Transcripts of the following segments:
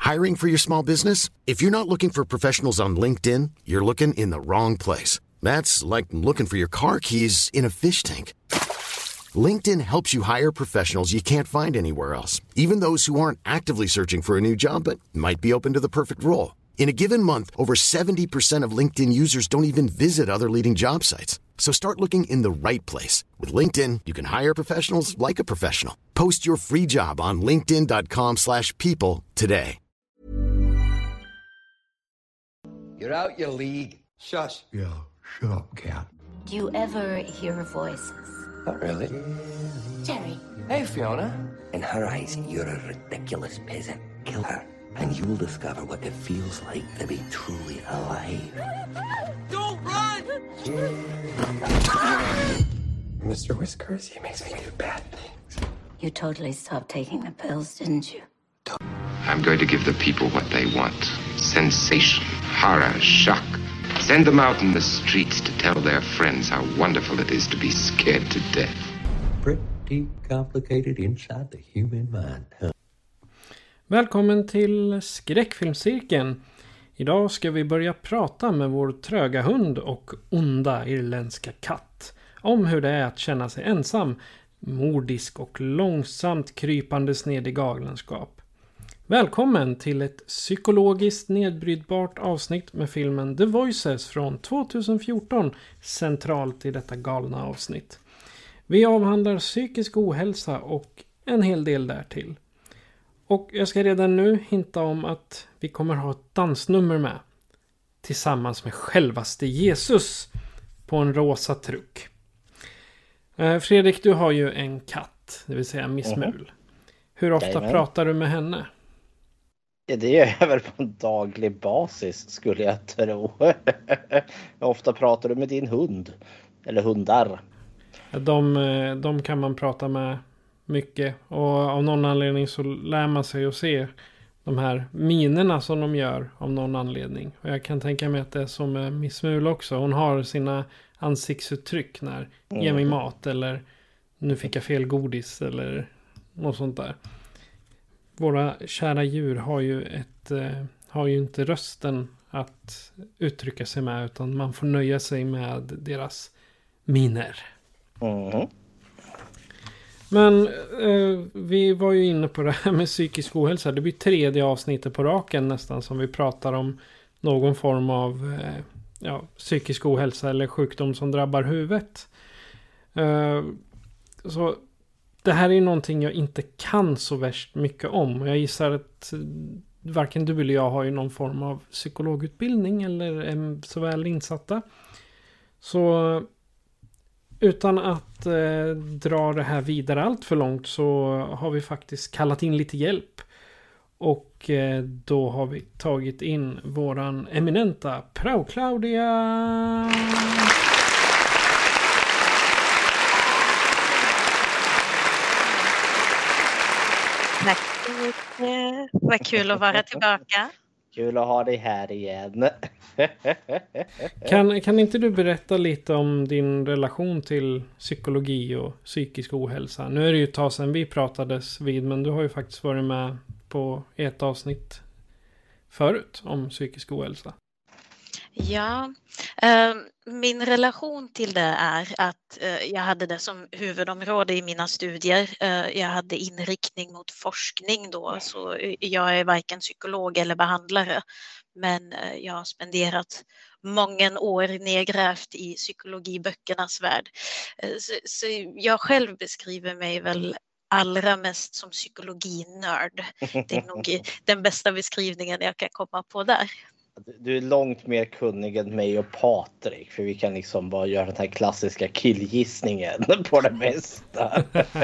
Hiring for your small business? If you're not looking for professionals on LinkedIn, you're looking in the wrong place. That's like looking for your car keys in a fish tank. LinkedIn helps you hire professionals you can't find anywhere else, even those who aren't actively searching for a new job but might be open to the perfect role. In a given month, over 70% of LinkedIn users don't even visit other leading job sites. So start looking in the right place. With LinkedIn, you can hire professionals like a professional. Post your free job on linkedin.com/people today. You're out your league. Shush. Yeah, shut up, cat. Do you ever hear voices? Not really. Jerry. Hey, Fiona. In her eyes, you're a ridiculous peasant. Kill her, and you'll discover what it feels like to be truly alive. Don't run! Mr. Whiskers, he makes me do bad things. You totally stopped taking the pills, didn't you? I'm going to give the people what they want. Sensation, horror, shock. Send them out in the streets to tell their friends how wonderful it is to be scared to death. Pretty complicated inside the human mind, huh? Välkommen till Skräckfilmscirkeln. Idag ska vi börja prata med vår tröga hund och onda irländska katt om hur det är att känna sig ensam, mordisk och långsamt krypandes ned i galenskap. Välkommen till ett psykologiskt nedbrytbart avsnitt med filmen The Voices från 2014 centralt i detta galna avsnitt. Vi avhandlar psykisk ohälsa och en hel del därtill. Och jag ska redan nu hinta om att vi kommer ha ett dansnummer med. Tillsammans med självaste Jesus på en rosa truck. Fredrik, du har ju en katt, det vill säga Miss Mul. Hur ofta pratar du med henne? Ja, det gör jag väl på en daglig basis, skulle jag tro. Hur ofta pratar du med din hund? Eller hundar? De kan man prata med mycket. Och av någon anledning så lär man sig att se de här minerna som de gör av någon anledning. Och jag kan tänka mig att det är som med Miss Mul också. Hon har sina ansiktsuttryck när ge mig mat eller nu fick jag fel godis eller något sånt där. Våra kära djur har ju inte rösten att uttrycka sig med, utan man får nöja sig med deras miner. Men vi var ju inne på det här med psykisk ohälsa. Det blir 3:e avsnittet på raken nästan som vi pratar om någon form av psykisk ohälsa eller sjukdom som drabbar huvudet. Så det här är någonting jag inte kan så värst mycket om. Jag gissar att varken du eller jag har ju någon form av psykologutbildning eller är så väl insatta. Så utan att dra det här vidare allt för långt så har vi faktiskt kallat in lite hjälp. Och då har vi tagit in våran eminenta Prao Claudia. Tack så mycket. Vad kul att vara tillbaka. Kul att ha dig här igen. Kan inte du berätta lite om din relation till psykologi och psykisk ohälsa? Nu är det ju ett tag sedan vi pratades vid, men du har ju faktiskt varit med på ett avsnitt förut om psykisk ohälsa. Ja, min relation till det är att jag hade det som huvudområde i mina studier. Jag hade inriktning mot forskning då, så jag är varken psykolog eller behandlare. Men jag har spenderat många år nedgrävt i psykologiböckernas värld. Så jag själv beskriver mig väl allra mest som psykologinörd. Det är nog den bästa beskrivningen jag kan komma på där. Du är långt mer kunnig än mig och Patrik, för vi kan liksom bara göra den här klassiska killgissningen på det mesta.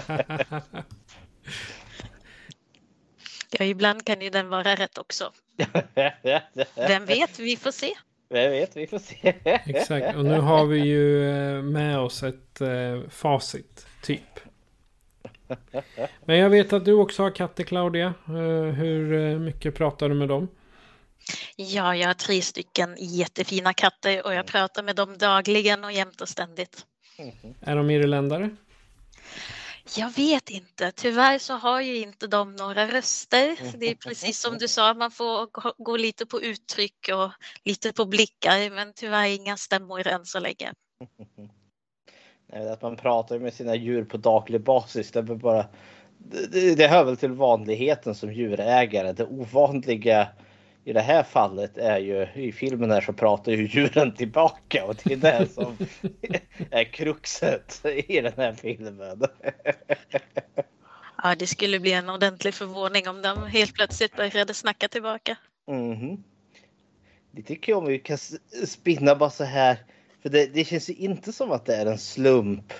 Ja, ibland kan ju den vara rätt också. Vem vet, vi får se. Vem vet, vi får se. Exakt, och nu har vi ju med oss ett facit, typ. Men jag vet att du också har katter, Claudia. Hur mycket pratar du med dem? Ja, jag har 3 stycken jättefina katter och jag pratar med dem dagligen och jämt och ständigt. Är de irländare? Jag vet inte. Tyvärr så har ju inte de några röster. Det är precis som du sa, man får gå lite på uttryck och lite på blickar, men tyvärr inga stämmor än så länge. Att man pratar med sina djur på daglig basis, det hör väl till vanligheten som djurägare. Det ovanliga i det här fallet är ju, i filmen här så pratar ju djuren tillbaka, och det är det som är kruxet i den här filmen. Ja, det skulle bli en ordentlig förvåning om de helt plötsligt började snacka tillbaka. Det tycker jag om vi kan spinna bara så här. För det känns ju inte som att det är en slump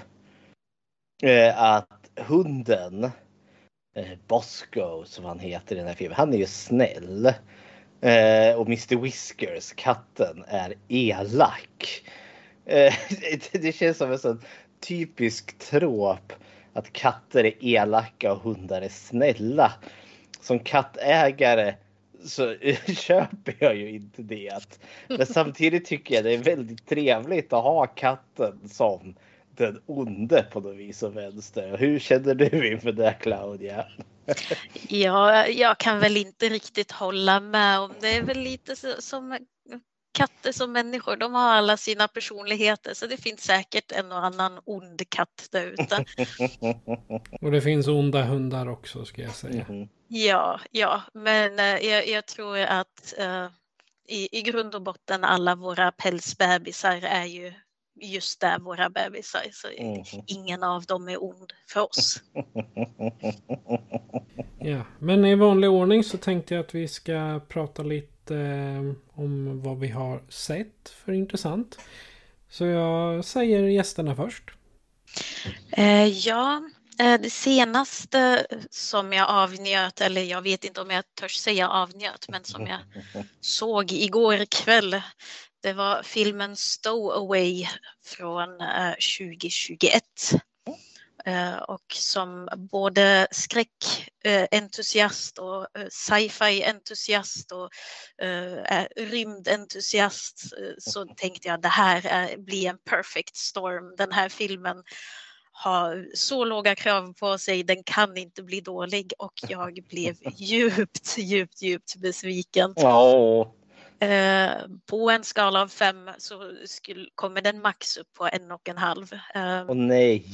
att hunden, Bosco som han heter i den här filmen, han är ju snäll. Och Mr. Whiskers, katten, är elak. Det känns som en sån typisk trop att katter är elaka och hundar är snälla. Som kattägare så köper jag ju inte det. Men samtidigt tycker jag det är väldigt trevligt att ha katten som den onde på något vis och vänster. Hur känner du inför det, Claudia? Ja, jag kan väl inte riktigt hålla med om det. Är väl lite som katter som människor. De har alla sina personligheter, så det finns säkert en och annan ond katt där ute. Och det finns onda hundar också, ska jag säga. Ja, men jag tror att i grund och botten alla våra pälsbebisar är ju just där, våra bebisar. Så ingen av dem är ond för oss. Ja, men i vanlig ordning så tänkte jag att vi ska prata lite om vad vi har sett för intressant. Så jag säger gästerna först. Det senaste som jag avnjöt, eller jag vet inte om jag törs säga avnjöt, men som jag såg igår kväll, det var filmen Stowaway från 2021. Och som både skräckentusiast och sci-fi-entusiast och rymdentusiast så tänkte jag att det här blir en perfect storm. Den här filmen har så låga krav på sig, den kan inte bli dålig, och jag blev djupt besviken. På en skala av 5 så kommer den max upp på 1,5. Åh nej.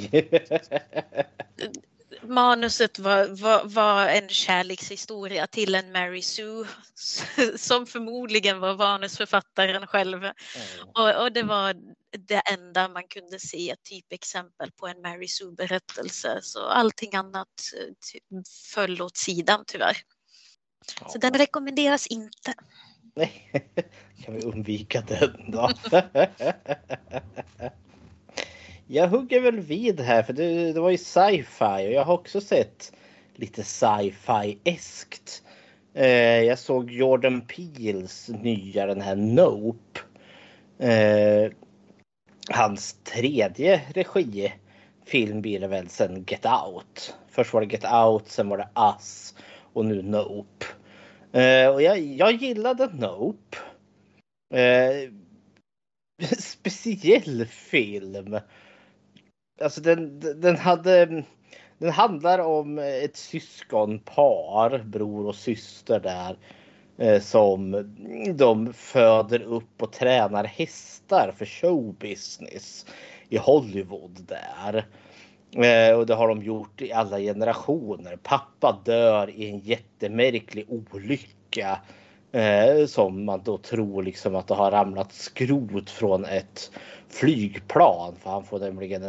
Manuset var en kärlekshistoria till en Mary Sue som förmodligen var manusförfattaren själv. Och det var det enda man kunde se typexempel på en Mary Sue-berättelse. Så allting annat föll åt sidan tyvärr. Så den rekommenderas inte. Nej, kan vi undvika den då? Jag hugger väl vid här, för det var ju sci-fi, och jag har också sett lite sci-fi-eskt. Jag såg Jordan Peels nya, den här Nope. Hans tredje regifilm blir det väl sen Get Out. Först var det Get Out, sen var det Us och nu Nope. Och jag gillade Nope. Speciell film. Alltså den handlar om ett syskonpar, bror och syster där, som de föder upp och tränar hästar för showbusiness i Hollywood där. Och det har de gjort i alla generationer. Pappa dör i en jättemärklig olycka, som man då tror liksom att det har ramlat skrot från ett flygplan, för han får nämligen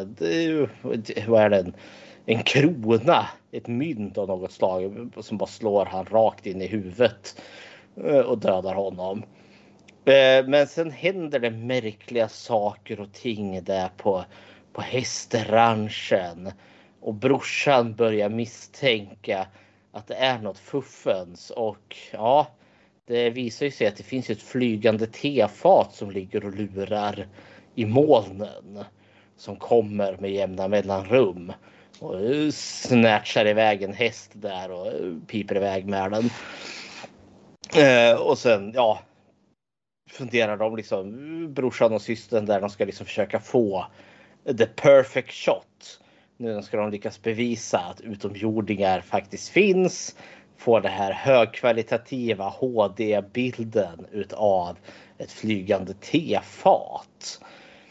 en krona, ett mynt av något slag, som bara slår han rakt in i huvudet och dödar honom. Men sen händer det märkliga saker och ting där på hästranchen, och brorsan börjar misstänka att det är något fuffens, och ja, det visar ju sig att det finns ett flygande tefat som ligger och lurar i molnen, som kommer med jämna mellanrum och snatchar iväg en häst där och piper iväg med den. Och sen funderar de liksom, brorsan och systern där, de ska liksom försöka få the perfect shot Nu ska de lyckas bevisa att utomjordingar faktiskt finns. Få det här högkvalitativa HD-bilden utav ett flygande tefat.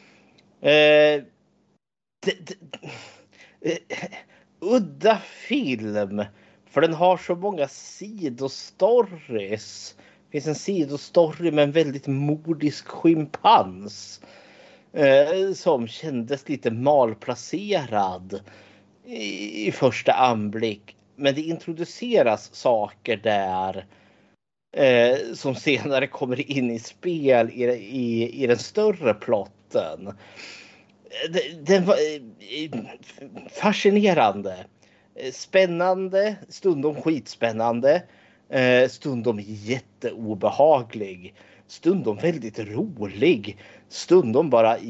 Udda film. För den har så många sidostories. Det finns en sidostory med en väldigt modisk schimpans. Som kändes lite malplacerad i första anblick. Men det introduceras saker där som senare kommer in i spel i den större plotten. Den var fascinerande, spännande, stundom skitspännande, stundom jätteobehaglig, stundom väldigt rolig, stundom bara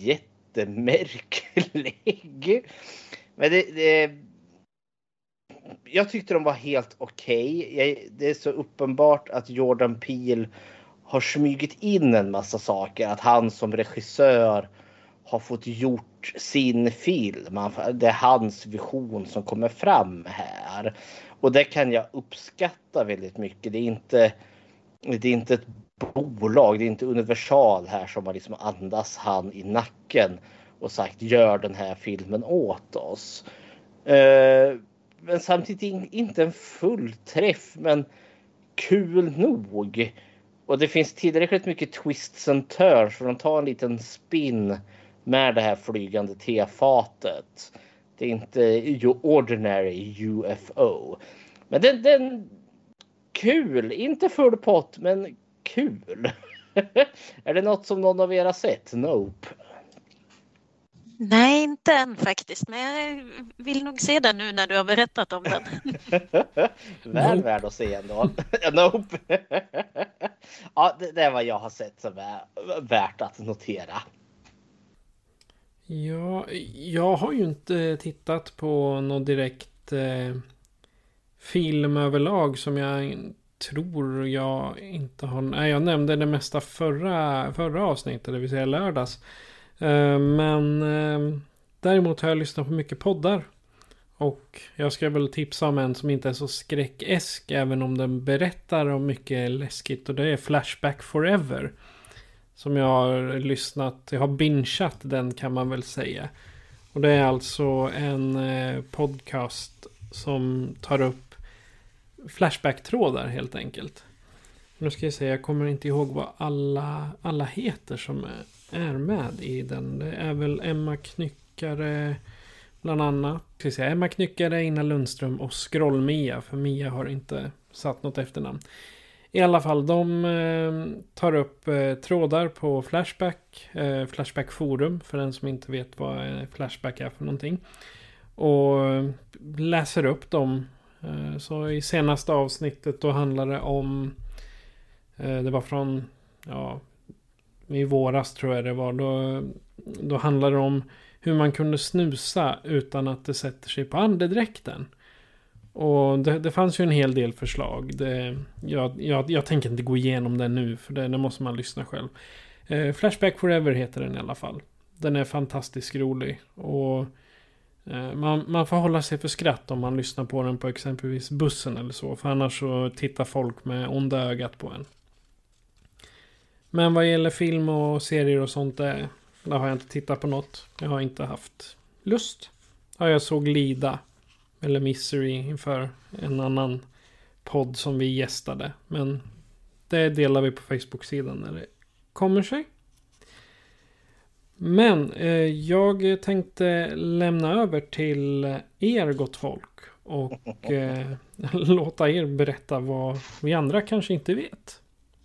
jättemärklig. Men jag tyckte de var helt okej. Det är så uppenbart att Jordan Peele har smugit in en massa saker. Att han som regissör har fått gjort sin film. Det är hans vision som kommer fram här. Och det kan jag uppskatta väldigt mycket. Det är inte ett bolag, det är inte Universal här som har liksom andas han i nacken och sagt gör den här filmen åt oss. Men samtidigt inte en full träff, men kul nog. Och det finns tillräckligt mycket twists and turns för att ta en liten spin med det här flygande tefatet. Det är inte ordinary UFO. Men den kul, inte full pott, men kul. Är det något som någon av er har sett? Nope. Nej, inte än faktiskt. Men jag vill nog se den nu när du har berättat om den. Väl värd att se ändå. Nope. Ja, det är vad jag har sett som är värt att notera. Ja, jag har ju inte tittat på någon direkt film överlag som jag tror jag inte har... Nej, jag nämnde det mesta förra avsnittet, det vill säga lördags. Men däremot har jag lyssnat på mycket poddar. Och jag ska väl tipsa om en som inte är så skräckesk, även om den berättar om mycket läskigt. Och det är Flashback Forever. Som jag har lyssnat, jag har bingeat den kan man väl säga. Och det är alltså en podcast som tar upp flashback-trådar helt enkelt. Nu ska jag säga, jag kommer inte ihåg vad alla heter som är med i den. Det är väl Emma Knyckare bland annat. Ska jag säga, Emma Knyckare, Ina Lundström och Scroll-Mia. För Mia har inte satt något efternamn. I alla fall, de tar upp trådar på Flashback. Flashback Forum, för den som inte vet vad Flashback är för någonting. Och läser upp dem. Så i senaste avsnittet då handlar det om... det var från... Ja, i våras tror jag det var. Då handlar det om hur man kunde snusa utan att det sätter sig på andedräkten. Och det fanns ju en hel del förslag. Jag tänker inte gå igenom det nu, för det måste man lyssna själv. Flashback Forever heter den i alla fall. Den är fantastiskt rolig. Och man får hålla sig för skratt om man lyssnar på den på exempelvis bussen eller så. För annars så tittar folk med onda ögat på en. Men vad gäller film och serier och sånt där har jag inte tittat på något. Jag har inte haft lust. Ja, jag såg Lida eller Misery inför en annan podd som vi gästade. Men det delar vi på Facebook-sidan när det kommer sig. Men jag tänkte lämna över till er gott folk. Och låta er berätta vad vi andra kanske inte vet.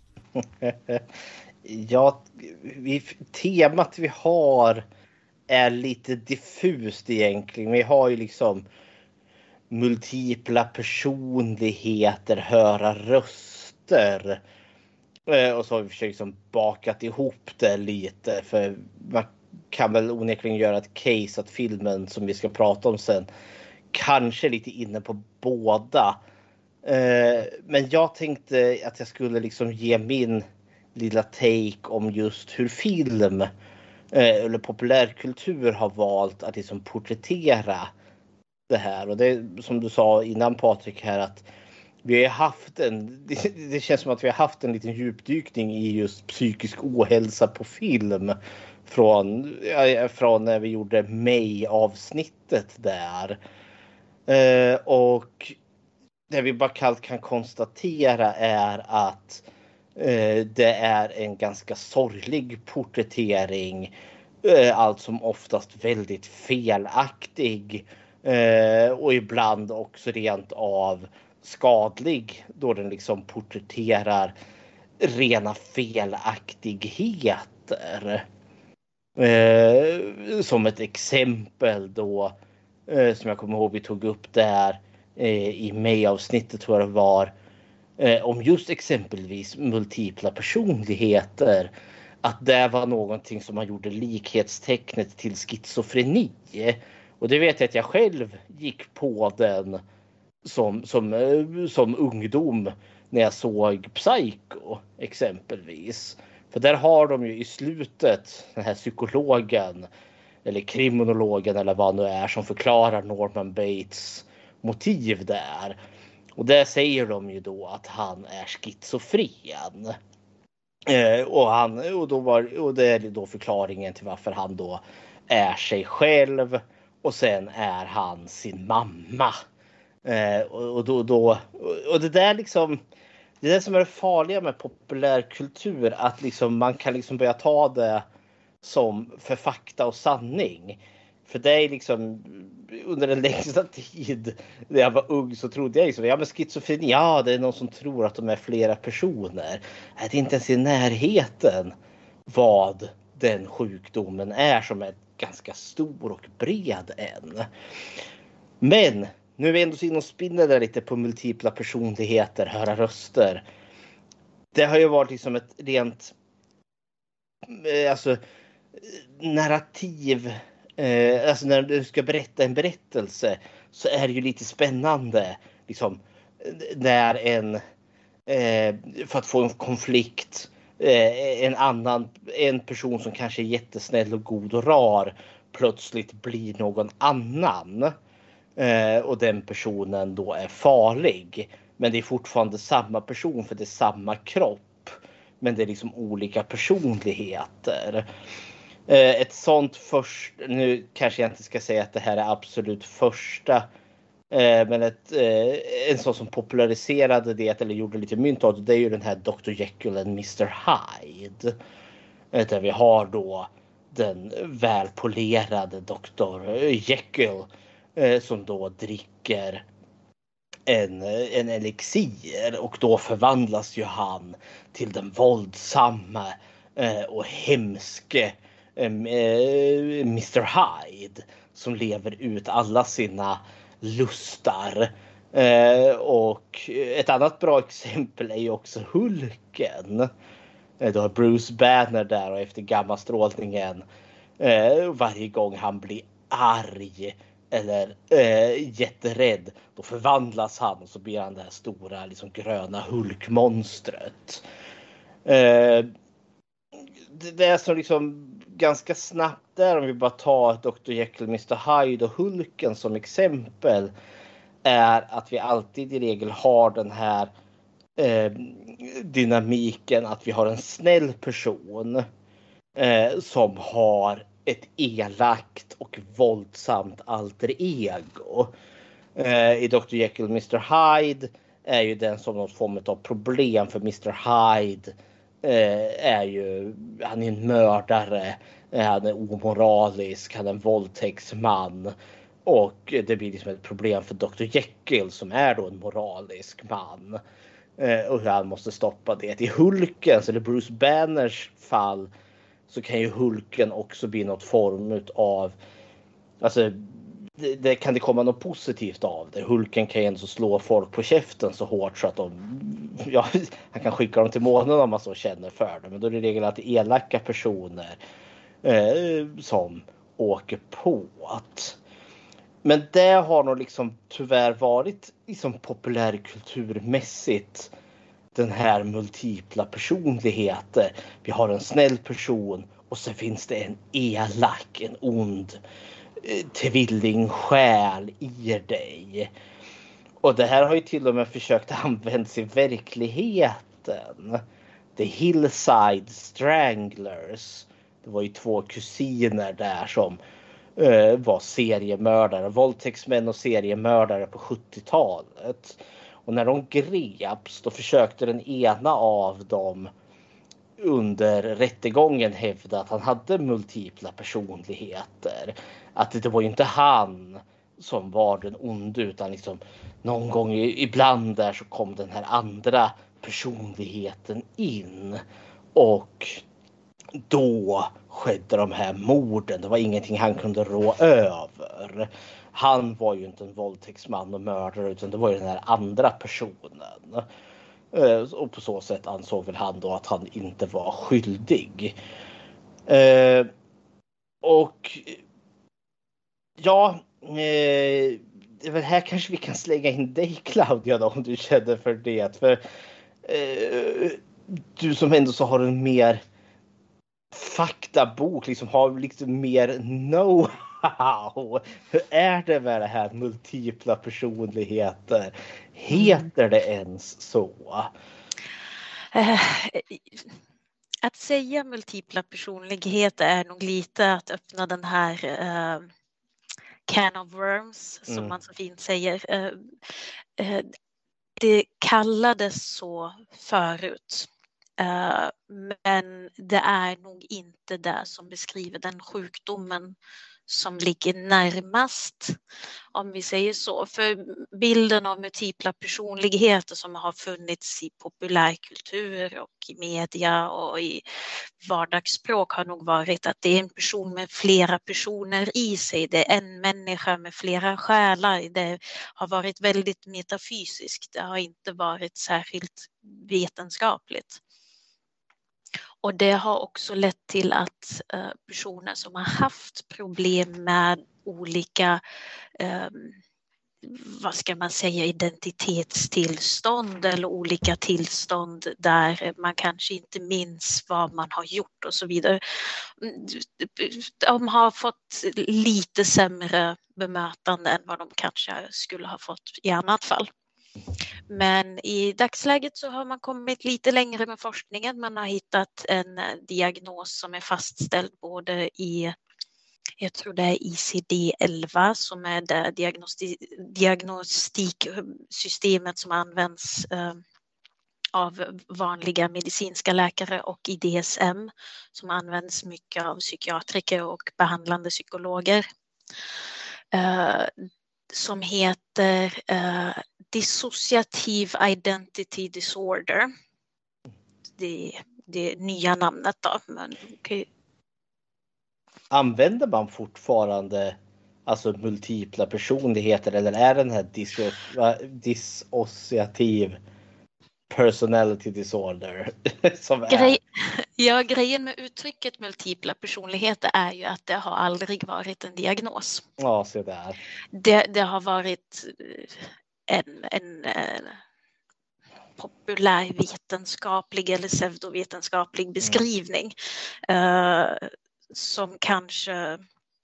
Ja, temat vi har är lite diffust egentligen. Vi har ju liksom multipla personligheter, höra röster. Och så har vi försökt liksom bakat ihop det lite. För man kan väl onekligen göra ett case att filmen som vi ska prata om sen kanske lite inne på båda. Men jag tänkte att jag skulle liksom ge min lilla take om just hur film eller populärkultur har valt att liksom porträttera det här. Och det är som du sa innan Patrik här, att vi har haft det känns som att vi har haft en liten djupdykning i just psykisk ohälsa på film från när vi gjorde May-avsnittet där. Och det vi bara kallt kan konstatera är att det är en ganska sorglig porträttering, allt som oftast väldigt felaktig och ibland också rent av skadlig, då den liksom porträtterar rena felaktigheter. Som ett exempel då, som jag kommer ihåg vi tog upp där i May-avsnittet tror jag det var, om just exempelvis multipla personligheter, att det var någonting som man gjorde likhetstecknet till schizofreni. Och det vet jag att jag själv gick på den som ungdom när jag såg Psycho exempelvis. För där har de ju i slutet den här psykologen eller kriminologen eller vad det nu är som förklarar Norman Bates motiv där. Och där säger de ju då att han är schizofren. Och det är då förklaringen till varför han då är sig själv och sen är han sin mamma. Och det där liksom, det är det som är det farliga med populärkultur, att liksom man kan liksom börja ta det som för fakta och sanning. För det är liksom under den längsta tid när jag var ung så trodde jag liksom, ja men schizofreni, ja det är någon som tror att de är flera personer. Det är inte ens i närheten vad den sjukdomen är, som är ganska stor och bred än. Men nu är vi ändå inne och spinner där lite på multipla personligheter, höra röster. Det har ju varit liksom ett rent narrativ. Alltså när du ska berätta en berättelse så är det ju lite spännande liksom, när för att få en konflikt, en person som kanske är jättesnäll och god och rar plötsligt blir någon annan. Och den personen då är farlig. Men det är fortfarande samma person, för det är samma kropp. Men det är liksom olika personligheter. Ett sånt nu kanske jag inte ska säga att det här är absolut första. Men en sån som populariserade det eller gjorde lite mynt av det, det är ju den här Dr. Jekyll and Mr. Hyde. Där vi har då den välpolerade Dr. Jekyll som då dricker en elixir, och då förvandlas ju han till den våldsamma och hemske Mr. Hyde som lever ut alla sina lustar. Och ett annat bra exempel är ju också Hulken. Då har Bruce Banner där, och efter gammastrålningen varje gång han blir arg eller jätterädd, då förvandlas han och så blir han det här stora liksom gröna Hulkmonstret. Det är så liksom ganska snabbt där, om vi bara tar Dr. Jekyll, Mr. Hyde och Hulken som exempel, är att vi alltid i regel har den här dynamiken att vi har en snäll person som har ett elakt och våldsamt alter ego. I Dr. Jekyll Mr. Hyde är ju den som någon form av problem, för Mr. Hyde han är en mördare, han är omoralisk, han är en våldtäktsman, och det blir liksom ett problem för Dr. Jekyll som är då en moralisk man, och hur han måste stoppa det. I Hulkens eller Bruce Banners fall så kan ju Hulken också bli något form av, alltså det kan det komma något positivt av det. Hulken kan ju ändå slå folk på käften så hårt så att han kan skicka dem till månen om man så känner för det. Men då är det regel att elaka personer som åker på att. Men det har nog liksom tyvärr varit liksom populärkulturmässigt den här multipla personligheten. Vi har en snäll person och så finns det en elak, en ond tvillingsjäl i dig. Och det här har ju till och med försökt användas i verkligheten. The Hillside Stranglers. Det var ju 2 kusiner där som var seriemördare, våldtäktsmän och seriemördare på 70-talet. Och när de greps då försökte den ena av dem under rättegången hävda att han hade multipla personligheter. Att det var ju inte han som var den onde, utan liksom någon gång ibland där så kom den här andra personligheten in. Och då skedde de här morden. Det var ingenting han kunde rå över. Han var ju inte en våldtäktsman och mördare, utan det var ju den här andra personen. Och på så sätt ansåg väl han då att han inte var skyldig. Och ja, här kanske vi kan slänga in dig, Claudia, då, om du känner för det. För du som ändå så har en mer faktabok, liksom har liksom mer know-how. Hur är det med det här multipla personligheter? Heter det ens så? Att säga multipla personligheter är nog lite att öppna den här can of worms, som man så fint säger. Det kallades så förut. Men det är nog inte det som beskriver den sjukdomen som ligger närmast, om vi säger så. För bilden av multipla personligheter som har funnits i populärkultur och i media och i vardagsspråk har nog varit att det är en person med flera personer i sig. Det är en människa med flera själar. Det har varit väldigt metafysiskt. Det har inte varit särskilt vetenskapligt. Och det har också lett till att personer som har haft problem med olika, vad ska man säga, identitetstillstånd eller olika tillstånd där man kanske inte minns vad man har gjort och så vidare. De har fått lite sämre bemötande än vad de kanske skulle ha fått i annat fall. Men i dagsläget så har man kommit lite längre med forskningen. Man har hittat en diagnos som är fastställd både i, jag tror det är ICD-11 som är det diagnostiksystemet som används av vanliga medicinska läkare, och i DSM som används mycket av psykiatriker och behandlande psykologer. Som heter Dissociative Identity Disorder. Det nya namnet då. Men okay. Använder man fortfarande alltså multipla personligheter, eller är den här dissociative personality disorder som är? Grejen med uttrycket multipla personligheter är ju att det har aldrig varit en diagnos. Ja, så där. Det har varit en populärvetenskaplig eller pseudovetenskaplig beskrivning som kanske,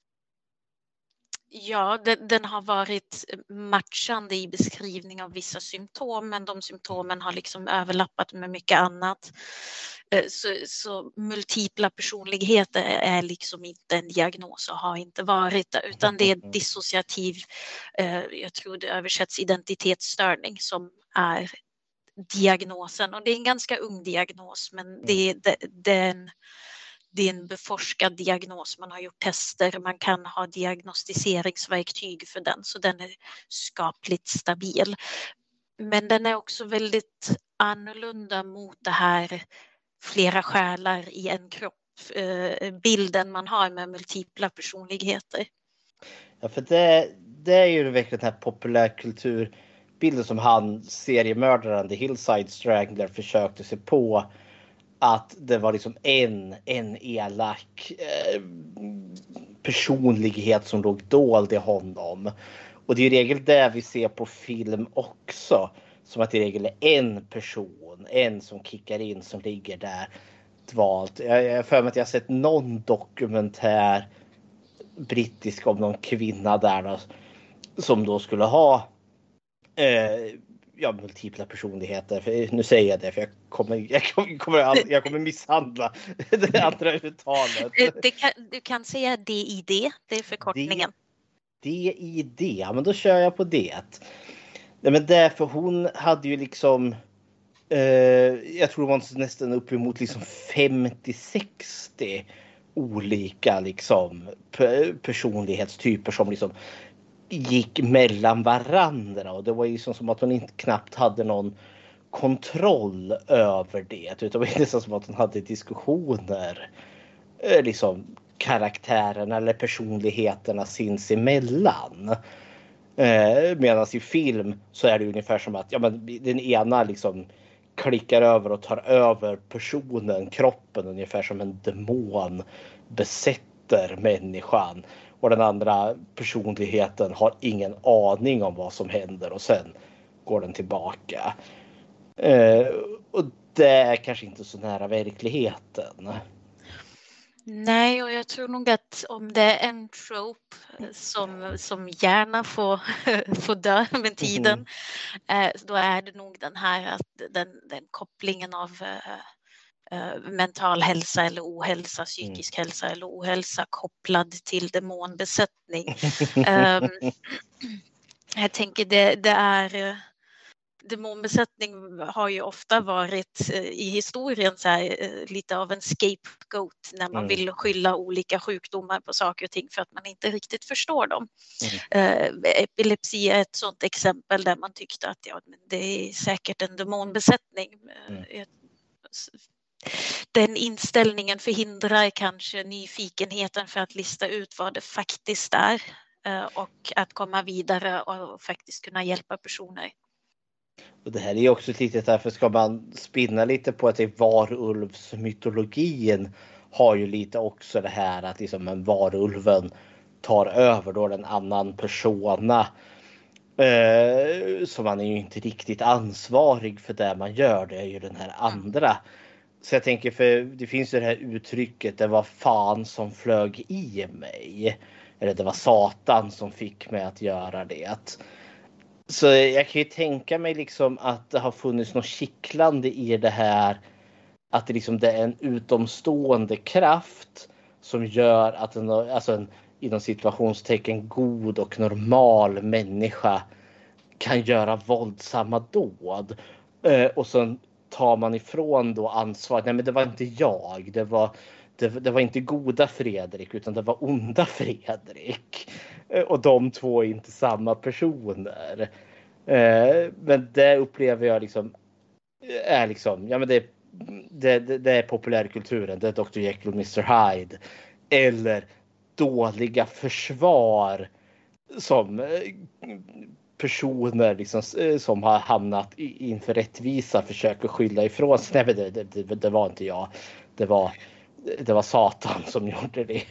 ja, den har varit matchande i beskrivning av vissa symptom, men de symptomen har liksom överlappat med mycket annat. Så multipla personligheter är liksom inte en diagnos och har inte varit det, utan det är dissociativ, jag tror det översätts identitetsstörning, som är diagnosen. Och det är en ganska ung diagnos, men det är en beforskad diagnos. Man har gjort tester, man kan ha diagnostiseringsverktyg för den, så den är skapligt stabil. Men den är också väldigt annorlunda mot det här flera själar i en kropp, bilden man har med multipla personligheter. Ja, för det är ju verkligen den här populärkulturbilden som han, seriemördaren The Hillside Strangler, försökte sig på. Att det var liksom en elak personlighet som låg dold i honom. Och det är i regel det vi ser på film också. som att det i regel är en person, en som kickar in, som ligger där valt. Jag för mig att jag har sett någon dokumentär brittisk om någon kvinna där då, som då skulle ha multipla personligheter. För, nu säger jag det för jag kommer misshandla det andra uttalet. Du kan säga DID, det är förkortningen. DID, ja, men då kör jag på det. Nej, men därför hon hade ju liksom jag tror det var nästan uppemot liksom 50-60 olika liksom personlighetstyper som liksom gick mellan varandra, och det var ju som att hon inte knappt hade någon kontroll över det, utan det var nästan som att hon hade diskussioner liksom karaktärerna eller personligheterna sinsemellan. Medan i film så är det ungefär som att den ena liksom klickar över och tar över personen, kroppen, ungefär som en demon besätter människan, och den andra personligheten har ingen aning om vad som händer och sen går den tillbaka. Och det är kanske inte så nära verkligheten. Nej, och jag tror nog att om det är en trope som gärna får dö med tiden, då är det nog den här att den kopplingen av mental hälsa eller ohälsa, psykisk hälsa eller ohälsa kopplad till demonbesättning. Jag tänker det är demonbesättning har ju ofta varit i historien så här, lite av en scapegoat när man vill skylla olika sjukdomar på saker och ting för att man inte riktigt förstår dem. Epilepsi är ett sådant exempel där man tyckte att det är säkert en demonbesättning. Den inställningen förhindrar kanske nyfikenheten för att lista ut vad det faktiskt är och att komma vidare och faktiskt kunna hjälpa personer. Och det här är också ett litet, därför ska man spinna lite på att det varulvsmytologin har ju lite också det här att liksom en varulven tar över då en annan persona. Så man är ju inte riktigt ansvarig för det man gör, det är ju den här andra. Så jag tänker, för det finns ju det här uttrycket, det var fan som flög i mig. Eller det var Satan som fick mig att göra det. Så jag kan ju tänka mig liksom att det har funnits något kittlande i det här. Att det, liksom, det är en utomstående kraft som gör att en inom situationstecken god och normal människa kan göra våldsamma dåd. Och sen tar man ifrån då ansvaret. Nej, men det var inte jag. Det var inte goda Fredrik, utan det var onda Fredrik. Och de två är inte samma personer. Men det upplever jag liksom är liksom, ja men det är populärkulturen. Det är Dr. Jekyll och Mr. Hyde. Eller dåliga försvar som personer liksom, som har hamnat inför rättvisa försöker skylla ifrån sig. Nej, men det var inte jag. Det var Satan som gjorde det.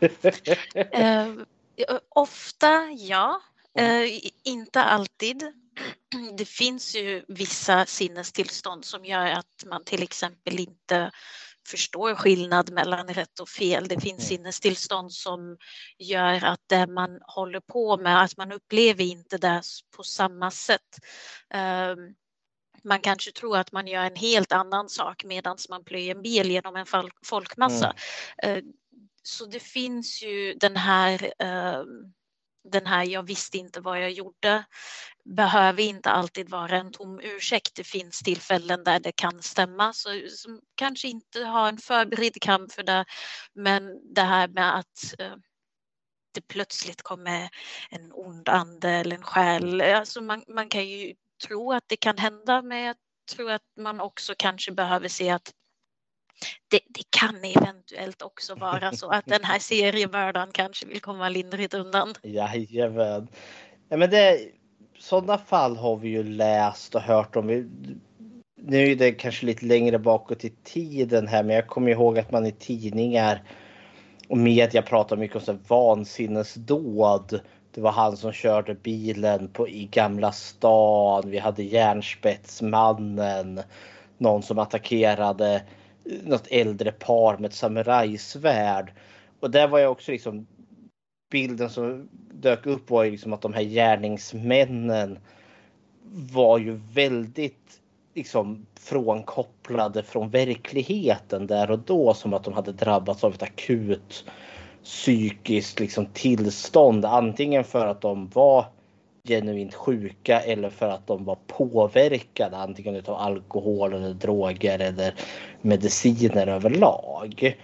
Ofta ja. Inte alltid. Det finns ju vissa sinnestillstånd som gör att man till exempel inte förstår skillnad mellan rätt och fel. Det finns sinnestillstånd som gör att det man håller på med, att man upplever inte det på samma sätt. Man kanske tror att man gör en helt annan sak medan man plöjer en bil genom en folkmassa. Så det finns ju den här jag visste inte vad jag gjorde behöver inte alltid vara en tom ursäkt. Det finns tillfällen där det kan stämma, som kanske inte har en förberedd kamp för det, men det här med att det plötsligt kommer en ond ande eller en själ, alltså man kan ju tro att det kan hända, men jag tror att man också kanske behöver se att det kan eventuellt också vara så att den här seriemördaren kanske vill komma lindrigt undan. Jajamän. Ja, men sådana fall har vi ju läst och hört om. Nu är det kanske lite längre bakåt i tiden här, men jag kommer ihåg att man i tidningar och media pratar mycket om så vansinnesdåd Det var han som körde bilen i Gamla stan. Vi hade Järnspetsmannen. Någon som attackerade något äldre par med ett samurajsvärd. Och där var jag också liksom, bilden som dök upp var ju liksom att de här gärningsmännen var ju väldigt liksom frånkopplade från verkligheten där och då, som att de hade drabbats av ett akut psykiskt liksom tillstånd, antingen för att de var genuint sjuka eller för att de var påverkade antingen utav alkohol eller droger eller mediciner överlag.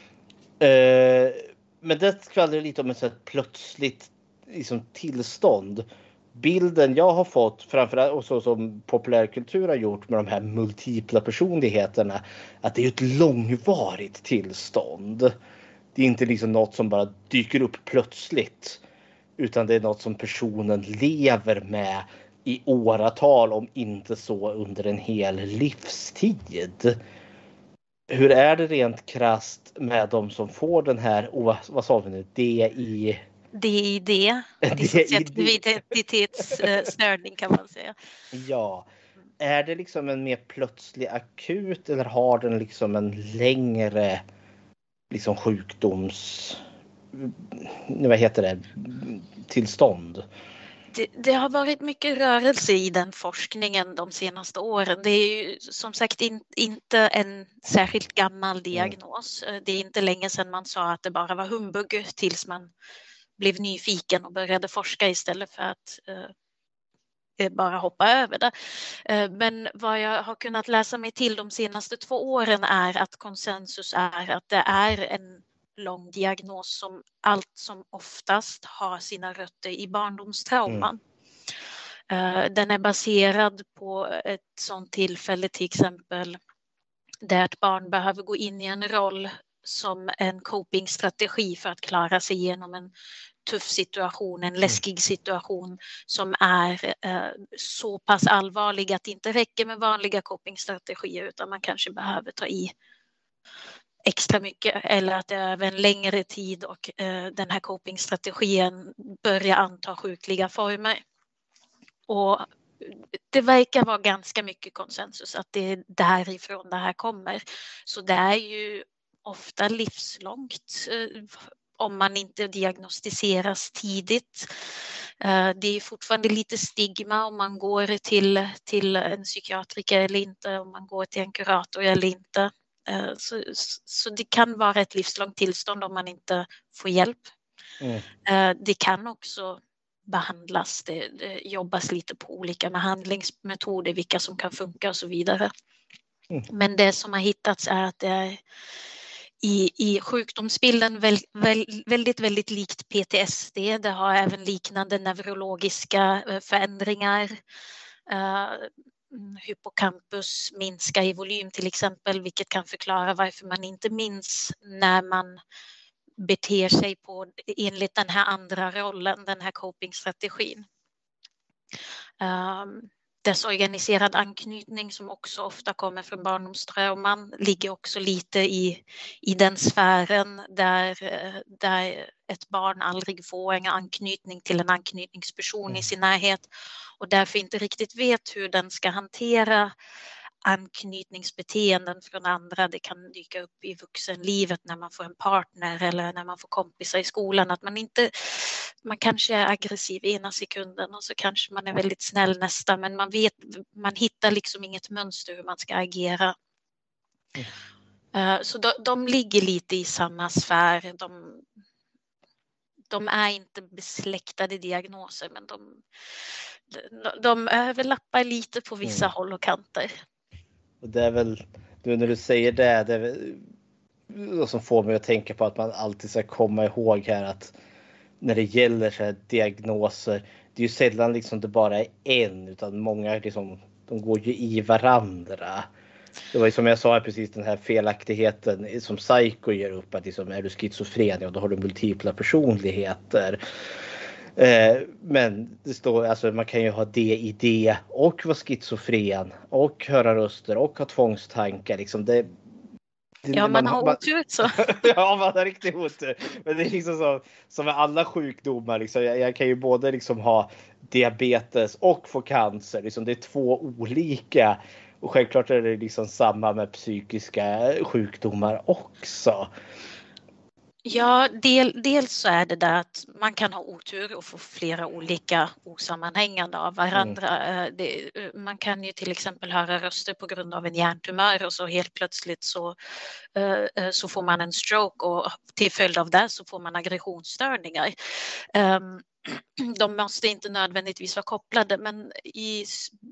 Men det skvallrar lite om ett så plötsligt liksom tillstånd. Bilden jag har fått, framförallt och så som populärkultur har gjort med de här multipla personligheterna, att det är ett långvarigt tillstånd. Det är inte liksom något som bara dyker upp plötsligt, utan det är något som personen lever med i åratal, om inte så under en hel livstid. Hur är det rent krasst med de som får den här, vad sa vi nu, DID, identitetsstörning kan man säga. Ja, är det liksom en mer plötslig akut eller har den liksom en längre liksom tillstånd? Det har varit mycket rörelse i den forskningen de senaste åren. Det är ju som sagt inte en särskilt gammal diagnos. Det är inte länge sedan man sa att det bara var humbug, tills man blev nyfiken och började forska istället för att bara hoppa över det. Men vad jag har kunnat läsa mig till de senaste 2 åren är att konsensus är att det är en lång diagnos som allt som oftast har sina rötter i barndomstrauman. Den är baserad på ett sådant tillfälle, till exempel där ett barn behöver gå in i en roll som en copingstrategi för att klara sig igenom en tuff situation, en läskig situation som är så pass allvarlig att det inte räcker med vanliga copingstrategier, utan man kanske behöver ta i extra mycket, eller att det är över en längre tid och den här copingstrategin börjar anta sjukliga former. Och det verkar vara ganska mycket konsensus att det är därifrån det här kommer. Så det är ju ofta livslångt om man inte diagnostiseras tidigt. Det är fortfarande lite stigma om man går till en psykiatriker eller inte, om man går till en kurator eller inte. Så det kan vara ett livslångt tillstånd om man inte får hjälp. Det kan också behandlas. Det jobbas lite på olika behandlingsmetoder, vilka som kan funka och så vidare. Men det som har hittats är att det är i sjukdomsbilden väldigt, väldigt likt PTSD. Det har även liknande neurologiska förändringar. Hippocampus minskar i volym till exempel, vilket kan förklara varför man inte minns när man beter sig enligt den här andra rollen, den här copingstrategin. Desorganiserad anknytning, som också ofta kommer från barndomstrauman, ligger också lite i den sfären där ett barn aldrig får en anknytning till en anknytningsperson i sin närhet och därför inte riktigt vet hur den ska hantera anknytningsbeteenden från andra. Det kan dyka upp i vuxenlivet när man får en partner eller när man får kompisar i skolan, att man kanske är aggressiv ena sekunden och så kanske man är väldigt snäll nästa, men man hittar liksom inget mönster hur man ska agera. Så de ligger lite i samma sfär. De är inte besläktade diagnoser, men de överlappar lite på vissa håll och kanter. Och det är väl, när du säger det är väl det som får mig att tänka på att man alltid ska komma ihåg här att när det gäller så här diagnoser, det är ju sällan liksom det bara är en, utan många liksom, de går ju i varandra. Det var ju som jag sa precis, den här felaktigheten som Psycho ger upp, att liksom, är du schizofren, då har du multipla personligheter. Men det står, alltså, man kan ju ha DID och vara schizofren och höra röster och ha tvångstankar. Liksom Ja, man har otur så. Ja, man har riktigt otur. Men det är liksom som med alla sjukdomar. Liksom, jag kan ju både liksom ha diabetes och få cancer. Liksom, det är två olika. Och självklart är det liksom samma med psykiska sjukdomar också. Ja, dels så är det där att man kan ha otur och få flera olika osammanhängande av varandra. Man kan ju till exempel höra röster på grund av en hjärntumör och så helt plötsligt så får man en stroke och till följd av det så får man aggressionsstörningar. De måste inte nödvändigtvis vara kopplade, men i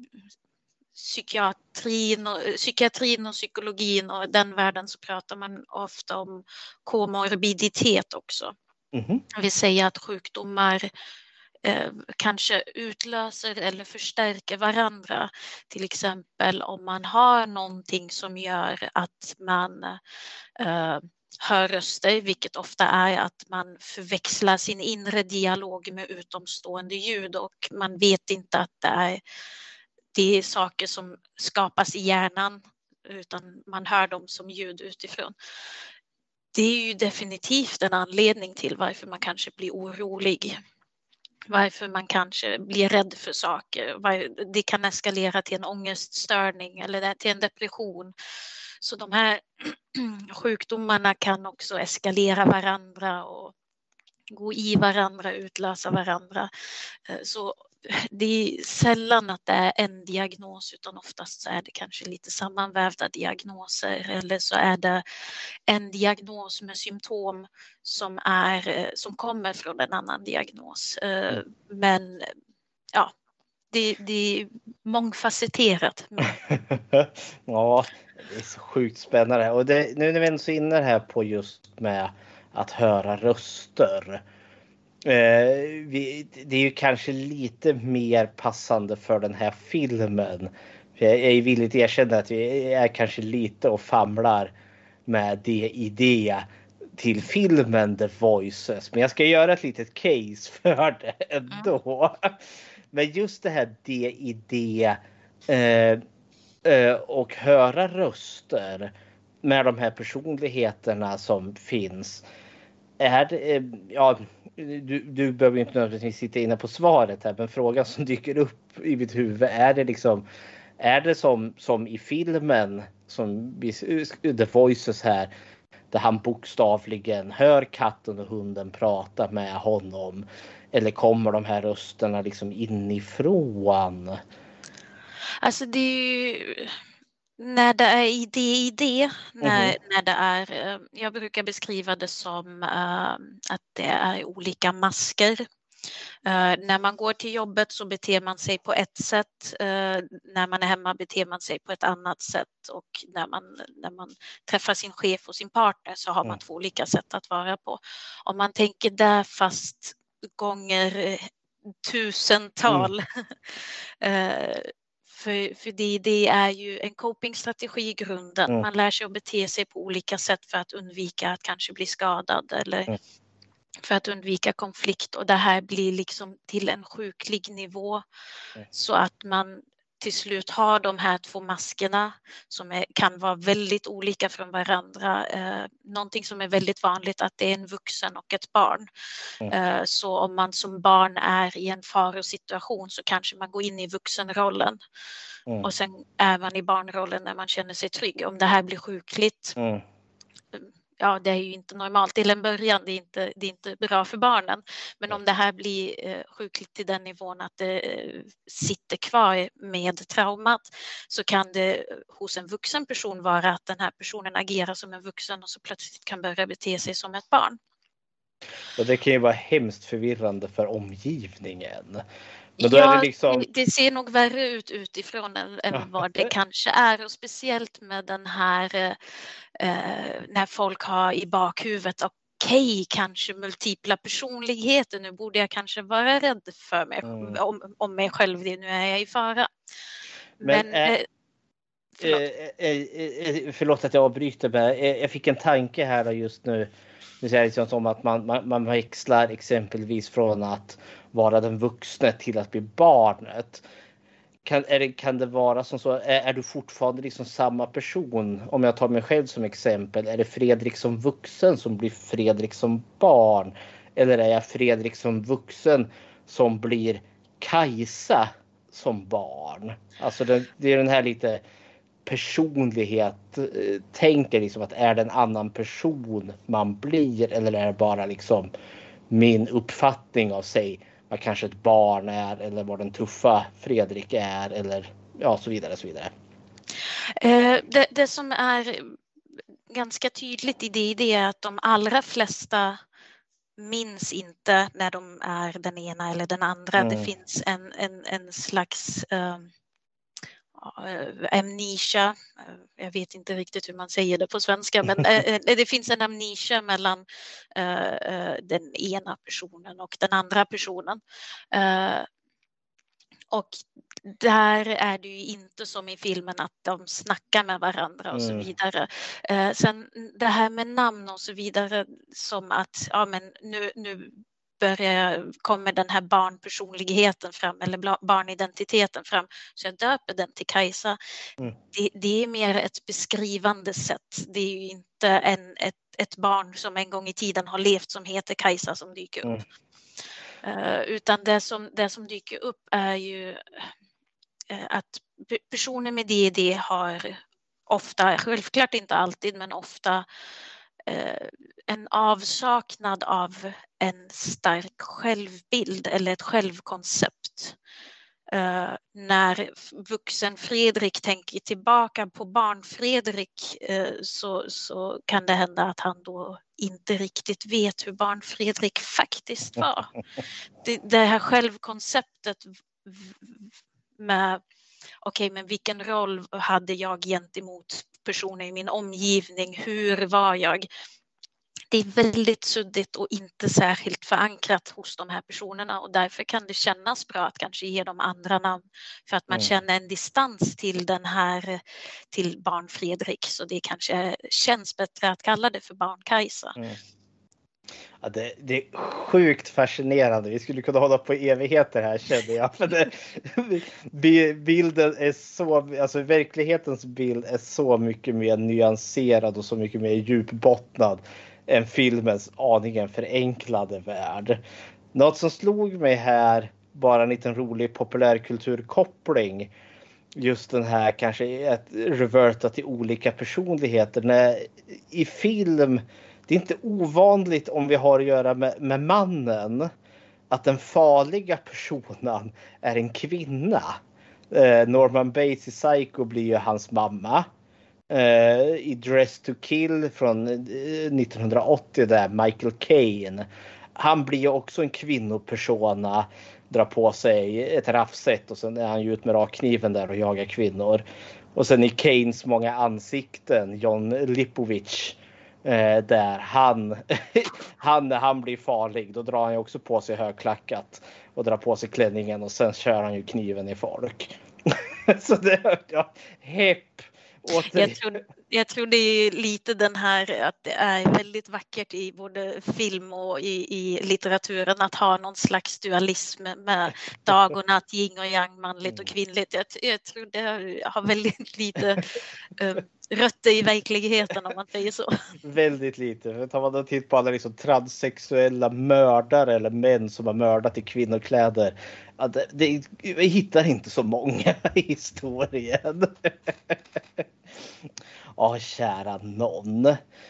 psykiatrin och psykologin och den världen så pratar man ofta om komorbiditet också. Det vill säga att sjukdomar kanske utlöser eller förstärker varandra. Till exempel om man har någonting som gör att man hör röster, vilket ofta är att man förväxlar sin inre dialog med utomstående ljud och man vet inte att det är saker som skapas i hjärnan utan man hör dem som ljud utifrån. Det är ju definitivt en anledning till varför man kanske blir orolig. Varför man kanske blir rädd för saker. Det kan eskalera till en ångeststörning eller till en depression. Så de här sjukdomarna kan också eskalera varandra och gå i varandra, utlösa varandra. Så det är sällan att det är en diagnos utan oftast så är det kanske lite sammanvävda diagnoser eller så är det en diagnos med symptom som kommer från en annan diagnos. Men ja, det är mångfacetterat. Ja, det är så sjukt spännande. Och nu när vi är så inne här på just med att höra röster. Det är ju kanske lite mer passande för den här filmen. Jag är villigt erkänna att vi är kanske lite och famlar med det idé till filmen The Voices. Men jag ska göra ett litet case för det ändå. Men just det här idé och höra röster med de här personligheterna som finns. Är det, ja, du behöver inte nödvändigtvis sitta inne på svaret här, men frågan som dyker upp i mitt huvud är det som i filmen som The Voices här, där han bokstavligen hör katten och hunden prata med honom, eller kommer de här rösterna liksom inifrån? Alltså det är ju när det är idé, när det är, jag brukar beskriva det som att det är olika masker. När man går till jobbet så beter man sig på ett sätt, när man är hemma beter man sig på ett annat sätt och när man träffar sin chef och sin partner så har man två olika sätt att vara på. Om man tänker där fast gånger tusental för det är ju en copingstrategi i grunden. Man lär sig att bete sig på olika sätt för att undvika att kanske bli skadad eller för att undvika konflikt. Och det här blir liksom till en sjuklig nivå så att man till slut har de här två maskerna som kan vara väldigt olika från varandra. Någonting som är väldigt vanligt att det är en vuxen och ett barn. Så om man som barn är i en farosituation så kanske man går in i vuxenrollen. Och sen är man i barnrollen när man känner sig trygg. Om det här blir sjukligt, ja, det är ju inte normalt till en början, det är inte bra för barnen. Men om det här blir sjukligt till den nivån att det sitter kvar med traumat så kan det hos en vuxen person vara att den här personen agerar som en vuxen och så plötsligt kan börja bete sig som ett barn. Och det kan ju vara hemskt förvirrande för omgivningen. Men då är det, liksom... det ser nog värre ut utifrån än vad det kanske är. Och speciellt med den här när folk har i bakhuvudet kanske multipla personligheter. Nu borde jag kanske vara rädd för mig om mig själv. Nu är jag i fara. Förlåt att jag avbryter, men jag fick en tanke här just nu. Det säger liksom som att man växlar exempelvis från att vara den vuxna till att bli barnet. kan det vara som så, är du fortfarande liksom samma person? Om jag tar mig själv som exempel, är det Fredrik som vuxen som blir Fredrik som barn? Eller är jag Fredrik som vuxen som blir Kajsa som barn? Alltså det är den här lite personlighet. Tänker liksom att är det en annan person man blir, eller är det bara liksom min uppfattning av sig? Vad kanske ett barn är, eller vad den tuffa Fredrik är, eller ja, så vidare, så vidare. Det som är ganska tydligt i det är att de allra flesta minns inte när de är den ena eller den andra. Det finns en slags amnesia. Jag vet inte riktigt hur man säger det på svenska, men det finns en amnesia mellan den ena personen och den andra personen. Och där är det ju inte som i filmen att de snackar med varandra och så vidare. Sen det här med namn och så vidare, som att ja, men nu kommer den här barnpersonligheten fram, eller barnidentiteten fram, så jag döper den till Kajsa. Det är mer ett beskrivande sätt. Det är ju inte ett barn som en gång i tiden har levt som heter Kajsa som dyker upp. Utan det som dyker upp är ju att personer med DID har ofta, självklart inte alltid, men ofta en avsaknad av en stark självbild eller ett självkoncept. När vuxen Fredrik tänker tillbaka på barn Fredrik, så kan det hända att han då inte riktigt vet hur barn Fredrik faktiskt var. Det här självkonceptet med men vilken roll hade jag gentemot personer i min omgivning? Hur var jag? Det är väldigt suddigt och inte särskilt förankrat hos de här personerna, och därför kan det kännas bra att kanske ge dem andra namn, för att man känner en distans till till barn Fredrik, så det kanske känns bättre att kalla det för barn Kajsa. Ja, det är sjukt fascinerande. Vi skulle kunna hålla på i evigheter här, känner jag. För bilden är så, alltså verklighetens bild är så mycket mer nyanserad och så mycket mer djupbottnad än filmens aningen förenklade värld. Något som slog mig här, bara en liten rolig populärkulturkoppling, just den här kanske att reverta till olika personligheter. När i film, det är inte ovanligt om vi har att göra med mannen, att den farliga personen är en kvinna. Norman Bates i Psycho blir ju hans mamma. I Dress to Kill från 1980 där Michael Caine, han blir ju också en kvinnopersona, drar på sig ett raffset och sen är han ju ut med rakkniven där och jagar kvinnor. Och sen i Caines många ansikten, John Lipovich, där han blir farlig, då drar han ju också på sig högklackat och drar på sig klänningen och sen kör han ju kniven i folk. Så det hepp. Jag tror det är lite den här att det är väldigt vackert i både film och i litteraturen att ha någon slags dualism med dag och natt, yin och yang, manligt och kvinnligt. Jag tror det har väldigt lite rötter i verkligheten, om man säger så. Väldigt lite. För tar man då titt på alla liksom transsexuella mördare eller män som har mördat i kvinnokläder, vi hittar inte så många i historien. Kära någon.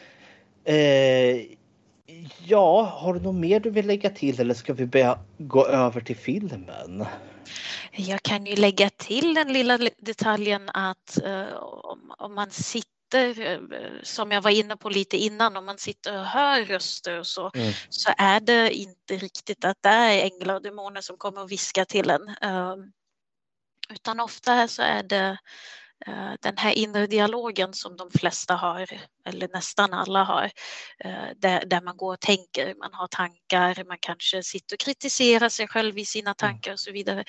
Har du något mer du vill lägga till, eller ska vi börja gå över till filmen? Jag kan ju lägga till den lilla detaljen att om man sitter, som jag var inne på lite innan, om man sitter och hör röster och så är det inte riktigt att det är änglar och demoner som kommer och viskar till en. Utan ofta så är det den här inre dialogen som de flesta har, eller nästan alla har, där man går och tänker, man har tankar, man kanske sitter och kritiserar sig själv i sina tankar och så vidare.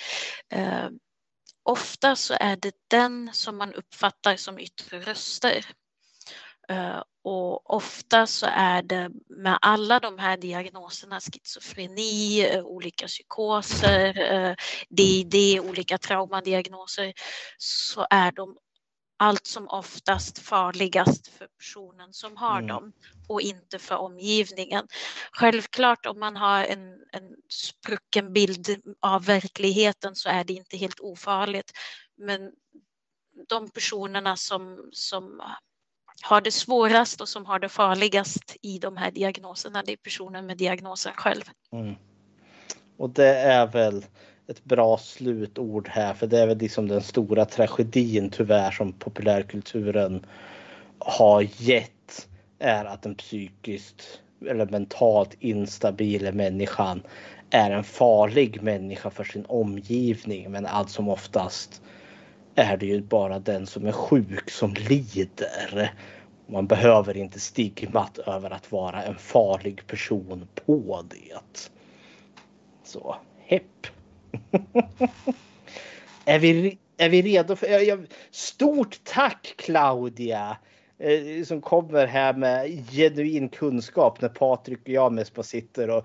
Ofta så är det den som man uppfattar som yttre röster. Och ofta så är det med alla de här diagnoserna, schizofreni, olika psykoser, DID, olika traumadiagnoser, så är de allt som oftast farligast för personen som har dem och inte för omgivningen. Självklart om man har en sprucken bild av verkligheten så är det inte helt ofarligt. Men de personerna som har det svårast och som har det farligast i de här diagnoserna, det är personen med diagnosen själv. Och det är väl ett bra slutord här, för det är väl liksom den stora tragedin tyvärr som populärkulturen har gett, är att den psykiskt eller mentalt instabila människan är en farlig människa för sin omgivning, men allt som oftast är det ju bara den som är sjuk som lider. Man behöver inte stigmat över att vara en farlig person på det. Så, hepp. Är vi redo för... Stort tack Claudia som kommer här med genuin kunskap när Patrik och jag mest bara sitter och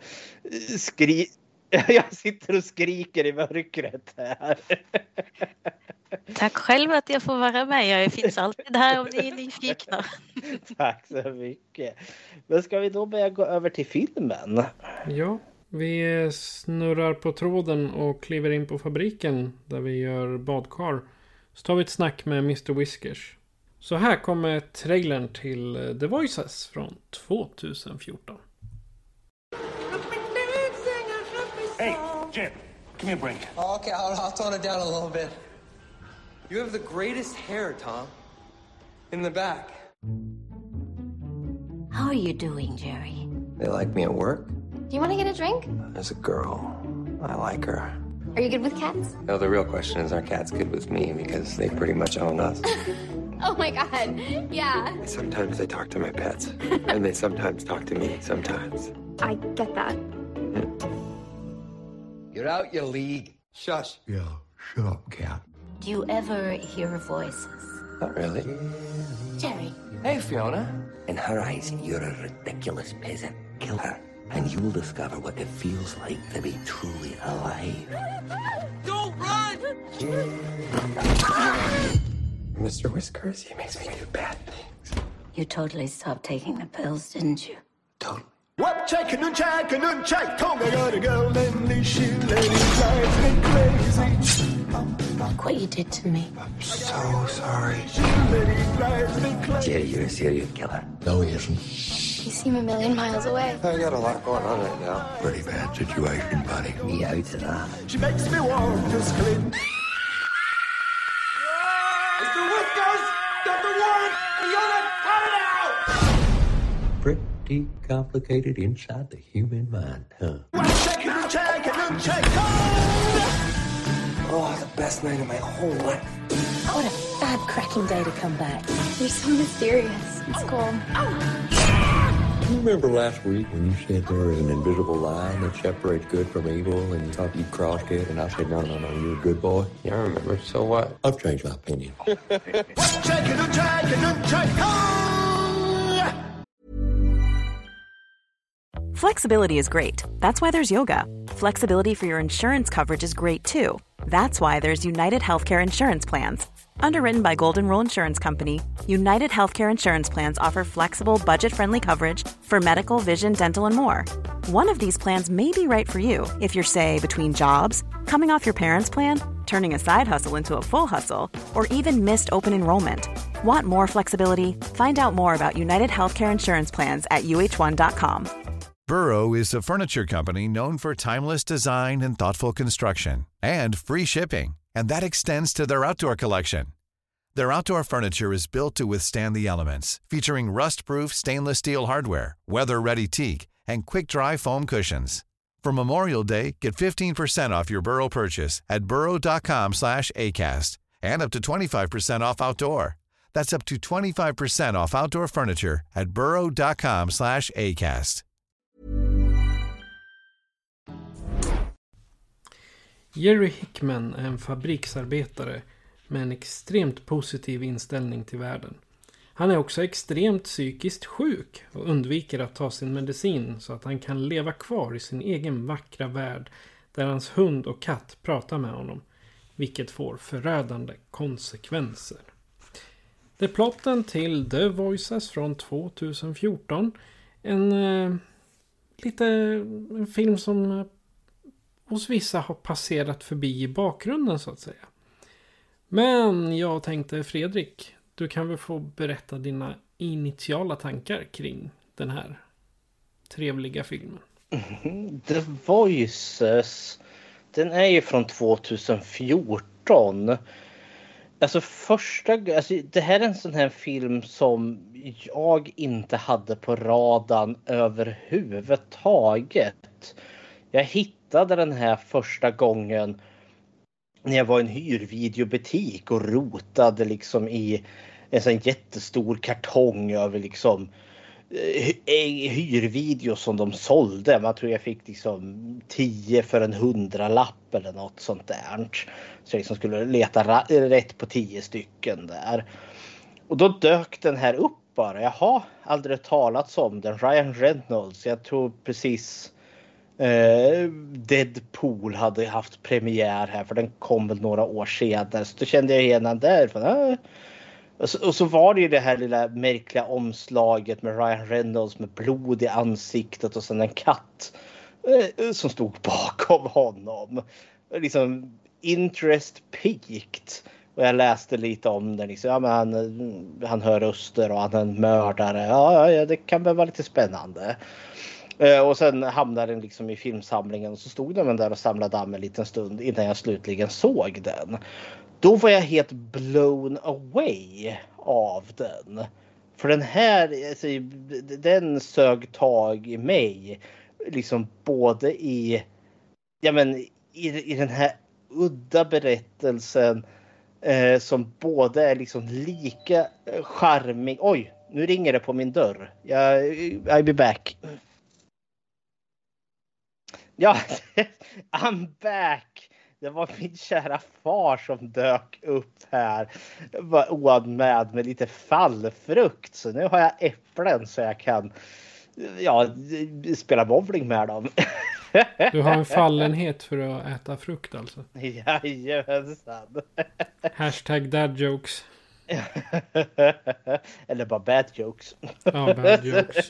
jag sitter och skriker i mörkret här. Tack själv att jag får vara med. Jag finns alltid här om ni är nyfikna. Tack så mycket. Men ska vi då börja gå över till filmen? Ja, vi snurrar på tråden och kliver in på fabriken där vi gör badkar. Så tar vi ett snack med Mr. Whiskers. Så här kommer trailern till The Voices från 2014. Hey, Jim, give me a break. Oh, okay, I'll tone it down a little bit. You have the greatest hair, Tom. In the back. How are you doing, Jerry? They like me at work. Do you want to get a drink? There's a girl. I like her. Are you good with cats? No, the real question is, are cats good with me? Because they pretty much own us. Oh my god, yeah. Sometimes they talk to my pets. And they sometimes talk to me, sometimes. I get that. You're out your league. Shush. Yeah, shut up, cat. Do you ever hear voices? Not really. Jerry. Hey, Fiona. In her eyes, you're a ridiculous peasant. Kill her, and you will discover what it feels like to be truly alive. Don't run! Mr. Whiskers, he makes me do bad things. You totally stopped taking the pills, didn't you? Totally. What chicken and chicken and chicken? I got a girl and she lady drives me crazy. Look what you did to me. I'm so sorry. Jerry, you're a serial killer. No, he isn't. You seem a million miles away. I got a lot going on right now. Pretty bad situation, buddy. Me out of that. She makes me want to scream. Mr. Whiskers! Dr. Warren! Fiona, cut it out! Pretty complicated inside the human mind, huh? What chicken and chicken and chicken? Oh, the best night of my whole life. What a fab cracking day to come back. You're so mysterious. It's cool. You remember last week when you said there was an invisible line that separates good from evil and you thought you'd crossed it and I said, no, you're a good boy? Yeah, I remember. So what? I've changed my opinion. What chicken and chicken and chicken? Flexibility is great. That's why there's yoga. Flexibility for your insurance coverage is great too. That's why there's United Healthcare Insurance Plans. Underwritten by Golden Rule Insurance Company, United Healthcare Insurance Plans offer flexible, budget-friendly coverage for medical, vision, dental, and more. One of these plans may be right for you if you're, say, between jobs, coming off your parents' plan, turning a side hustle into a full hustle, or even missed open enrollment. Want more flexibility? Find out more about United Healthcare Insurance Plans at uh1.com. Burrow is a furniture company known for timeless design and thoughtful construction, and free shipping, and that extends to their outdoor collection. Their outdoor furniture is built to withstand the elements, featuring rust-proof stainless steel hardware, weather-ready teak, and quick-dry foam cushions. For Memorial Day, get 15% off your Burrow purchase at burrow.com/acast, and up to 25% off outdoor. That's up to 25% off outdoor furniture at burrow.com/acast. Jerry Hickman är en fabriksarbetare med en extremt positiv inställning till världen. Han är också extremt psykiskt sjuk och undviker att ta sin medicin så att han kan leva kvar i sin egen vackra värld där hans hund och katt pratar med honom, vilket får förödande konsekvenser. Det är plotten till The Voices från 2014. En film som hos vissa har passerat förbi i bakgrunden så att säga. Men jag tänkte, Fredrik, du kan väl få berätta dina initiala tankar kring den här trevliga filmen. The Voices, den är ju från 2014. Alltså det här är en sån här film som jag inte hade på radarn överhuvudtaget. Jag hittade den här första gången när jag var i en hyrvideobutik och rotade liksom i en sån jättestor kartong över liksom hyrvideo som de sålde. Man tror jag fick liksom 10 för en 100-lapp eller något sånt där. Så jag liksom skulle leta rätt på 10 stycken där. Och då dök den här upp bara. Jag har aldrig talat om den. Ryan Reynolds, jag tror precis Deadpool hade haft premiär här, för den kom väl några år senare. Så då kände jag igen den där. Och så var det ju det här lilla märkliga omslaget med Ryan Reynolds med blod i ansiktet och sen en katt som stod bakom honom. Liksom interest peaked. Och jag läste lite om den. Liksom. Ja, men han hör röster och han är en mördare. Ja, det kan väl vara lite spännande. Och sen hamnade den liksom i filmsamlingen och så stod den där och samlade damm en liten stund innan jag slutligen såg den. Då var jag helt blown away av den. För den här, alltså, den sög tag i mig. Liksom både i den här udda berättelsen som både är liksom lika charmig. Oj, nu ringer det på min dörr. I'll be back. Ja, I'm back. Det var min kära far som dök upp här. Var oanmäld med lite fallfrukt. Så nu har jag äpplen så jag kan spela bowling med dem. Du har en fallenhet för att äta frukt alltså? Jajamensan. Hashtag dad jokes. Eller bara bad jokes. Ja, bad jokes.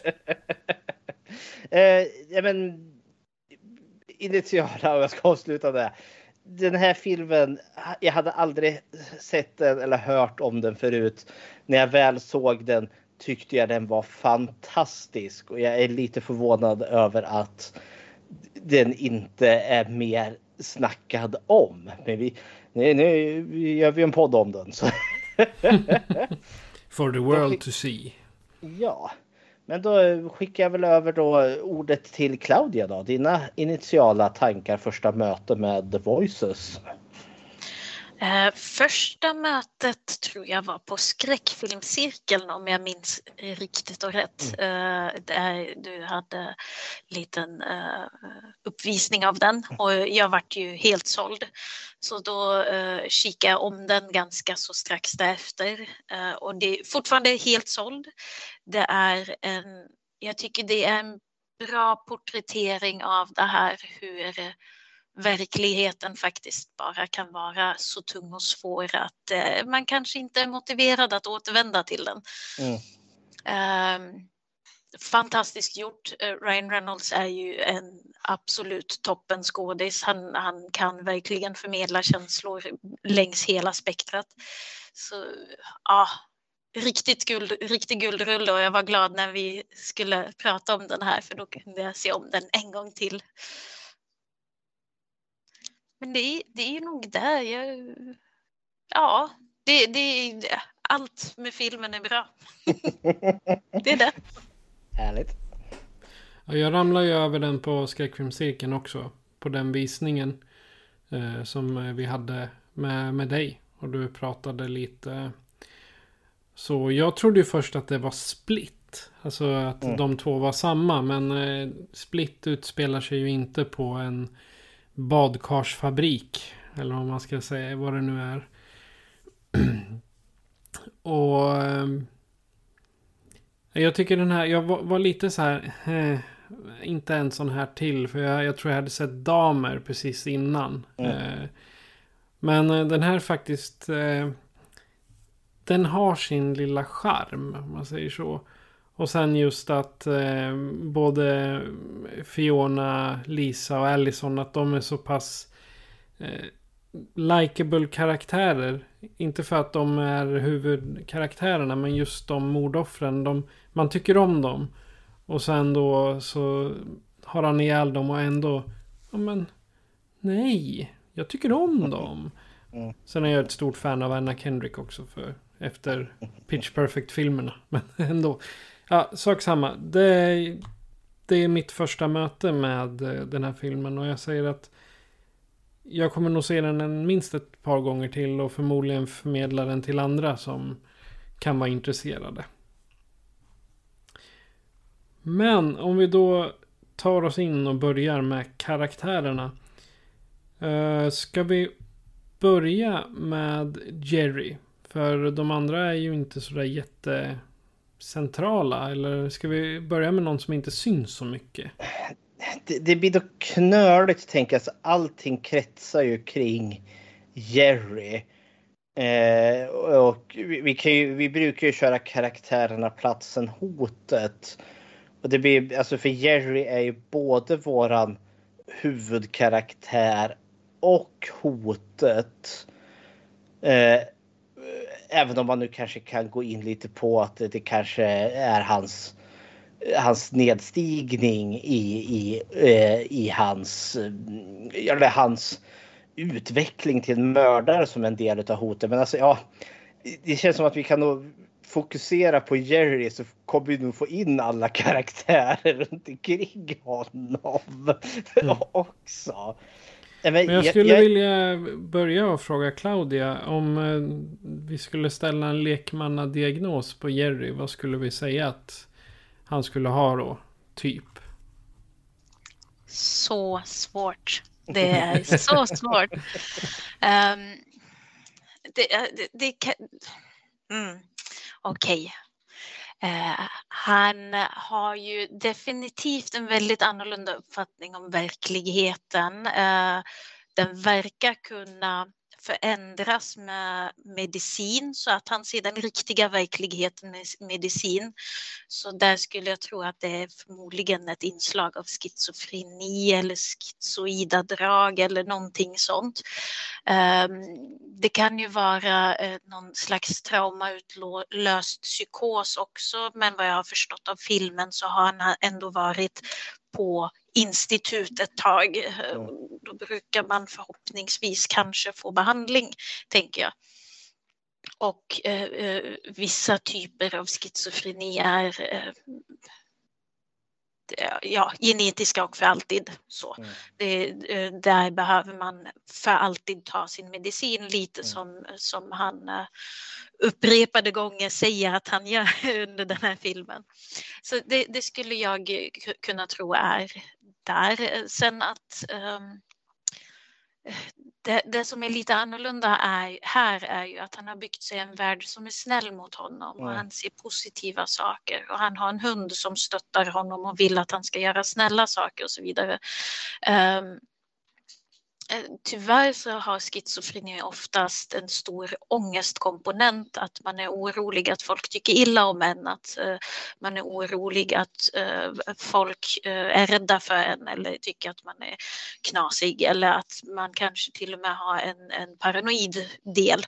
Initiala, och jag ska avsluta det. Den här filmen, jag hade aldrig sett den eller hört om den förut. När jag väl såg den tyckte jag den var fantastisk. Och jag är lite förvånad över att den inte är mer snackad om. Men nu gör vi en podd om den. Så. For the world to see. Ja. Men då skickar jag väl över då ordet till Claudia då. Dina initiala tankar, första möte med The Voices. Första mötet tror jag var på skräckfilmscirkeln om jag minns riktigt och rätt. Där du hade en liten uppvisning av den och jag vart ju helt såld. Så då kikade jag om den ganska så strax därefter och det är fortfarande helt såld. Jag tycker det är en bra porträttering av det här hur verkligheten faktiskt bara kan vara så tung och svår att man kanske inte är motiverad att återvända till den. Fantastiskt gjort. Ryan Reynolds är ju en absolut toppen skådis. Han kan verkligen förmedla känslor längs hela spektrat. Så ja, riktig guldrulle och jag var glad när vi skulle prata om den här för då kunde jag se om den en gång till. Men det är ju nog där. Allt med filmen är bra. Det är det. Härligt. Jag ramlar ju över den på skräckfilmscirkeln också. På den visningen som vi hade med dig. Och du pratade lite. Så jag trodde ju först att det var Split. Alltså att de två var samma. Men Split utspelar sig ju inte på en badkarsfabrik. Eller vad man ska säga. Vad det nu är. Och Jag tycker den här, jag var lite så här, inte en sån här till. För jag tror jag hade sett Damer precis innan. Men den här faktiskt, den har sin lilla charm, om man säger så. Och sen just att både Fiona, Lisa och Allison, att de är så pass likeable karaktärer. Inte för att de är huvudkaraktärerna, men just de mordoffren. Man tycker om dem. Och sen då så har han ihjäl dem och ändå, ja men nej, jag tycker om dem. Sen är jag ett stort fan av Anna Kendrick också efter Pitch Perfect-filmerna. Men ändå. Ja, sak samma. Det är mitt första möte med den här filmen. Och jag säger att jag kommer nog se den minst ett par gånger till. Och förmodligen förmedla den till andra som kan vara intresserade. Men om vi då tar oss in och börjar med karaktärerna. Ska vi börja med Jerry? För de andra är ju inte sådär jättecentrala. Eller ska vi börja med någon som inte syns så mycket? Det blir då knöligt, tänker jag. Så allting kretsar ju kring Jerry. Och vi brukar ju köra karaktärerna, platsen, hotet. Och det blir, alltså för Jerry är ju både våran huvudkaraktär och hotet. Även om man nu kanske kan gå in lite på att det kanske är hans nedstigning i hans utveckling till mördare som en del av hotet. Men alltså ja, det känns som att vi kan nog fokusera på Jerry, så kommer vi nog få in alla karaktärer runt omkring honom också. Men jag skulle vilja börja och fråga Claudia om vi skulle ställa en lekmannadiagnos på Jerry. Vad skulle vi säga att han skulle ha då, typ? Så svårt. Det är så svårt. Okej. Han har ju definitivt en väldigt annorlunda uppfattning om verkligheten. Den verkar kunna förändras med medicin, så att han ser den riktiga verkligheten med medicin. Så där skulle jag tro att det är förmodligen ett inslag av schizofreni eller schizoida drag eller någonting sånt. Det kan ju vara någon slags traumautlöst psykos också, men vad jag har förstått av filmen så har han ändå varit på institut ett tag. Då brukar man förhoppningsvis kanske få behandling, tänker jag. Och vissa typer av schizofreni är genetiska och för alltid. Så. Där behöver man för alltid ta sin medicin, lite som han upprepade gånger säger att han gör under den här filmen. Så det skulle jag kunna tro är där. Sen att det som är lite annorlunda är ju att han har byggt sig en värld som är snäll mot honom och han ser positiva saker och han har en hund som stöttar honom och vill att han ska göra snälla saker och så vidare. Tyvärr så har schizofreni oftast en stor ångestkomponent, att man är orolig att folk tycker illa om en, att man är orolig att folk är rädda för en eller tycker att man är knasig, eller att man kanske till och med har en paranoid del.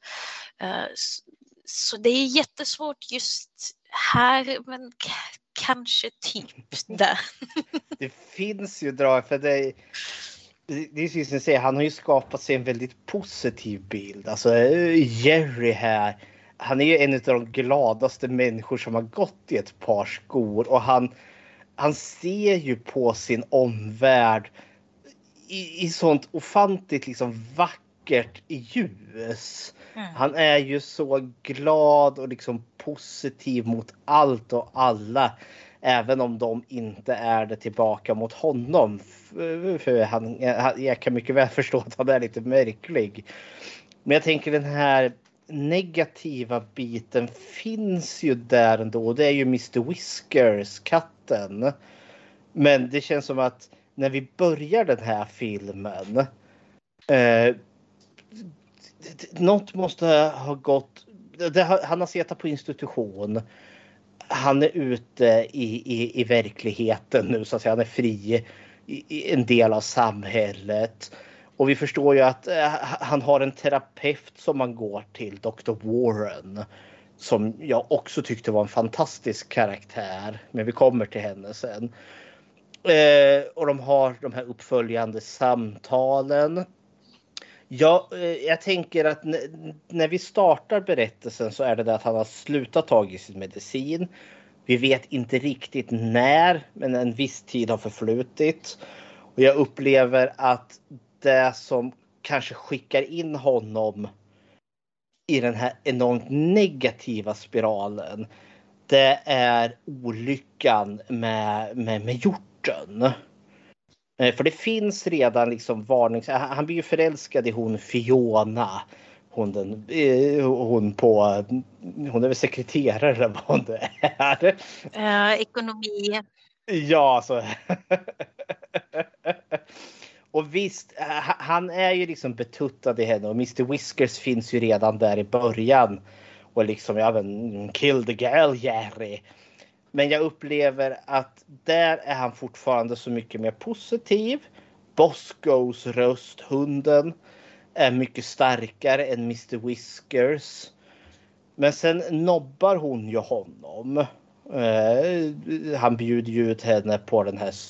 Så det är jättesvårt just här, men kanske typ där. Det finns ju drag för dig. Det är som jag säger, han har ju skapat sig en väldigt positiv bild. Alltså Jerry här, han är ju en av de gladaste människor som har gått i ett par skor. Och han ser ju på sin omvärld i sånt ofantligt liksom vackert ljus. Han är ju så glad och liksom positiv mot allt och alla. Även om de inte är det tillbaka mot honom. För jag kan mycket väl förstå att han är lite märklig. Men jag tänker den här negativa biten finns ju där ändå. Det är ju Mr. Whiskers, katten. Men det känns som att när vi börjar den här filmen något måste ha gått. Han har suttit på institution. Han är ute i verkligheten nu, så att säga. Han är fri i en del av samhället. Och vi förstår ju att han har en terapeut som man går till, Dr. Warren. Som jag också tyckte var en fantastisk karaktär. Men vi kommer till henne sen. Och de har de här uppföljande samtalen. Jag tänker att när vi startar berättelsen så är det att han har slutat tag i sin medicin. Vi vet inte riktigt när, men en viss tid har förflutit. Och jag upplever att det som kanske skickar in honom i den här enormt negativa spiralen, det är olyckan med hjorten. För det finns redan liksom varning. Han blir ju förälskad i hon Fiona. Hon är väl sekreterare eller vad det är. Ekonomi. Ja, så. Och visst, han är ju liksom betuttad i henne. Och Mr. Whiskers finns ju redan där i början. Och liksom, kill the girl, Jerry. Men jag upplever att där är han fortfarande så mycket mer positiv. Boscos röst, hunden, är mycket starkare än Mr. Whiskers. Men sen nobbar hon ju honom. Han bjuder ju ut henne på den här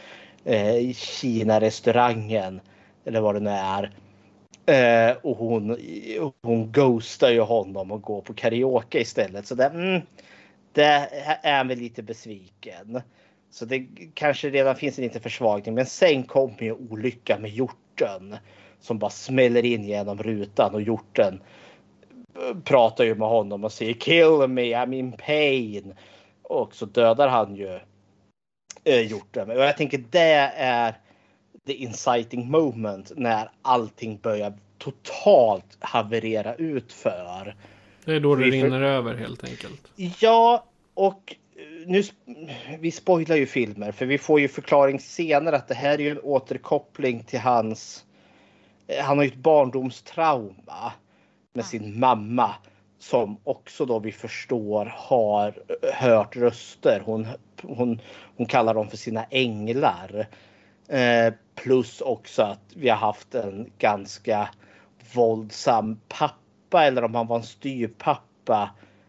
Kina-restaurangen. Eller vad det nu är. Och hon ghostar ju honom och går på karaoke istället. Så det är väl lite besviken. Så det kanske redan finns en liten försvagning. Men sen kommer ju olyckan med hjorten. Som bara smäller in genom rutan. Och hjorten pratar ju med honom och säger kill me, I'm in pain. Och så dödar han ju hjorten. Och jag tänker det är the inciting moment. När allting börjar totalt haverera ut för. Det är då det rinner över helt enkelt. Ja, och nu vi spoilar ju filmer. För vi får ju förklaring senare att det här är ju en återkoppling till hans. Han har ju ett barndomstrauma med sin mamma. Som också då vi förstår har hört röster. Hon kallar dem för sina änglar. Plus också att vi har haft en ganska våldsam pappa. Eller om han var en styrpappa.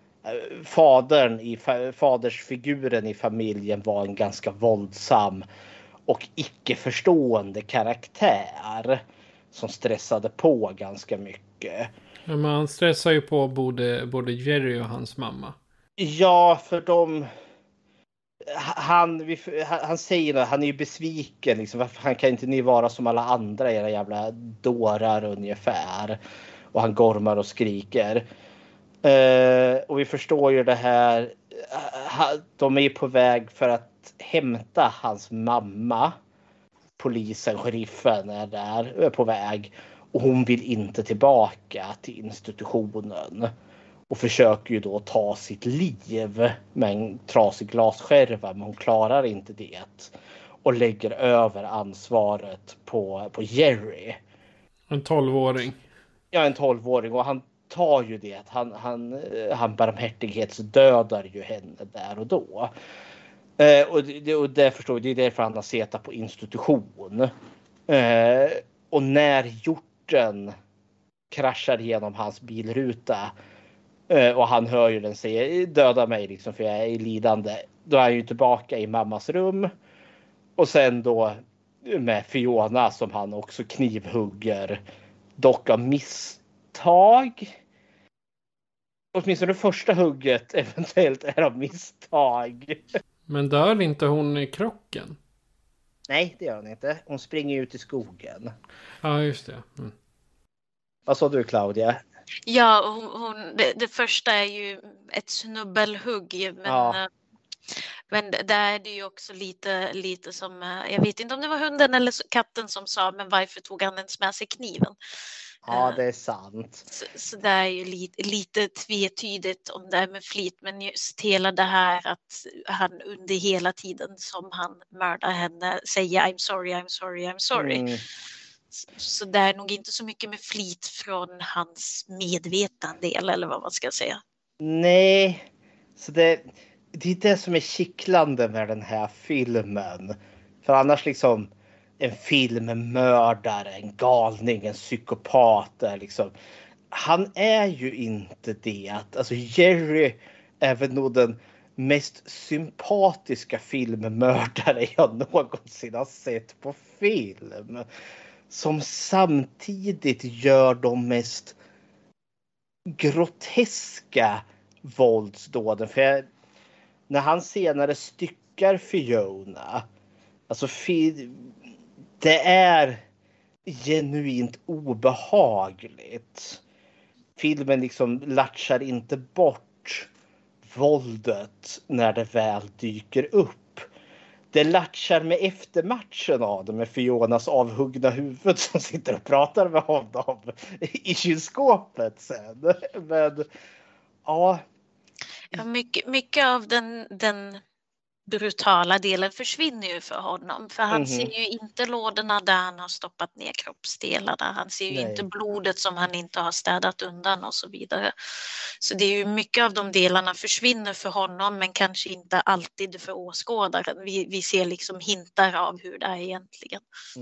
Fadersfiguren i familjen var en ganska våldsam och icke-förstående karaktär. Som stressade på ganska mycket. Ja, men han stressar ju på både Jerry och hans mamma. Ja, för han säger att han är ju besviken. Liksom, varför han kan inte ni vara som alla andra era jävla dårar ungefär. Och han gormar och skriker. Och vi förstår ju det här. De är ju på väg för att hämta hans mamma. Polisen, sheriffen är på väg. Och hon vill inte tillbaka till institutionen. Och försöker ju då ta sitt liv med en trasig glasskärva. Men hon klarar inte det. Och lägger över ansvaret på Jerry. En 12-åring. Ja, en 12-åring. Och han tar ju det. Han barmhärtighetsdödar ju henne där och då. Och det förstår vi. Det är därför han har suttit på institution. Och när hjorten kraschar genom hans bilruta. Och han hör ju den säga döda mig liksom för jag är lidande. Då är han ju tillbaka i mammas rum. Och sen då med Fiona som han också knivhugger. Dock av misstag. Åtminstone det första hugget eventuellt är av misstag. Men dör inte hon i krocken? Nej, det gör hon inte. Hon springer ut i skogen. Ja, just det. Mm. Vad sa du, Claudia? Ja, det första är ju ett snubbelhugg. Men, Men där är det ju också lite som, jag vet inte om det var hunden eller katten som sa, men varför tog han ens med sig kniven? Ja, det är sant. Så det är ju lite tvetydigt om det är med flit, men just hela det här att han under hela tiden som han mördar henne säger I'm sorry, I'm sorry, I'm sorry. Så det är nog inte så mycket med flit från hans medvetande eller vad man ska säga. Nej, så det är det som är kittlande med den här filmen. För annars liksom en filmmördare, en galning, en psykopat liksom. Han är ju inte det. Alltså Jerry är väl nog den mest sympatiska filmmördare jag någonsin har sett på film. Som samtidigt gör de mest groteska våldsdåden. För när han senare styckar Fiona, alltså det är genuint obehagligt. Filmen liksom latchar inte bort våldet när det väl dyker upp. Det latchar med eftermatchen av det, med Fionas avhuggna huvud som sitter och pratar med honom i kylskåpet sen. Men ja. Ja, mycket av den brutala delen försvinner ju för honom. För han ser ju inte lådorna där han har stoppat ner kroppsdelarna. Han ser ju inte blodet som han inte har städat undan och så vidare. Så det är ju mycket av de delarna försvinner för honom, men kanske inte alltid för åskådaren. Vi ser liksom hintar av hur det är egentligen.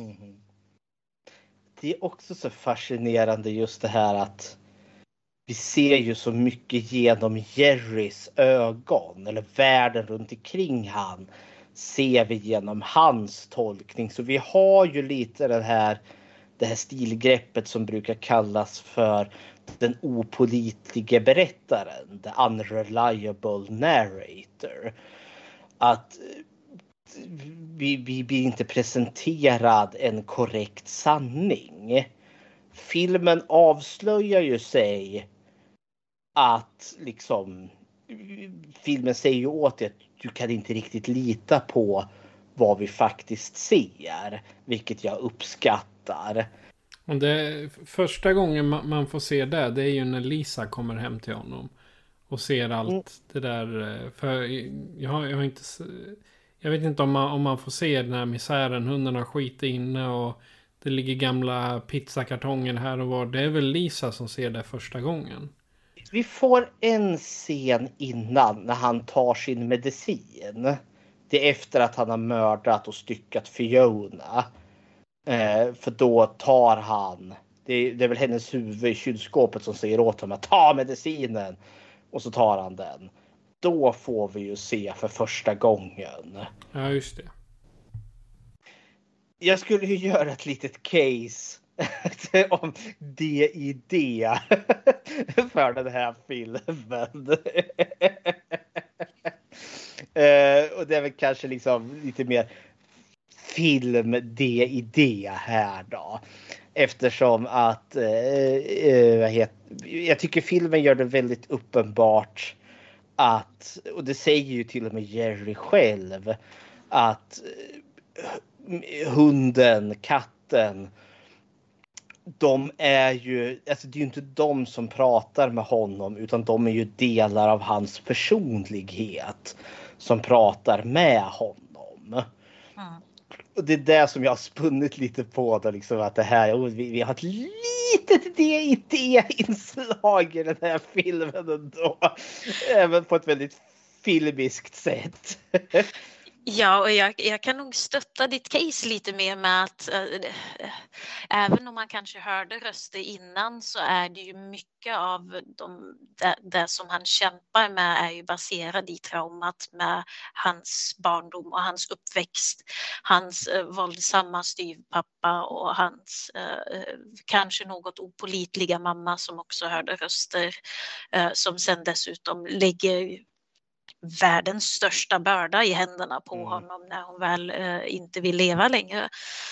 Det är också så fascinerande just det här att vi ser ju så mycket genom Jerrys ögon, eller världen runt omkring han ser vi genom hans tolkning. Så vi har ju lite det här stilgreppet som brukar kallas för den opålitlige berättaren, the unreliable narrator. Att vi blir inte presenterad en korrekt sanning. Filmen avslöjar ju sig att liksom filmen säger ju åt dig att du kan inte riktigt lita på vad vi faktiskt ser, vilket jag uppskattar. Och det första gången man får se det är ju när Lisa kommer hem till honom och ser allt det där. För jag har inte, jag vet inte om man får se den här misären, hundarna skiter inne och det ligger gamla pizzakartonger här och var. Det är väl Lisa som ser det första gången. Vi får en scen innan när han tar sin medicin. Det är efter att han har mördat och styckat Fiona. För då tar han, det är väl hennes huvud i kylskåpet som säger åt honom att ta medicinen. Och så tar han den. Då får vi ju se för första gången. Ja, just det. Jag skulle ju göra ett litet case om DID för den här filmen. Och det är väl kanske liksom lite mer film DID här då. Eftersom att jag tycker filmen gör det väldigt uppenbart att, och det säger ju till och med Jerry själv, att hunden, katten, de är ju, alltså det är ju inte de som pratar med honom, utan de är ju delar av hans personlighet som pratar med honom. Och det är det som jag har spunnit lite på då, liksom, att det här, vi har ett litet DID-inslag i den här filmen ändå. Även på ett väldigt filmiskt sätt. Ja, och jag kan nog stötta ditt case lite mer med att även om man kanske hörde röster innan, så är det ju mycket av det som han kämpar med är ju baserad i traumat med hans barndom och hans uppväxt, hans våldsamma styvpappa och hans kanske något opålitliga mamma som också hörde röster, som sen dessutom lägger världens största börda i händerna på honom när hon väl inte vill leva längre.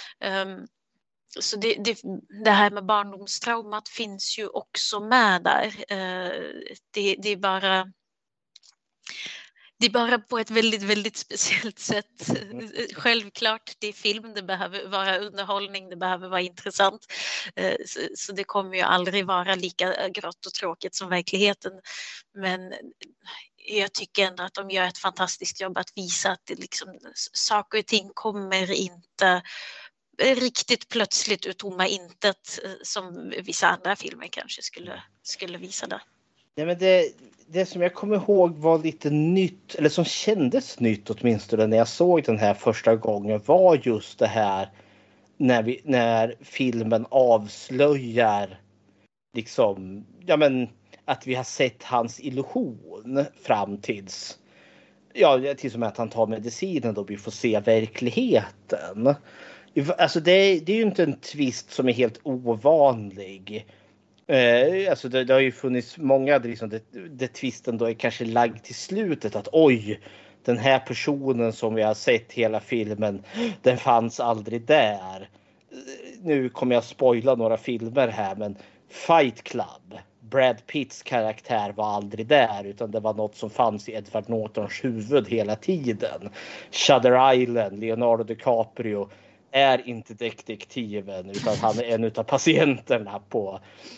Så det här med barndomstraumat finns ju också med där. Det är bara, Det är bara på ett väldigt, väldigt speciellt sätt. Självklart, det är film, det behöver vara underhållning, det behöver vara intressant. Så det kommer ju aldrig vara lika grått och tråkigt som verkligheten. Men jag tycker ändå att de gör ett fantastiskt jobb att visa att det liksom, saker och ting kommer inte riktigt plötsligt ur tomma intet som vissa andra filmer kanske skulle visa det. Ja, men det som jag kommer ihåg var lite nytt, eller som kändes nytt åtminstone när jag såg den här första gången, var just det här när filmen avslöjar liksom, ja men att vi har sett hans illusion fram tills som att han tar medicinen då vi får se verkligheten. Alltså det är ju inte en twist som är helt ovanlig. Alltså det har ju funnits många liksom, det twisten då är kanske lagd till slutet att oj, den här personen som vi har sett hela filmen, den fanns aldrig där. Nu kommer jag spoila några filmer här, men Fight Club, Brad Pitts karaktär var aldrig där, utan det var något som fanns i Edward Nortons huvud hela tiden. Shutter Island, Leonardo DiCaprio är inte detektiven, utan han är en av patienterna på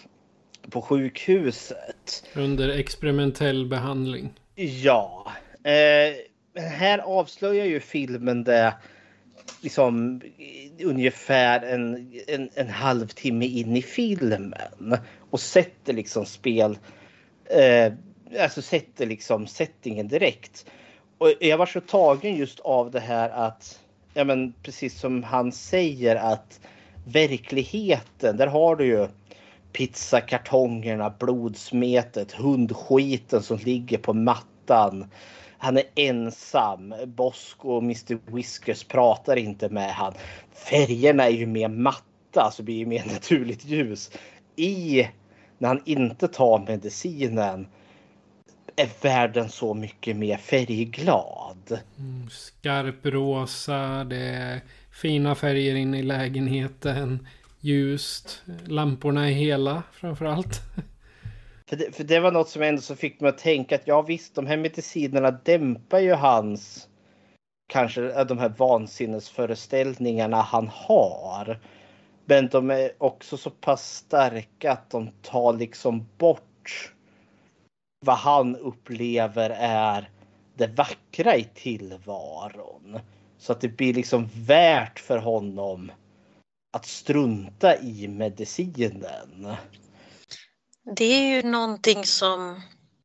sjukhuset. Under experimentell behandling. Ja. Men här avslöjar ju filmen det liksom ungefär en halvtimme in i filmen. Och sätter liksom sätter liksom settingen direkt. Och jag var så tagen just av det här att, ja men precis som han säger, att verkligheten, där har du ju pizzakartongerna, blodsmetet, hundskiten som ligger på mattan. Han är ensam. Bosco och Mr. Whiskers pratar inte med han. Färgerna är ju mer matta, så blir ju mer naturligt ljus. När han inte tar medicinen är världen så mycket mer färgglad. Skarp rosa, det är fina färger in i lägenheten. Ljust, lamporna är hela framförallt. För det var något som ändå så fick mig att tänka att ja visst, de här medicinerna dämpar ju hans, kanske de här vansinnesföreställningarna han har. Men de är också så pass starka att de tar liksom bort vad han upplever är det vackra i tillvaron. Så att det blir liksom värt för honom att strunta i medicinen. Det är ju någonting som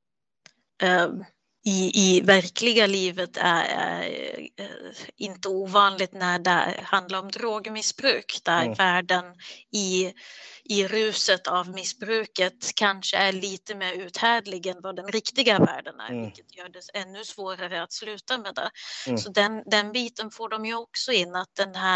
i verkliga livet är inte ovanligt när det handlar om drogmissbruk. Där världen i ruset av missbruket kanske är lite mer uthärdlig än vad den riktiga världen är. Vilket gör det ännu svårare att sluta med det. Så den biten får de ju också in, att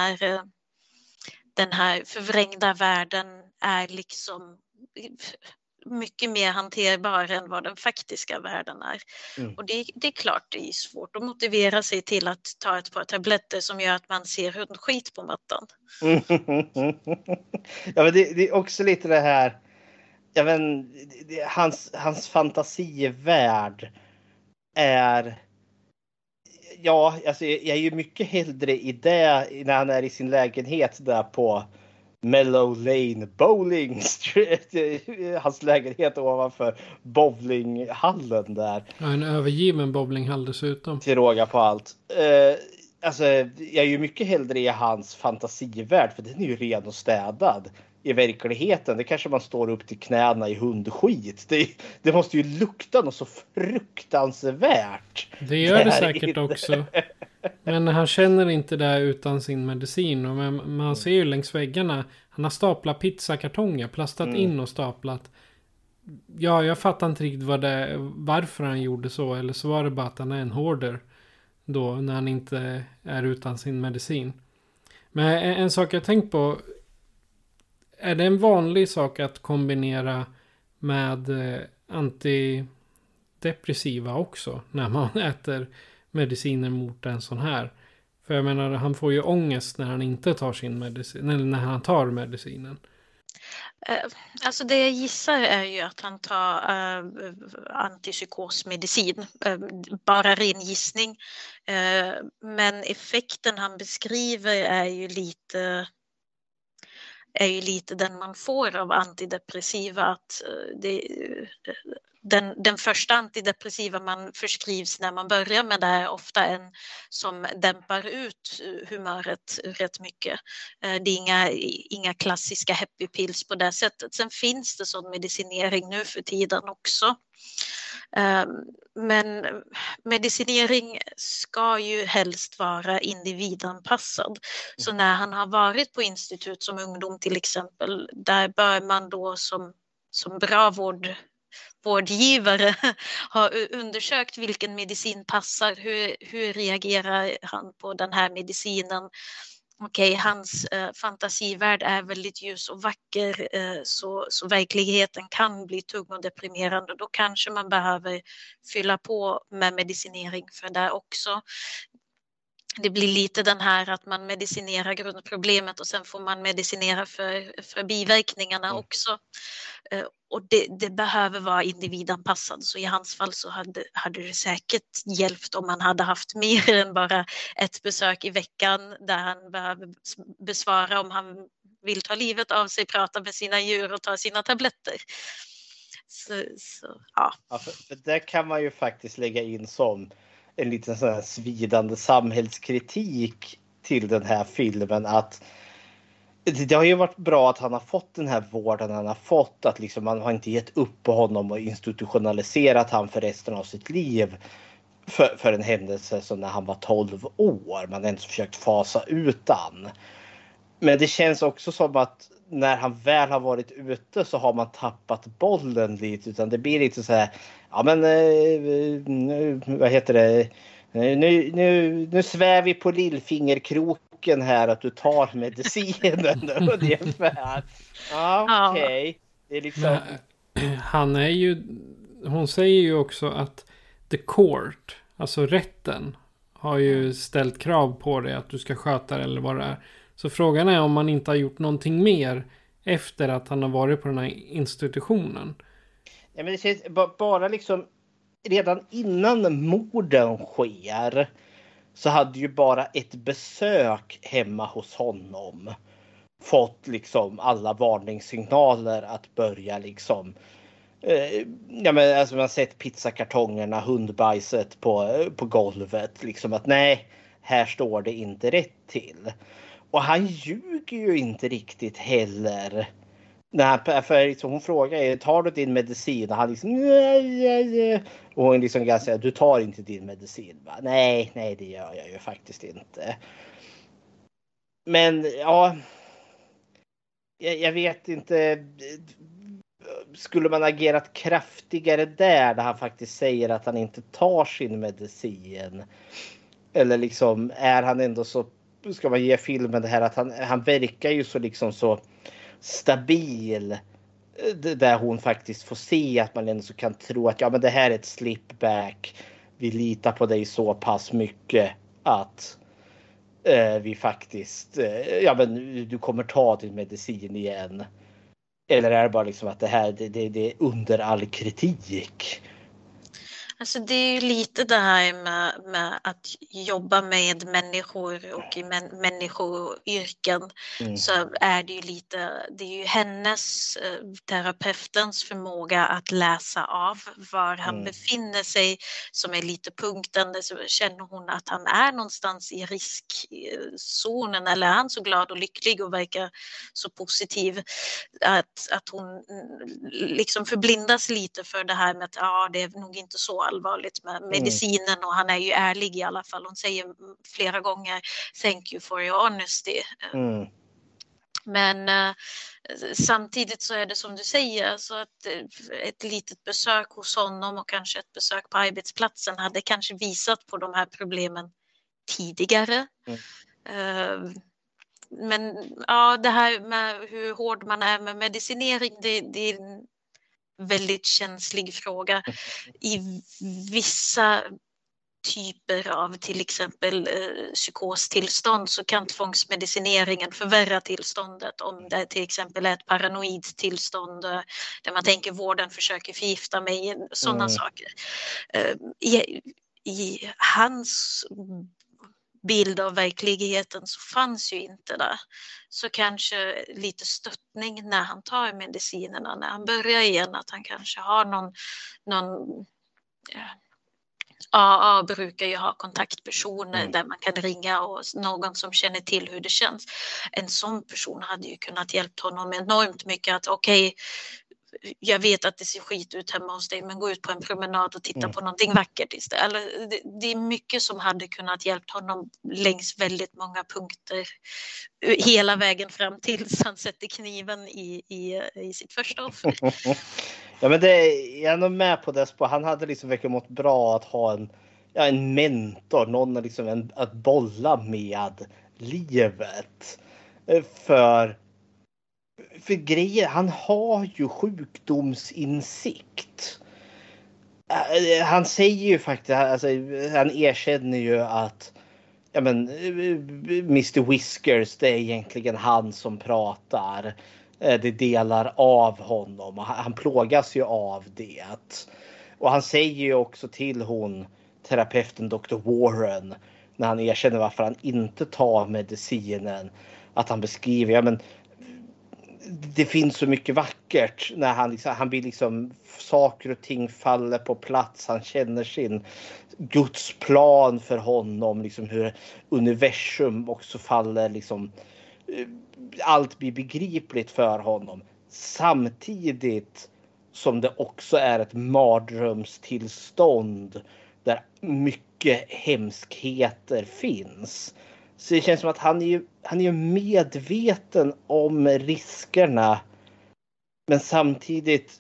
den här förvrängda världen är liksom mycket mer hanterbar än vad den faktiska världen är. Och det är klart, det är svårt att motivera sig till att ta ett par tabletter som gör att man ser hundskit på mattan. Ja, men det är också lite det här, ja, men hans fantasivärld är, ja, alltså jag är ju mycket hellre i det när han är i sin lägenhet där på Mellow Lane Bowling Street, hans lägenhet ovanför bowlinghallen där. Ja, en övergiven bowlinghall dessutom. Till råga på allt. Alltså jag är ju mycket hellre i hans fantasivärld, för den är ju ren och städad. I verkligheten, det kanske man står upp till knäna i hundskit. Det måste ju lukta något så fruktansvärt. Det gör det säkert också. Men han känner inte det utan sin medicin. Och man ser ju längs väggarna, han har staplat pizzakartonger, plastat in och staplat. Ja, jag fattar inte riktigt varför han gjorde så. Eller så var det bara att han är en hoarder då, när han inte är utan sin medicin. Men en sak jag tänkt på, är det en vanlig sak att kombinera med antidepressiva också när man äter mediciner mot en sån här? För jag menar, han får ju ångest när han inte tar sin medicin, eller när han tar medicinen. Alltså det jag gissar är ju att han tar antipsykosmedicin, bara ren gissning. Men effekten han beskriver är ju lite den man får av antidepressiva, att den första antidepressiva man förskrivs när man börjar med det är ofta en som dämpar ut humöret rätt mycket. Det är inga klassiska happy pills på det sättet. Sen finns det sån medicinering nu för tiden också. Men medicinering ska ju helst vara individanpassad. Så när han har varit på institut som ungdom till exempel, där bör man då som bra vårdgivare har undersökt vilken medicin passar, hur reagerar han på den här medicinen. Okej, hans fantasivärld är väldigt ljus och vacker, så verkligheten kan bli tung och deprimerande. Då kanske man behöver fylla på med medicinering för det också. Det blir lite den här att man medicinerar grundproblemet och sen får man medicinera för biverkningarna också. Och det behöver vara individanpassad. Så i hans fall så hade det säkert hjälpt om man hade haft mer än bara ett besök i veckan där han behöver besvara om han vill ta livet av sig, prata med sina djur och ta sina tabletter. Ja, för det kan man ju faktiskt lägga in som en liten sån här svidande samhällskritik till den här filmen, att det har ju varit bra att han har fått den här vården han har fått, att liksom man har inte gett upp på honom och institutionaliserat han för resten av sitt liv för en händelse som när han var 12 år. Man har inte försökt fasa ut han. Men det känns också som att när han väl har varit ute så har man tappat bollen lite, utan det blir lite så här, ja men vad heter det, nu svär vi på lillfingerkroken här att du tar medicinen ungefär. Ja, okej. Det är liksom... Han är ju, hon säger ju också att the court, alltså rätten, har ju ställt krav på dig att du ska sköta det eller vad det är. Så frågan är om man inte har gjort någonting mer efter att han har varit på den här institutionen. Ja, men det känns bara liksom redan innan morden sker så hade ju bara ett besök hemma hos honom fått liksom alla varningssignaler att börja liksom ja, men alltså man har sett pizzakartongerna, hundbajset på golvet liksom, att nej, här står det inte rätt till. Och han ljuger ju inte riktigt heller. För liksom, hon frågar, tar du din medicin? Och han liksom, nej. Och hon liksom kan säga, du tar inte din medicin. Va? Nej, det gör jag ju faktiskt inte. Men ja, jag vet inte. Skulle man agerat kraftigare där han faktiskt säger att han inte tar sin medicin? Eller liksom, är han ändå så, ska man ge filmen det här att han verkar ju så liksom så stabil, där hon faktiskt får se att man ändå så kan tro att ja, men det här är ett slipback, vi litar på dig så pass mycket att vi faktiskt ja, men du kommer ta din medicin igen. Eller är det bara liksom att det här det är under all kritik? Alltså det är ju lite det här med att jobba med människor och i människoyrken, så är det ju lite, det är ju hennes, terapeutens förmåga att läsa av var han befinner sig som är lite punktande. Så känner hon att han är någonstans i riskzonen, eller är han så glad och lycklig och verkar så positiv att hon liksom förblindas lite för det här med att ja, det är nog inte så allvarligt med medicinen, och han är ju ärlig i alla fall. Hon säger flera gånger thank you for your honesty. Men samtidigt så är det som du säger, så att ett litet besök hos honom och kanske ett besök på arbetsplatsen hade kanske visat på de här problemen tidigare. Men ja, det här med hur hård man är med medicinering, det är en väldigt känslig fråga. I vissa typer av till exempel psykostillstånd så kan tvångsmedicineringen förvärra tillståndet. Om det till exempel är ett paranoid tillstånd där man tänker vården försöker förgifta mig, sådana saker. I hans bild av verkligheten så fanns ju inte det. Så kanske lite stöttning när han tar medicinerna, när han börjar igen, att han kanske har någon AA brukar ju ha kontaktpersoner där man kan ringa och någon som känner till hur det känns. En sån person hade ju kunnat hjälpa honom enormt mycket att okej, jag vet att det ser skit ut hemma hos dig, men gå ut på en promenad och titta på någonting vackert istället. Eller, det är mycket som hade kunnat hjälpa honom längs väldigt många punkter hela vägen fram tills han sätter kniven i sitt första offer. Ja, men jag är nog med på det. Han hade liksom verkligen mått bra att ha en mentor, någon liksom att bolla med livet. För grejer, han har ju sjukdomsinsikt. Han säger ju faktiskt, alltså, han erkänner ju att Mr. Whiskers, det är egentligen han som pratar. Det delar av honom och han plågas ju av det. Och han säger ju också till terapeuten Dr. Warren, när han erkänner varför han inte tar medicinen, att han beskriver, det finns så mycket vackert när han blir liksom, saker och ting faller på plats. Han känner sin Guds plan för honom, liksom hur universum också faller, liksom allt blir begripligt för honom. Samtidigt som det också är ett mardrömstillstånd där mycket hemskheter finns. Så det känns som att han är medveten om riskerna, men samtidigt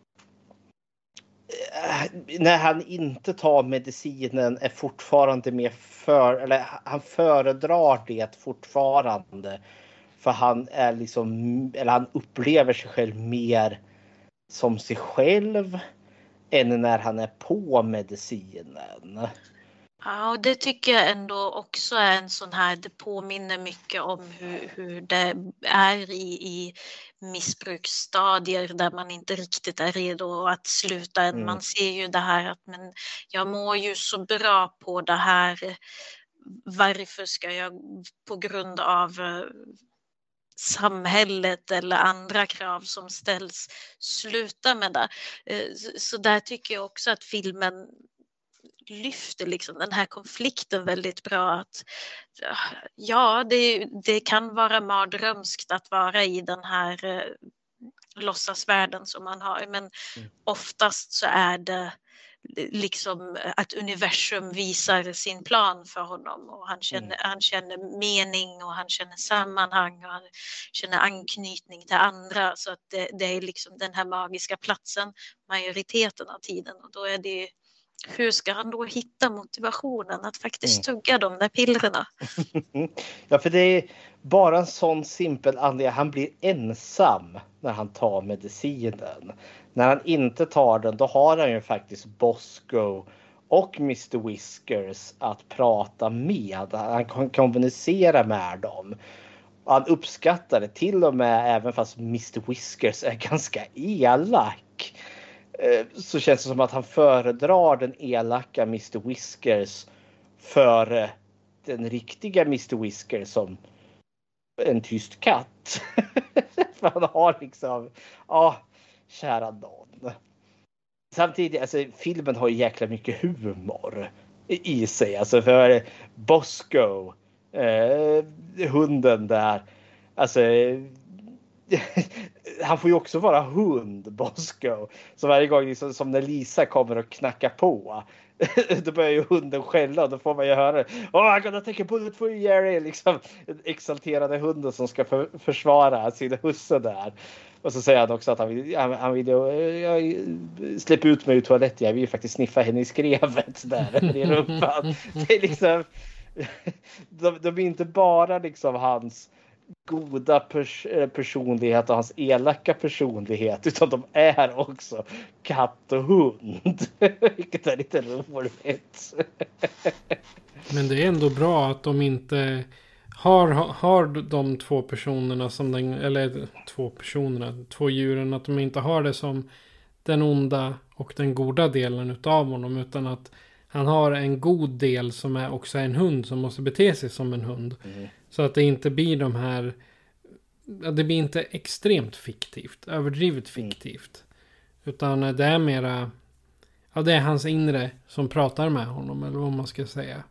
när han inte tar medicinen är fortfarande med han föredrar det fortfarande, för han är liksom, eller han upplever sig själv mer som sig själv än när han är på medicinen. Ja, och det tycker jag ändå också är en sån här, det påminner mycket om hur det är i missbruksstadier där man inte riktigt är redo att sluta än. Man ser ju det här att men jag mår ju så bra på det här, varför ska jag på grund av samhället eller andra krav som ställs sluta med det. Så där tycker jag också att filmen lyfter liksom den här konflikten väldigt bra, att ja, det kan vara mardrömskt att vara i den här låtsasvärlden som man har, men oftast så är det liksom att universum visar sin plan för honom och han känner mening och han känner sammanhang och han känner anknytning till andra, så att det är liksom den här magiska platsen majoriteten av tiden, och då är det, hur ska han då hitta motivationen att faktiskt tugga de där pillerna? Ja, för det är bara en sån simpel anledning. Han blir ensam när han tar medicinen. När han inte tar den, då har han ju faktiskt Bosco och Mr. Whiskers att prata med. Han kan kommunicera med dem. Han uppskattar det till och med, även fast Mr. Whiskers är ganska elak. Så känns det som att han föredrar den elaka Mr. Whiskers för den riktiga Mr. Whiskers som en tyst katt. För han har liksom, kära någon. Samtidigt, alltså filmen har ju jäkla mycket humor i sig. Alltså för Bosco, hunden där, alltså han får ju också vara hund, Bosco. Så varje gång liksom, som när Lisa kommer och knackar på, då börjar ju hunden skälla och då får man ju höra I'm gonna take a bullet for you, Jerry. Liksom, exalterade hunden som ska försvara sin husse där. Och så säger han också att han vill släppa ut mig ur toaletten. Jag vill ju faktiskt sniffa henne i skrevet där i rumpan. Det är liksom, de är inte bara liksom hans goda personlighet och hans elaka personlighet, utan de är också katt och hund. Vilket är lite roligt. Men det är ändå bra att de inte har de två personerna som två djuren, att de inte har det som den onda och den goda delen utav honom, utan att han har en god del som är också en hund som måste bete sig som en hund. Så att det inte blir de här, det blir inte extremt fiktivt, överdrivet fiktivt. Utan det är mera, det är hans inre som pratar med honom, eller vad man ska säga.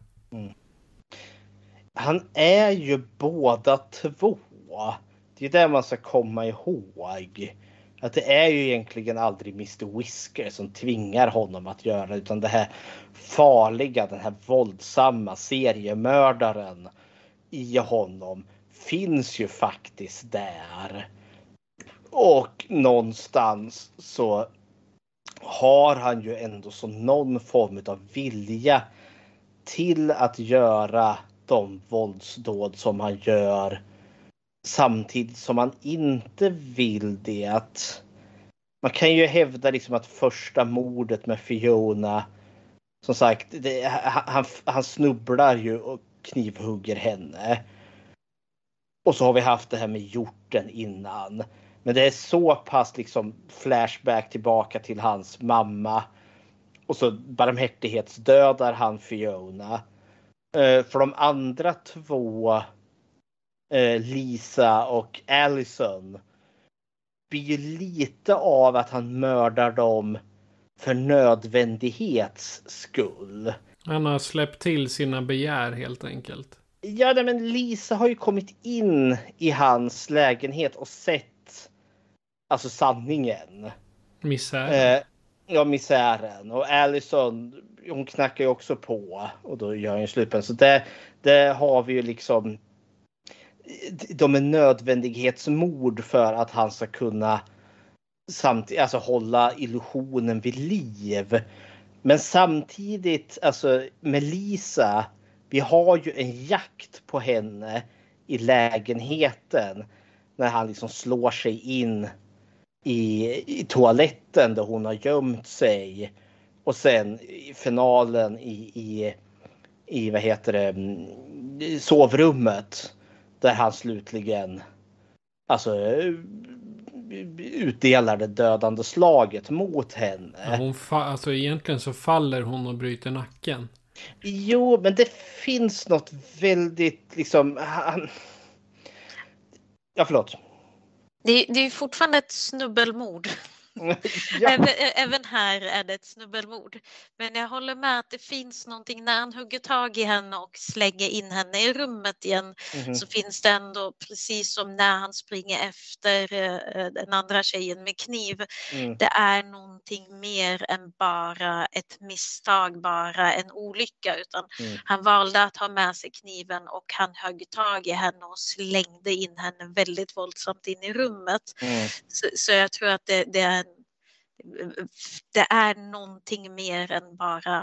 Han är ju båda två. Det är det man ska komma ihåg. Att det är ju egentligen aldrig Mr. Whisker som tvingar honom att göra, utan det här farliga, den här våldsamma seriemördaren i honom finns ju faktiskt där. Och någonstans så har han ju ändå så någon form av vilja till att göra de våldsdåd som han gör, samtidigt som han inte vill det. Att man kan ju hävda liksom att första mordet med Fiona, som sagt, han snubblar ju och knivhugger henne. Och så har vi haft det här med hjorten innan. Men det är så pass liksom flashback tillbaka till hans mamma. Och så barmhärtighetsdödar han Fiona. För de andra två, Lisa och Allison, blir ju lite av att han mördar dem för nödvändighets skull. Han har släppt till sina begär helt enkelt. Ja, men Lisa har ju kommit in i hans lägenhet och sett alltså sanningen. Misären. Ja, misären. Och Allison, hon knackar ju också på. Och då gör hon ju slupen. Så det har vi ju liksom. De är nödvändighetsmord för att han ska kunna samtidigt, alltså hålla illusionen vid liv. Men samtidigt, alltså med Lisa, vi har ju en jakt på henne i lägenheten när han liksom slår sig in i toaletten där hon har gömt sig, och sen i finalen i vad heter det, sovrummet där han slutligen alltså utdelar det dödande slaget mot henne. Ja, alltså egentligen så faller hon och bryter nacken. Jo, men det finns något väldigt liksom ja, förlåt. Det är fortfarande ett snubbelmord. Ja. Även här är det ett snubbelmord. Men jag håller med att det finns någonting när han hugger tag i henne och slänger in henne i rummet igen. Så finns det ändå, precis som när han springer efter den andra tjejen med kniv. Det är någonting mer än bara ett misstag, bara en olycka. Utan han valde att ha med sig kniven och han högg tag i henne och slängde in henne väldigt våldsamt in i rummet. Så jag tror att det är någonting mer än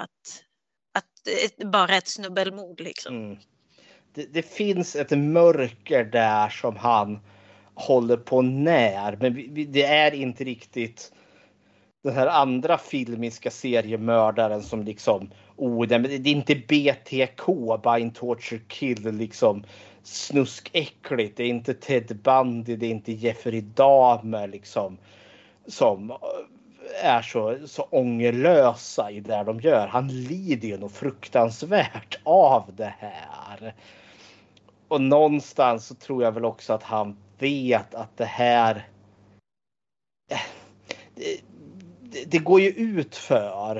bara ett snubbelmord liksom. Det finns ett mörker där som han håller på när, men det är inte riktigt den här andra filmiska seriemördaren som liksom det är inte BTK, Bind, Torture, Kill, liksom snuskäckligt. Det är inte Ted Bundy, det är inte Jeffrey Dahmer liksom, som är så ångerlösa i det de gör. Han lider ju nog fruktansvärt av det här. Och någonstans så tror jag väl också att han vet att det här det går ju ut för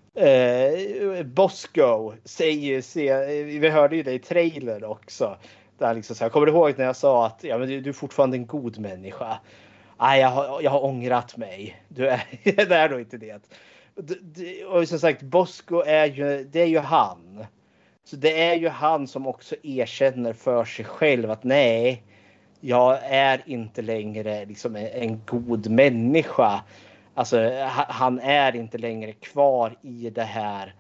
Bosco säger, vi hörde ju det i trailer också, där liksom så här, kommer du ihåg när jag sa att ja, men du är fortfarande en god människa? Nej, jag har ångrat mig. Det är nog inte det. Och som sagt, Bosco det är ju han. Så det är ju han som också erkänner för sig själv att nej, jag är inte längre liksom en god människa. Alltså han är inte längre kvar i det här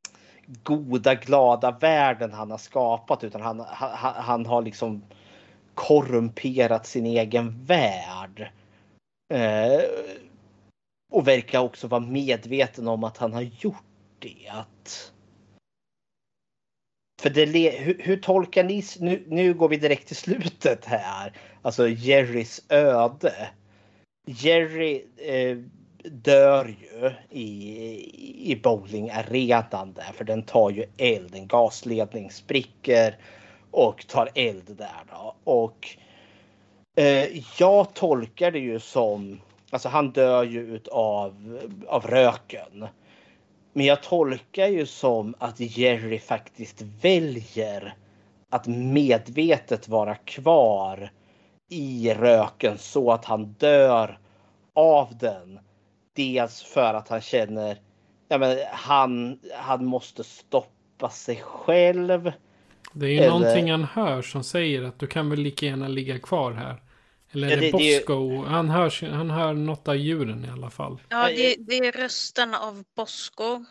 goda, glada världen han har skapat, utan han har liksom korrumperat sin egen värld. Och verkar också vara medveten om att han har gjort det. För hur tolkar ni... Nu går vi direkt till slutet här. Alltså Jerrys öde. Jerry dör ju i bowlingarenan där. För den tar ju eld. En gasledning spricker och tar eld där då. Och jag tolkar det ju som... Alltså han dör ju av röken. Men jag tolkar ju som att Jerry faktiskt väljer att medvetet vara kvar i röken så att han dör av den. Dels för att han känner han måste stoppa sig själv. Det är ju någonting han hör som säger att du kan väl lika gärna ligga kvar här. Eller är det Bosco? Han hör något av djuren i alla fall. Ja, det är rösten av Bosco.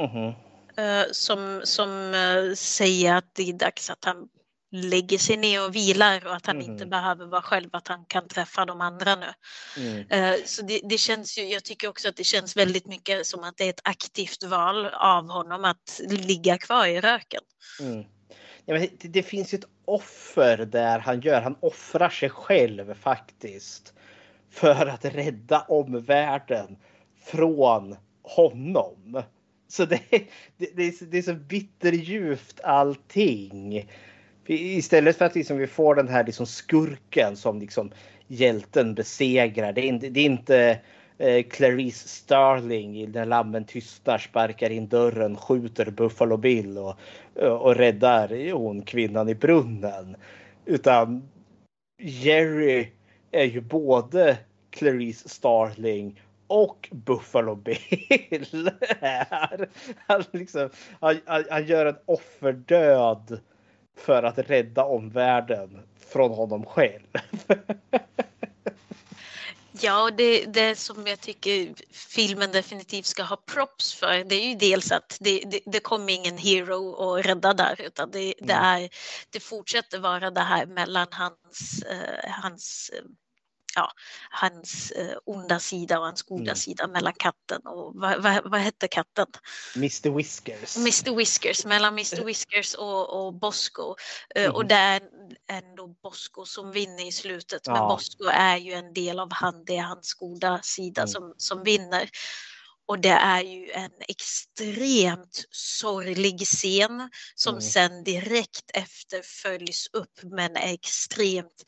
Som säger att det är dags att han lägger sig ner och vilar och att han inte behöver vara själv, att han kan träffa de andra nu. Så det känns ju, jag tycker också att det känns väldigt mycket som att det är ett aktivt val av honom att ligga kvar i röken. Ja, men det finns ju ett offer där han offrar sig själv faktiskt för att rädda omvärlden från honom. Så det är så bitterljuvt allting. Istället för att liksom vi får den här liksom skurken som liksom hjälten besegrar. Det är inte Clarice Starling i När lammen tystnar sparkar in dörren, skjuter Buffalo Bill och räddar hon kvinnan i brunnen. Utan Jerry är ju både Clarice Starling och Buffalo Bill här. Han gör en offerdöd för att rädda omvärlden från honom själv. Ja, det som jag tycker filmen definitivt ska ha props för, det är ju dels att det kommer ingen hero och rädda där, utan det fortsätter vara det här mellan hans onda sida och hans goda sida, mellan katten och vad hette katten? Mr. Whiskers. Mr. Whiskers, mellan Mr. Whiskers och Bosco. Och det är ändå Bosco som vinner i slutet. Men Bosco är ju en del av det är hans goda sida som vinner. Och det är ju en extremt sorglig scen som sen direkt efter följs upp med en extremt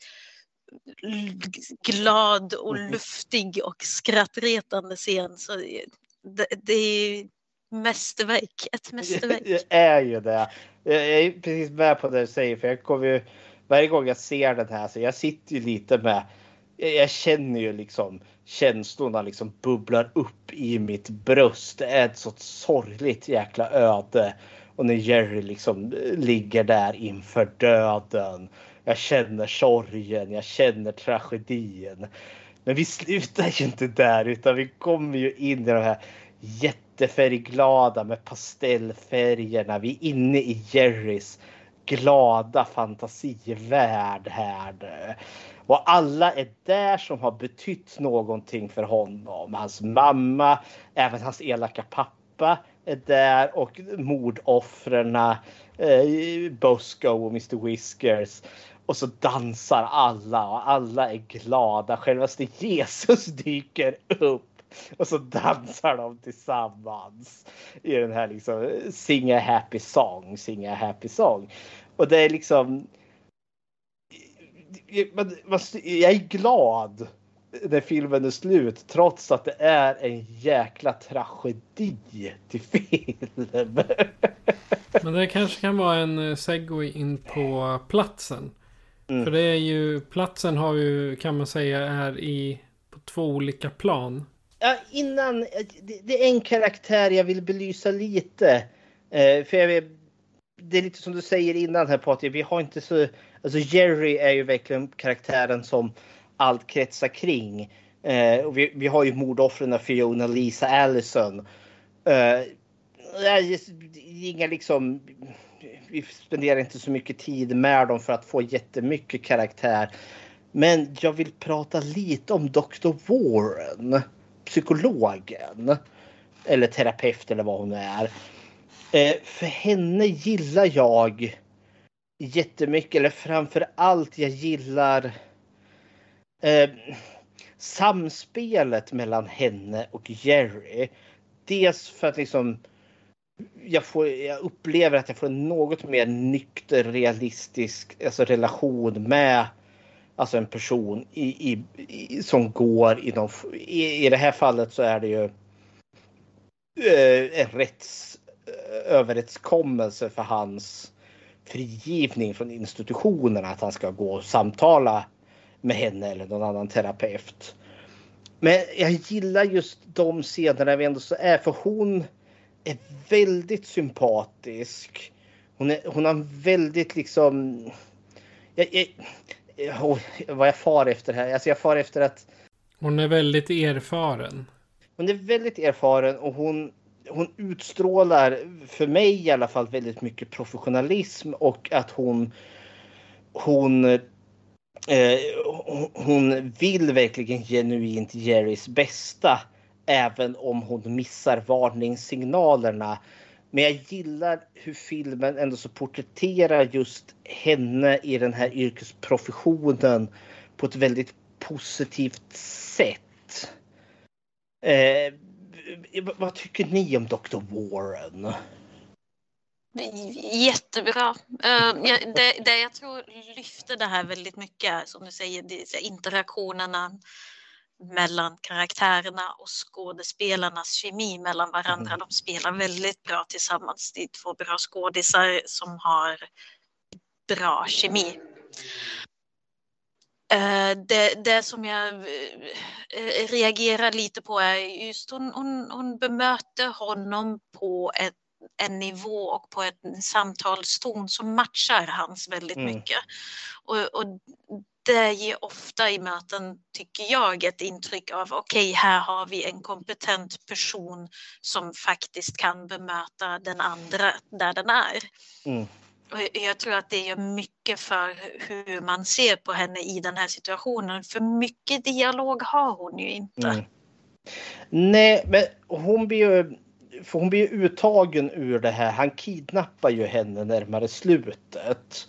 glad och luftig och skrattretande scen. Så det är mästerverk, ett mästerverk. Det är ju det. Jag är precis med på det du säger, för jag kommer ju, varje gång jag ser den här så jag sitter ju lite med, jag känner ju liksom känslorna liksom bubblar upp i mitt bröst. Det är ett så sorgligt jäkla öde. Och när Jerry liksom ligger där inför döden, jag känner sorgen, jag känner tragedin. Men vi slutar ju inte där, utan vi kommer ju in i de här jättefärgglada med pastellfärgerna. Vi är inne i Jerrys glada fantasivärld här. Och alla är där som har betytt någonting för honom. Hans mamma, även hans elaka pappa är där, och mordoffrena, Bosco och Mr. Whiskers. Och så dansar alla och alla är glada. Självaste Jesus dyker upp och så dansar de tillsammans i den här liksom sing a happy song, sing a happy song. Och det är liksom, jag är glad när filmen är slut, trots att det är en jäkla tragedi till film. Men det kanske kan vara en segway in på platsen. För det är ju, platsen har ju, kan man säga, är på 2 olika plan. Ja, innan, det är en karaktär jag vill belysa lite. För det är lite som du säger innan här, Patrik, vi har inte så, alltså Jerry är ju verkligen karaktären som allt kretsar kring. Och vi har ju mordoffren Fiona, Lisa, Allison. Inga liksom, vi spenderar inte så mycket tid med dem för att få jättemycket karaktär. Men jag vill prata lite om Dr. Warren, psykologen. Eller terapeut eller vad hon är. För henne gillar jag jättemycket. Eller framför allt jag gillar samspelet mellan henne och Jerry. Dels för att liksom jag upplever att jag får en något mer nykter, realistisk relation med en person som går i det här fallet så är det ju en överenskommelse för hans frigivning från institutionerna att han ska gå och samtala med henne eller någon annan terapeut. Men jag gillar just de scenerna vi ändå så är, för hon är väldigt sympatisk. Hon har väldigt liksom vad jag far efter här. Jag far efter att hon är väldigt erfaren. Hon är väldigt erfaren och hon utstrålar för mig i alla fall väldigt mycket professionalism och att hon vill verkligen genuint Jerrys bästa även om hon missar varningssignalerna. Men jag gillar hur filmen ändå så porträtterar just henne i den här yrkesprofessionen på ett väldigt positivt sätt. Vad tycker ni om Dr. Warren? Jättebra. Det jag tror lyfter det här väldigt mycket är, som du säger, interaktionerna mellan karaktärerna och skådespelarnas kemi mellan varandra. De spelar väldigt bra tillsammans. Det är två bra skådisar som har bra kemi. Det som jag reagerar lite på är just hon bemöter honom på en nivå och på en samtalston som matchar hans väldigt mycket. Och det ger ofta i möten, tycker jag, ett intryck av okej, här har vi en kompetent person som faktiskt kan bemöta den andra där den är. Och jag tror att det gör mycket för hur man ser på henne i den här situationen. För mycket dialog har hon ju inte. Nej, men hon blir ju uttagen ur det här. Han kidnappar ju henne närmare slutet.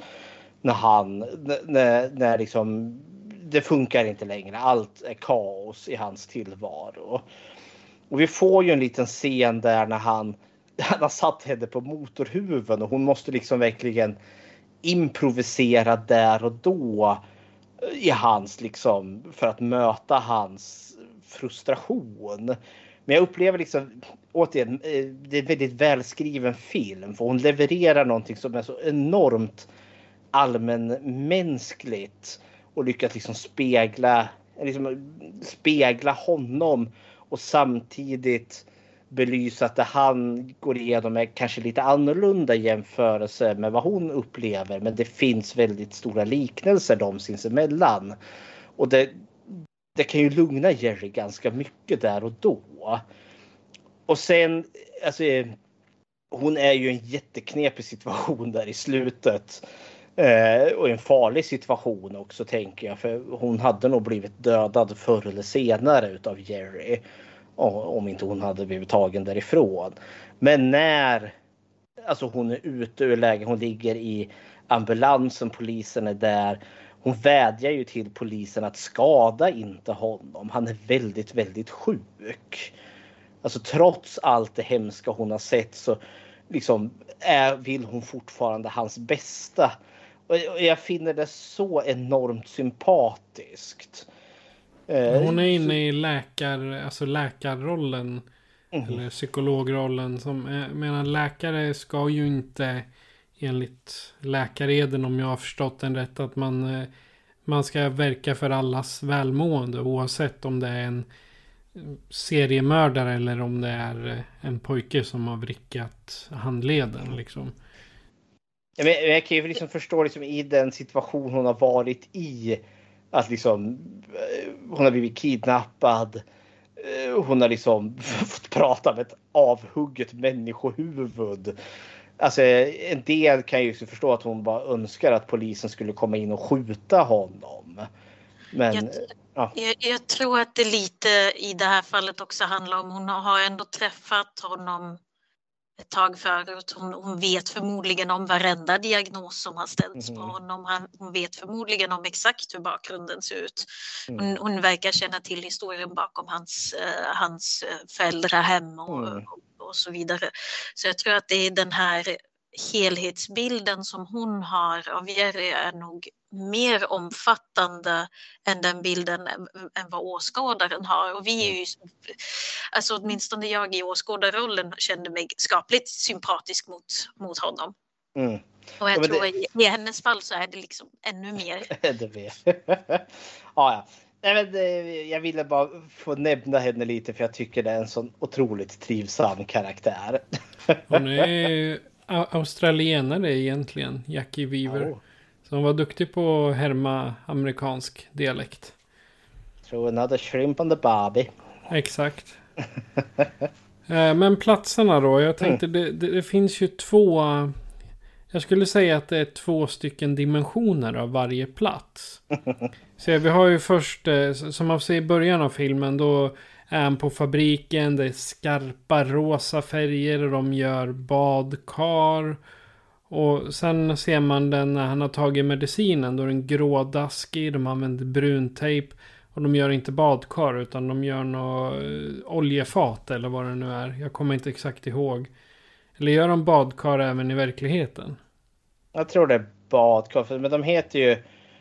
När liksom det funkar inte längre. Allt är kaos i hans tillvaro. Och vi får ju en liten scen där när han har satt henne på motorhuven och hon måste liksom verkligen improvisera där och då i hans liksom för att möta hans frustration. Men jag upplever liksom återigen det är en väldigt välskriven film, för hon levererar någonting som är så enormt allmänmänskligt och lyckas liksom spegla honom och samtidigt belysa att det han går igenom är kanske lite annorlunda i jämförelse med vad hon upplever, men det finns väldigt stora liknelser dem sinsemellan. Och det kan ju lugna Jerry ganska mycket där och då. Och sen, alltså, hon är ju en jätteknepig situation där i slutet. Och en farlig situation också, tänker jag. För hon hade nog blivit dödad förr eller senare utav Jerry. Om inte hon hade blivit tagen därifrån. Men när hon är ute ur läget, hon ligger i ambulansen, polisen är där. Hon vädjar ju till polisen att skada inte honom. Han är väldigt, väldigt sjuk. Alltså trots allt det hemska hon har sett så liksom vill hon fortfarande hans bästa. Och jag finner det så enormt sympatiskt. Hon är inne i läkarrollen eller psykologrollen. Läkare ska ju inte, enligt läkareden, om jag har förstått den rätt, att man ska verka för allas välmående oavsett om det är en seriemördare eller om det är en pojke som har vrickat handleden liksom. Jag kan ju liksom förstå liksom i den situation hon har varit i, att liksom hon har blivit kidnappad, hon har liksom fått prata med ett avhugget människohuvud. Alltså en del kan ju förstå att hon bara önskar att polisen skulle komma in och skjuta honom. Men jag tror att det lite i det här fallet också handlar om hon har ändå träffat honom ett tag förut. Hon vet förmodligen om varenda diagnos som har ställts på honom. Hon vet förmodligen om exakt hur bakgrunden ser ut. Hon verkar känna till historien bakom hans föräldrahem och så vidare. Så jag tror att det är den här helhetsbilden som hon har av Jerry är nog mer omfattande än den bilden än vad åskådaren har. Och vi är ju, alltså åtminstone jag i åskådarrollen kände mig skapligt sympatisk mot honom. Och jag tror i hennes fall så är det liksom ännu mer. Ja. Nej, men jag ville bara få nämna henne lite för jag tycker det är en sån otroligt trivsam karaktär. Hon är australienare egentligen, Jackie Weaver. Så hon var duktig på att härma amerikansk dialekt. Throw another shrimp on the barbie. Exakt. Men platserna då, jag tänkte det finns ju två. Jag skulle säga att det är 2 stycken dimensioner av varje plats. Så vi har ju först, som man ser i början av filmen, då är han på fabriken. Det är skarpa rosa färger och de gör badkar. Och sen ser man den när han har tagit medicinen. Då är den grådaskig, de använder bruntejp. Och de gör inte badkar utan de gör något oljefat eller vad det nu är. Jag kommer inte exakt ihåg. Eller gör de badkar även i verkligheten? Jag tror det är badkar. Men de heter ju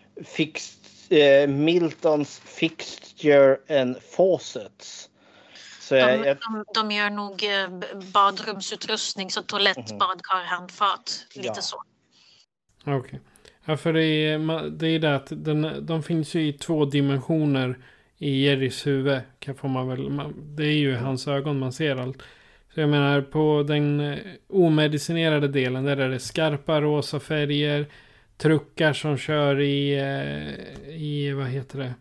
Miltons Fixture and Faucets. Så de gör nog badrumsutrustning, så toalett, badkar, handfat. Lite så. Okej. Ja, för det är det att de finns ju i 2 dimensioner i Jerrys huvud. Det är ju hans ögon man ser allt. Så jag menar på den omedicinerade delen där är det skarpa rosa färger. Truckar som kör i vad heter det?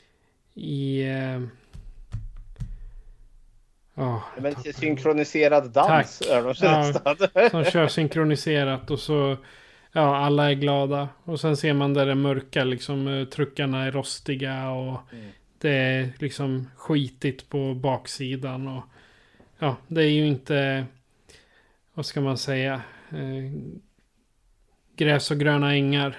Synkroniserad dans. Som kör synkroniserat och så alla är glada. Och sen ser man där det mörka liksom, truckarna är rostiga och det är liksom skitigt på baksidan och det är ju inte, vad ska man säga, gräs och gröna ängar.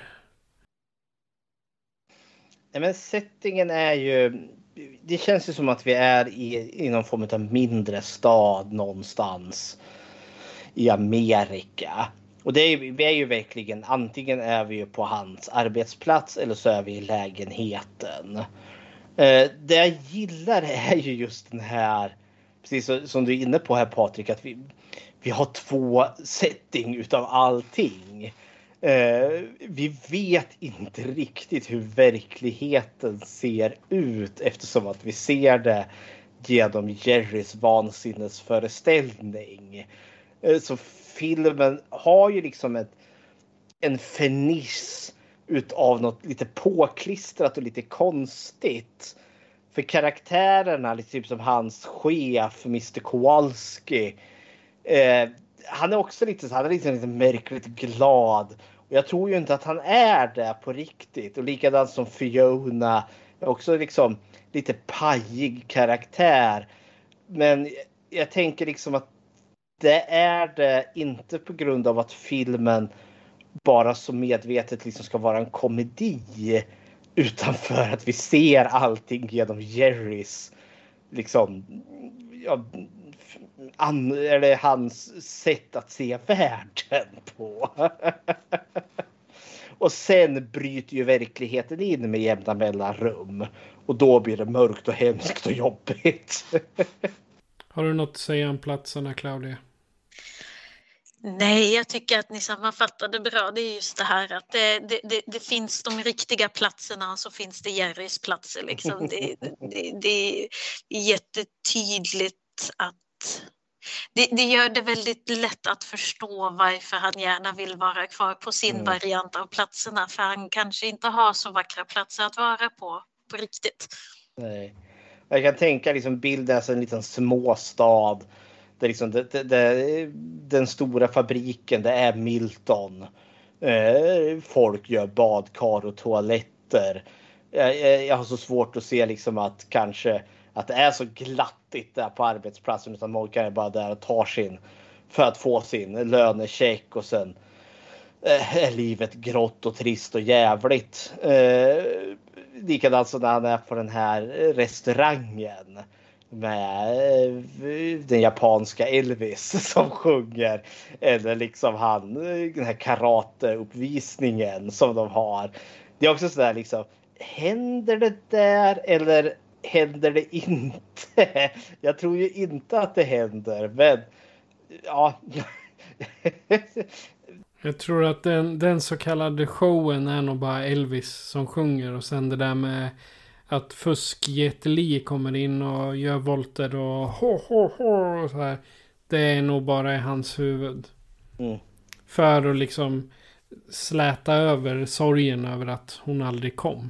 Nej, men settingen är ju, det känns ju som att vi är i någon form av mindre stad någonstans i Amerika. Och vi är ju verkligen, antingen är vi ju på hans arbetsplats eller så är vi i lägenheten. Det jag gillar är ju just den här, precis som du är inne på här Patrik, att vi har 2 setting utav allting. Vi vet inte riktigt hur verkligheten ser ut eftersom att vi ser det genom Jerrys vansinnesföreställning. Så filmen har ju liksom en finish utav något lite påklistrat och lite konstigt. För karaktärerna, lite typ som hans chef, Mr. Kowalski. Han är också lite så, han är lite märkligt glad. Och jag tror ju inte att han är det på riktigt. Och likadant som Fiona. Är också liksom lite pajig karaktär. Men jag tänker liksom att det är det inte på grund av att filmen bara så medvetet liksom ska vara en komedi. Utan för att vi ser allting genom Jerrys liksom eller hans sätt att se världen på. Och sen bryter ju verkligheten in med jämna mellanrum. Och då blir det mörkt och hemskt och jobbigt. Har du något att säga om platserna, Claudia? Nej, jag tycker att ni sammanfattade bra. Det är just det här att det finns de riktiga platserna och så finns det Jerrys platser. Liksom. Det är jättetydligt att det gör det väldigt lätt att förstå varför han gärna vill vara kvar på sin variant av platserna. För han kanske inte har så vackra platser att vara på riktigt. Nej. Jag kan tänka liksom bilden som en liten småstad Det liksom, den stora fabriken, det är Milton. Folk gör badkar och toaletter. Jag har så svårt att se liksom att kanske att det är så glattigt där på arbetsplatsen, utan folk är bara där och tar för att få sin lönecheck, och sen är livet grått och trist och jävligt. Likadant som när han är på den här restaurangen med den japanska Elvis som sjunger, eller liksom den här karateuppvisningen som de har. Det är också sådär liksom, händer det där eller händer det inte? Jag tror ju inte att det händer, men ja. Jag tror att den så kallade showen är nog bara Elvis som sjunger, och sen det där med att Fusk-Jet Li kommer in och gör volter och och så här. Det är nog bara i hans huvud. För att liksom släta över sorgen över att hon aldrig kom.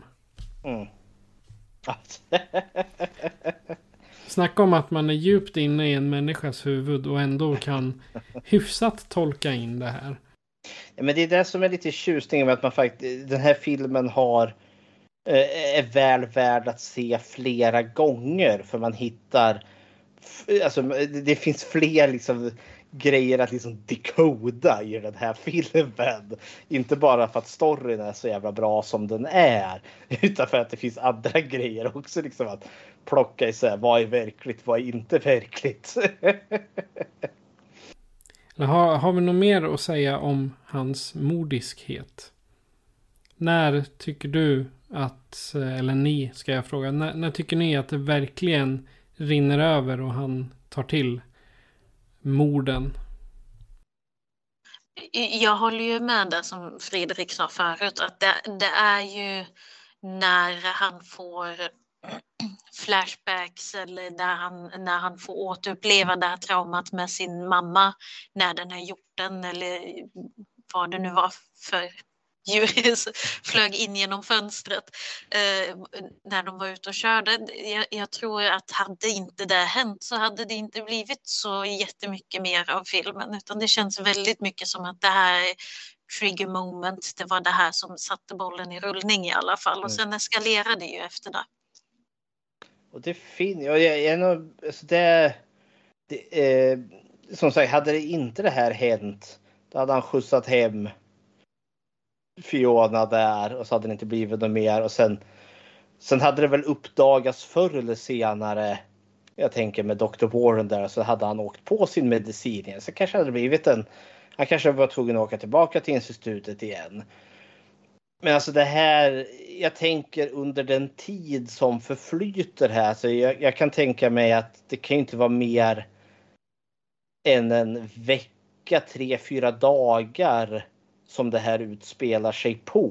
Snacka om att man är djupt inne i en människas huvud och ändå kan hyfsat tolka in det här. Ja, men det är det som är lite tjusning med att man faktiskt, den här filmen är väl värd att se flera gånger, för man hittar, alltså det finns fler liksom grejer att liksom dekoda i den här filmen. Inte bara för att storyn är så jävla bra som den är, utan för att det finns andra grejer också liksom att plocka isär. Vad är verkligt, vad är inte verkligt? Har vi något mer att säga om hans modiskhet? När tycker du att, eller ni ska jag fråga, när tycker ni att det verkligen rinner över och han tar till morden? Jag håller ju med det som Fredrik sa förut, att det är ju när han får flashbacks, eller när han får återuppleva det här traumat med sin mamma när den är hjorten eller vad det nu var för djur flög in genom fönstret när de var ute och körde. Jag tror att hade inte det hänt så hade det inte blivit så jättemycket mer av filmen, utan det känns väldigt mycket som att det här är trigger moment. Det var det här som satte bollen i rullning i alla fall, och sen eskalerade det ju efter det. Och det finns alltså som sagt, hade det inte det här hänt, då hade han skjutsat hem Fiona där, och så hade det inte blivit något mer, och sen hade det väl uppdagats förr eller senare, jag tänker med Dr. Warren där, så hade han åkt på sin medicin igen, så kanske hade det blivit han kanske var tvungen att åka tillbaka till institutet igen. Men alltså det här, jag tänker under den tid som förflyter här, så jag kan tänka mig att det kan inte vara mer än en vecka, 3-4 dagar som det här utspelar sig på.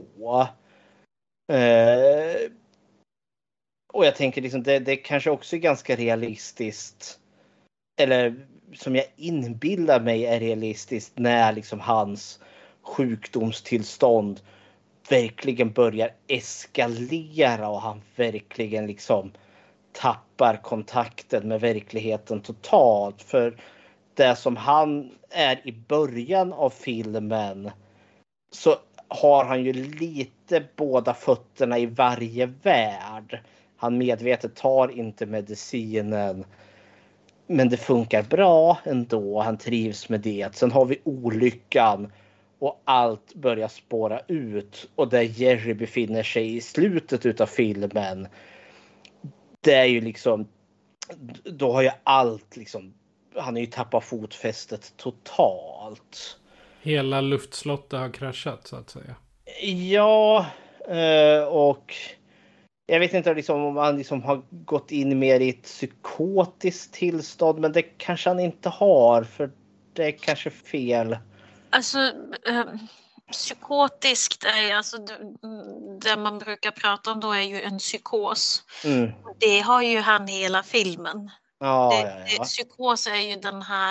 Och jag tänker liksom det kanske också är ganska realistiskt, eller som jag inbillar mig är realistiskt, när liksom hans sjukdomstillstånd verkligen börjar eskalera och han verkligen liksom tappar kontakten med verkligheten totalt. För det som han är i början av filmen, så har han ju lite båda fötterna i varje värld. Han medvetet tar inte medicinen, men det funkar bra ändå. Han trivs med det. Sen har vi olyckan och allt börjar spåra ut. Och där Jerry befinner sig i slutet utav filmen, det är ju liksom, då har ju allt liksom, han har ju tappat fotfästet totalt. Hela luftslottet har kraschat så att säga. Ja, och jag vet inte liksom, om han liksom har gått in mer i ett psykotiskt tillstånd, men det kanske han inte har, för det är kanske fel. Alltså psykotiskt är alltså det man brukar prata om då är ju en psykos. Det har ju han hela filmen. Ja. Psykos är ju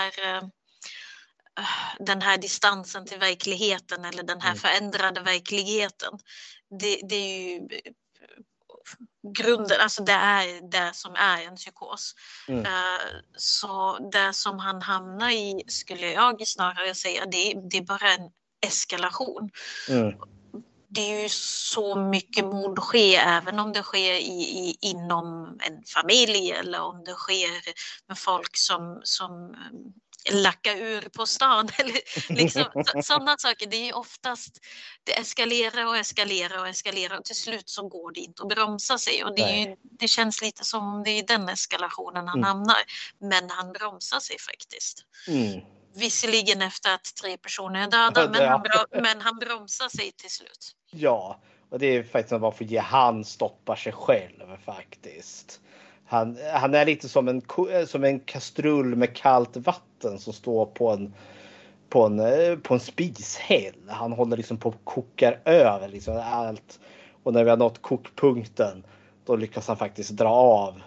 den här distansen till verkligheten, eller den här förändrade verkligheten. Det är ju grunden, alltså det är det som är en psykos. Så det som han hamnar i skulle jag snarare säga, det är bara en eskalation. Det är ju så mycket mord sker, även om det sker inom en familj eller om det sker med folk som lackar ur på stan eller liksom sådana saker. Det är ju oftast, det eskalerar och till slut så går det inte att bromsa sig, och det känns lite som om det är den eskalationen han hamnar, men han bromsar sig faktiskt. Visserligen efter att 3 personer är döda, men han bromsar sig till slut. Ja, och det är faktiskt varför han stoppar sig själv faktiskt. Han är lite som en kastrull med kallt vatten som står på en spishäll. Han håller liksom på att kokar över liksom allt. Och när vi har nått kokpunkten, då lyckas han faktiskt dra av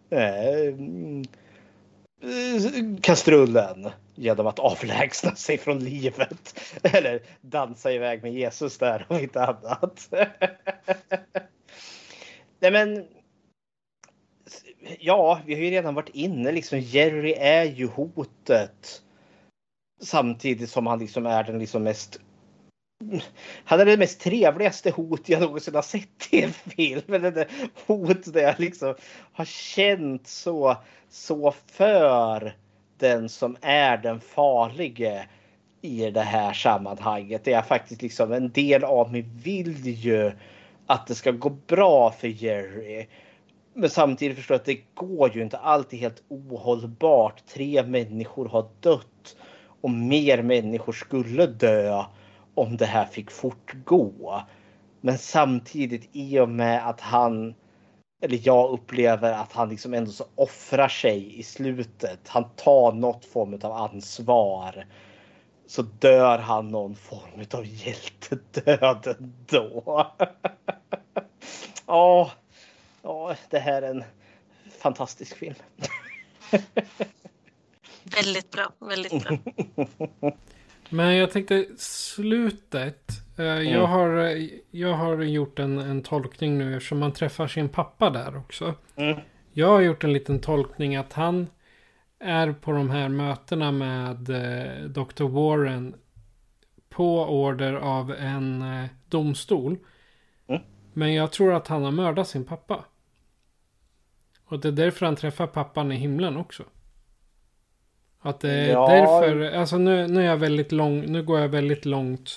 kastrullen genom att avlägsna sig från livet. Eller dansa iväg med Jesus där och inte annat. Nej men... Ja, vi har ju redan varit inne. Liksom, Jerry är ju hotet. Samtidigt som han liksom är den liksom mest... Han är det mest trevligaste hot jag någonsin har sett i en film. Det hot där jag liksom har känt så för den som är den farlige i det här sammanhanget. Det är faktiskt liksom en del av mig vill ju att det ska gå bra för Jerry. Men samtidigt förstår jag att det går ju inte alltid helt ohållbart. 3 människor har dött och mer människor skulle dö om det här fick fortgå. Men samtidigt i och med att jag upplever att han liksom ändå så offrar sig i slutet. Han tar något form av ansvar. Så dör han någon form av hjältedöd då. Ja, det här är en fantastisk film. Väldigt bra, väldigt bra. Men jag tänkte slutet. Jag har gjort en tolkning nu eftersom man träffar sin pappa där också. Jag har gjort en liten tolkning att han är på de här mötena med Dr. Warren på order av en domstol. Men jag tror att han har mördat sin pappa. Och det är därför han träffar pappan i himlen också. Att det är därför, alltså nu är jag väldigt lång, nu går jag väldigt långt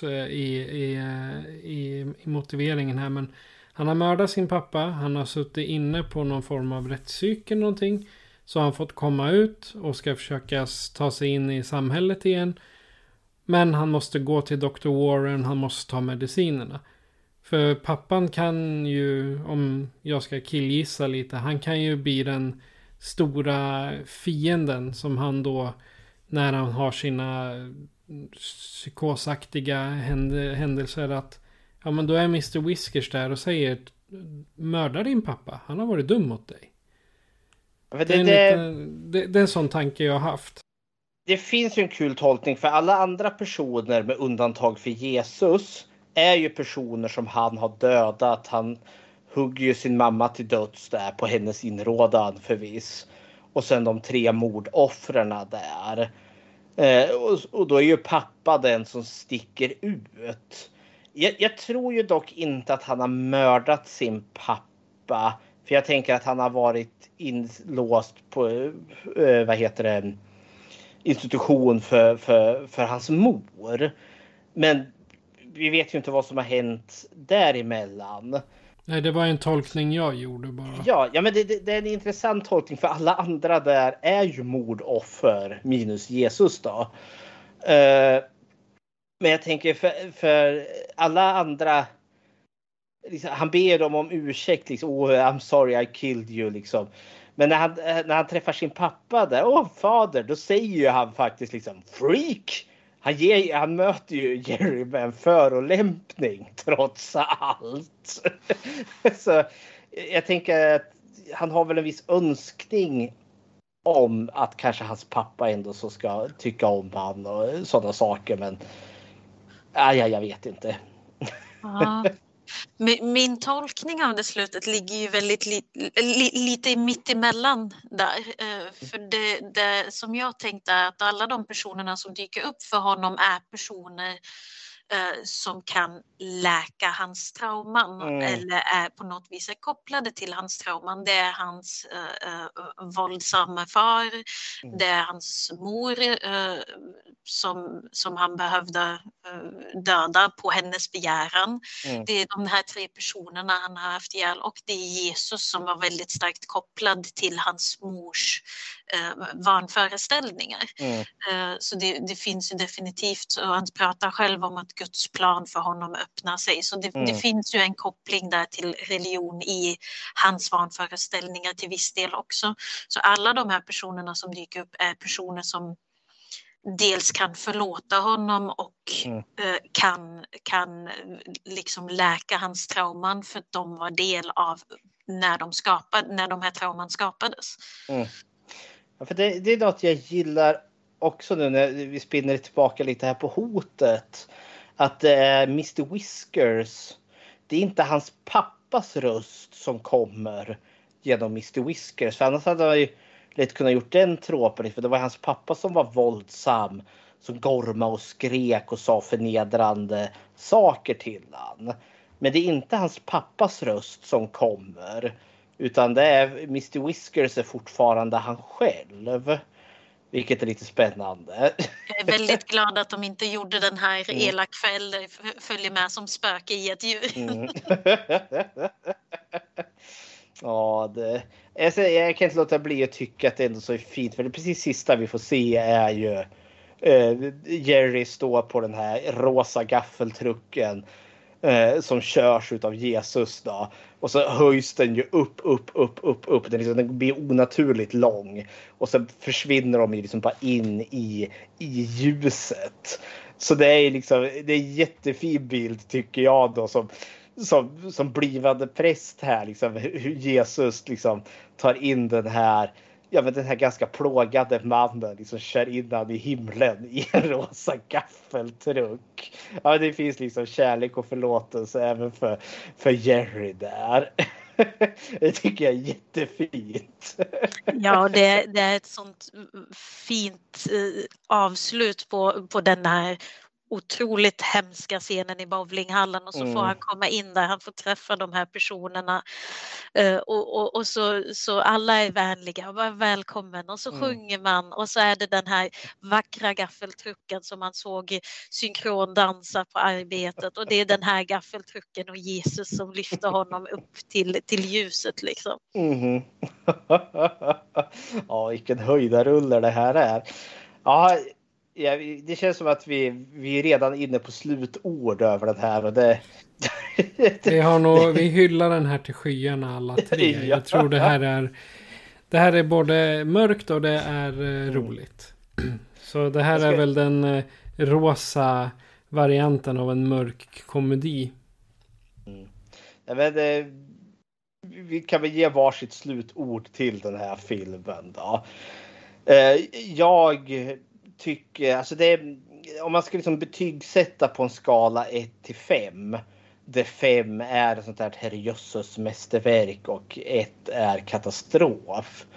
i motiveringen här, men han har mördat sin pappa, han har suttit inne på någon form av rättspsyk eller någonting, så han fått komma ut och ska försöka ta sig in i samhället igen, men han måste gå till Dr. Warren, han måste ta medicinerna. För pappan kan ju, om jag ska killgissa lite, han kan ju bli den stora fienden som han då, när han har sina psykosaktiga händelser, att ja, men då är Mr. Whiskers där och säger mörda din pappa, han har varit dum mot dig. Det är en sån tanke jag har haft. Det finns ju en kul tolkning, för alla andra personer med undantag för Jesus är ju personer som han har dödat. Han hugger ju sin mamma till döds där på hennes inrådan förvis. Och sen de 3 mordoffrarna där. Och då är ju pappa den som sticker ut. Jag tror ju dock inte att han har mördat sin pappa. För jag tänker att han har varit inlåst på institution för hans mor. Men vi vet ju inte vad som har hänt däremellan. Nej, det var en tolkning jag gjorde bara. Ja, men det är en intressant tolkning, för alla andra där är ju mordoffer minus Jesus då. Men jag tänker för alla andra, liksom, han ber dem om ursäkt liksom, I'm sorry I killed you liksom. Men när han träffar sin pappa där, fader, då säger ju han faktiskt liksom freak. Han möter ju Jerry med en förolämpning trots allt. Så jag tänker att han har väl en viss önskning om att kanske hans pappa ändå så ska tycka om han och sådana saker. Men jag vet inte. Ja. Min tolkning av det slutet ligger ju väldigt lite mitt emellan där. För det som jag tänkte är att alla de personerna som dyker upp för honom är personer som kan läka hans trauman eller är på något vis är kopplade till hans trauman. Det är hans våldsamma far, det är hans mor som han behövde döda på hennes begäran. Det är de här 3 personerna han har haft ihjäl, och det är Jesus som var väldigt starkt kopplad till hans mors vanföreställningar. Så det finns ju definitivt, och han pratar själv om att Guds plan för honom öppnar sig. Så det finns ju en koppling där till religion i hans vanföreställningar till viss del också. Så alla de här personerna som dyker upp är personer som dels kan förlåta honom och kan liksom läka hans trauman, för att de var del av när de här trauman skapades. Ja, för det är något jag gillar också nu när vi spinner tillbaka lite här på hotet. Att Mr. Whiskers, det är inte hans pappas röst som kommer genom Mr. Whiskers. För annars hade han ju lätt kunnat gjort den tråpen. För det var hans pappa som var våldsam, som gormade och skrek och sa förnedrande saker till han. Men det är inte hans pappas röst som kommer. Utan det är Mr. Whiskers är fortfarande han själv. Vilket är lite spännande. Jag är väldigt glad att de inte gjorde den här elakfäll följer med som spöke i ett djur. Ja, jag kan inte låta bli att tycka att det ändå så är fint. För det precis sista vi får se är ju Jerry står på den här rosa gaffeltrucken som körs av Jesus då. Och så höjs den ju upp. Den blir onaturligt lång. Och så försvinner de ju liksom bara in i ljuset. Så det är liksom, det är en jättefin bild tycker jag då som blivande präst här liksom, hur Jesus liksom tar in den här ganska plågade mannen liksom kör in han i himlen i en rosa gaffeltruck. Ja, det finns liksom kärlek och förlåtelse även för Jerry där. Det tycker jag är jättefint. Ja, det är ett sånt fint avslut på den här otroligt hemska scenen i bowlinghallen, och så får han komma in där, han får träffa de här personerna och så alla är vänliga och bara välkommen, och så sjunger man, och så är det den här vackra gaffeltrucken som man såg synkrondansa på arbetet, och det är den här gaffeltrucken och Jesus som lyfter honom upp till ljuset liksom. Ja, vilken höjdarulle det här är. Ja, det känns som att vi är redan inne på slutord över den här. Och vi hyllar den här till skyarna alla 3. Jag tror det här är både mörkt och det är roligt. Så det här är väl den rosa varianten av en mörk komedi. Vi kan väl ge varsitt slutord till den här filmen då. Jag tycker, alltså det är, om man ska liksom betygsätta på en skala 1-5, där 5 är ett sånt här herrejösses mästerverk och 1 är katastrof.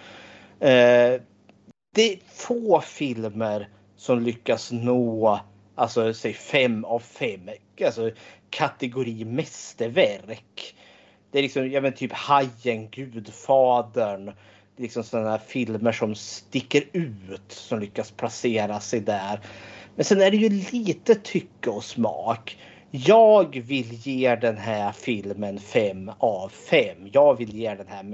Det är få filmer som lyckas nå, alltså säg 5 av 5, alltså kategori mästerverk. Det är liksom, typ Hajen, Gudfadern. Det är liksom sådana här filmer som sticker ut, som lyckas placera sig där. Men sen är det ju lite tycke och smak. Jag vill ge den här filmen 5 av 5. Jag vill ge den här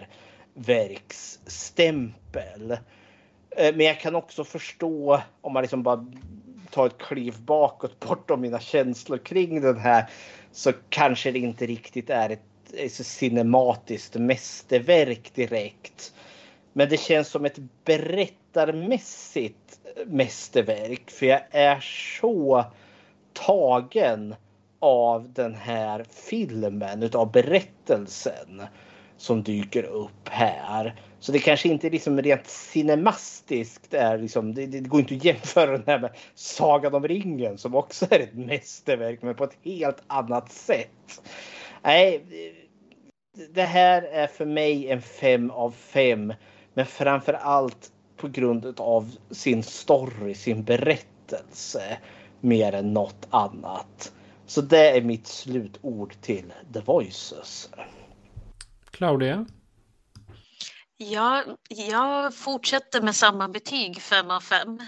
mästerverksstämpel. Men jag kan också förstå, om man liksom bara tar ett kliv bakåt bortom mina känslor kring den här, så kanske det inte riktigt är ett cinematiskt mästerverk direkt. Men det känns som ett berättarmässigt mästerverk. För jag är så tagen av den här filmen, utav berättelsen som dyker upp här. Så det kanske inte liksom rent cinemastiskt är liksom, det går inte att jämföra den här med Sagan om ringen som också är ett mästerverk, men på ett helt annat sätt. Nej, det här är för mig en 5 av 5. Men framför allt på grund av sin story, sin berättelse. Mer än något annat. Så det är mitt slutord till The Voices. Claudia? Ja, jag fortsätter med samma betyg, 5 av 5.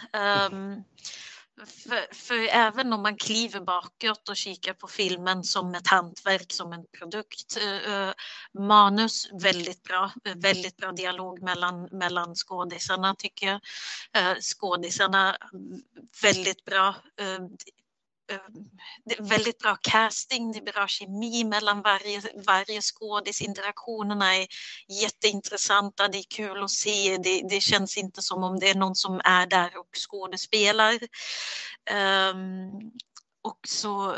För även om man kliver bakåt och kikar på filmen som ett hantverk, som en produkt. Manus väldigt bra dialog mellan skådisarna tycker jag. Skådisarna väldigt bra. Väldigt bra casting, det är bra kemi mellan varje skådis. Interaktionerna är jätteintressanta, det är kul att se. Det känns inte som om det är någon som är där och skådespelar. Också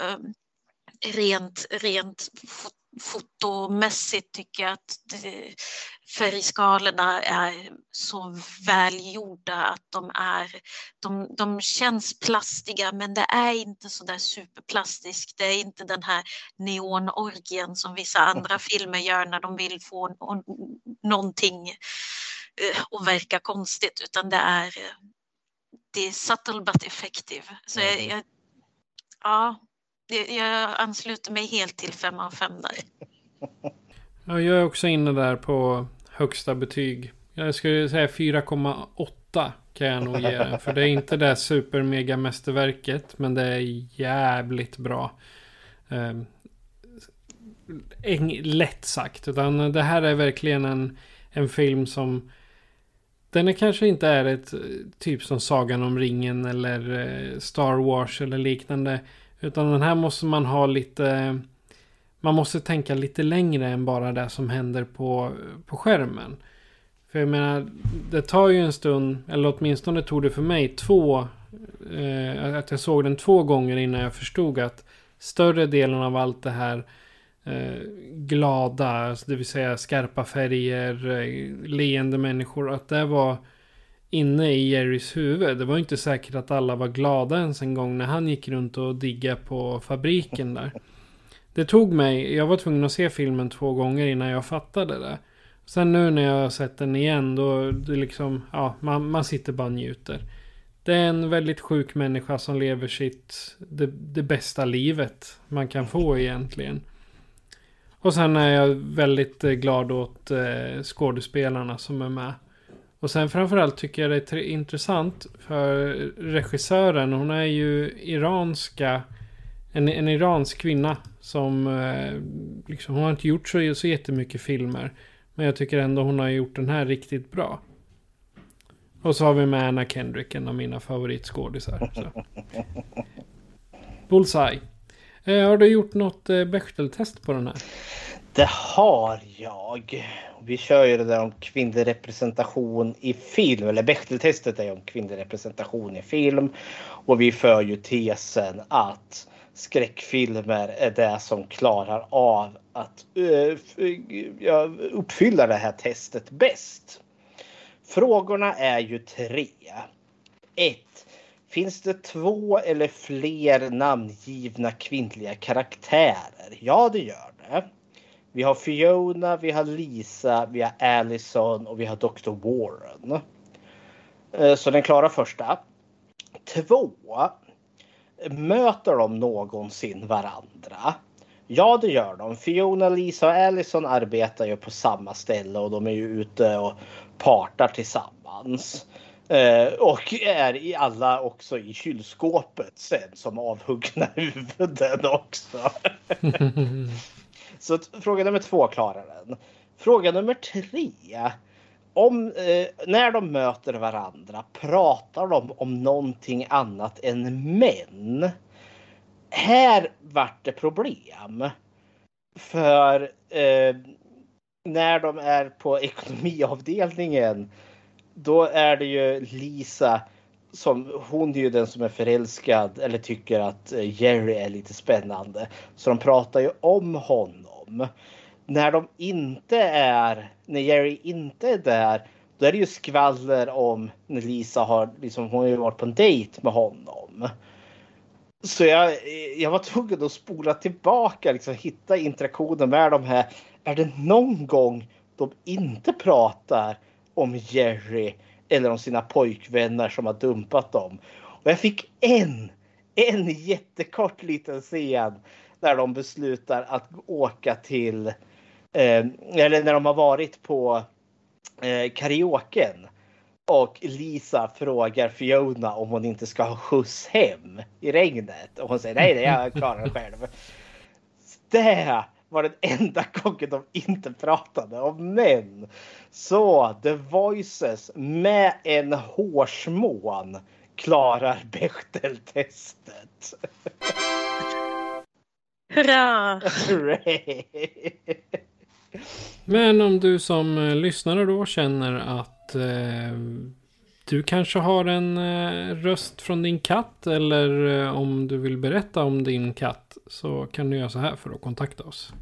rent fotomässigt tycker jag att färgskalorna är så välgjorda att de känns plastiga, men det är inte så där superplastiskt. Det är inte den här neonorgien som vissa andra filmer gör när de vill få någonting att verka konstigt, utan det är subtle but effective. Så jag ansluter mig helt till 5 av 5 där. Ja, jag är också inne där på högsta betyg. Jag skulle säga 4,8 kan jag nog ge den. För det är inte det super-mega mästerverket, men det är jävligt bra. Lätt sagt. Utan det här är verkligen en film som... Den är kanske inte är ett typ som Sagan om ringen eller Star Wars eller liknande. Utan den här måste man ha lite... Man måste tänka lite längre än bara det som händer på skärmen. För jag menar, det tar ju en stund, eller åtminstone tog det för mig att jag såg den 2 gånger innan jag förstod att större delen av allt det här glada, alltså det vill säga skarpa färger, leende människor, att det var inne i Jerrys huvud. Det var inte säkert att alla var glada ens en gång när han gick runt och digga på fabriken där. Det tog mig, jag var tvungen att se filmen 2 gånger innan jag fattade det. Sen nu när jag har sett den igen, då det liksom, ja, man sitter bara och njuter. Det är en väldigt sjuk människa som lever det bästa livet man kan få egentligen. Och sen är jag väldigt glad åt skådespelarna som är med. Och sen framförallt tycker jag det är intressant för regissören. Hon är ju en iransk kvinna som liksom, hon har inte gjort så jättemycket filmer. Men jag tycker ändå hon har gjort den här riktigt bra. Och så har vi med Anna Kendrick, en av mina favoritskådisar. Bullseye. Har du gjort något Bechdel-test på den här? Det har jag. Vi kör ju det där om kvinnlig representation i film. Eller Bechdel-testet är om kvinnlig representation i film. Och vi för ju tesen att skräckfilmer är det som klarar av att uppfylla det här testet bäst. Frågorna är ju 3. 1. Finns det 2 eller fler namngivna kvinnliga karaktärer? Ja, det gör det. Vi har Fiona, vi har Lisa, vi har Allison och vi har Dr. Warren. Så den klarar första. 2. Möter de någonsin varandra? Ja, det gör de. Fiona, Lisa och Allison arbetar ju på samma ställe och de är ju ute och partar tillsammans. Och är i alla också i kylskåpet sen som avhuggna huvuden också. Så fråga nummer 2 klarar den. Fråga nummer 3. När de möter varandra pratar de om någonting annat än män. Här vart det problem. För när de är på ekonomiavdelningen, då är det ju Lisa hon är ju den som är förälskad eller tycker att Jerry är lite spännande. Så de pratar ju om honom. När Jerry inte är där, då är det ju skvaller om när Lisa hon har ju varit på en dejt med honom. Så jag var tvungen att spola tillbaka, liksom hitta interaktionen med de här. Är det någon gång de inte pratar om Jerry eller om sina pojkvänner som har dumpat dem? Och jag fick en jättekort liten scen när de beslutar att åka till eller när de har varit på karaoken. Och Lisa frågar Fiona om hon inte ska ha skjuts hem i regnet. Och hon säger nej, jag klarar det själv. Det var den enda gången de inte pratade om män. Så The Voices med en hårsmån klarar Bechdel-testet. Hurra! Men om du som lyssnare då känner att du kanske har en röst från din katt, eller om du vill berätta om din katt, så kan du göra så här för att kontakta oss.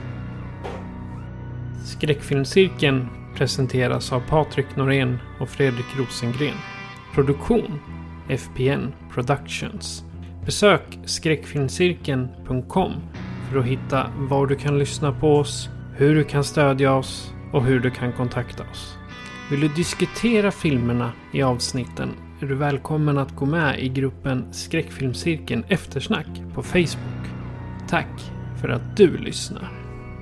Skräckfilmscirkeln presenteras av Patrik Norén och Fredrik Rosengren. Produktion FPN Productions. Besök skräckfilmscirkeln.com för att hitta var du kan lyssna på oss, hur du kan stödja oss och hur du kan kontakta oss. Vill du diskutera filmerna i avsnitten är du välkommen att gå med i gruppen Skräckfilmscirkeln Eftersnack på Facebook. Tack för att du lyssnar.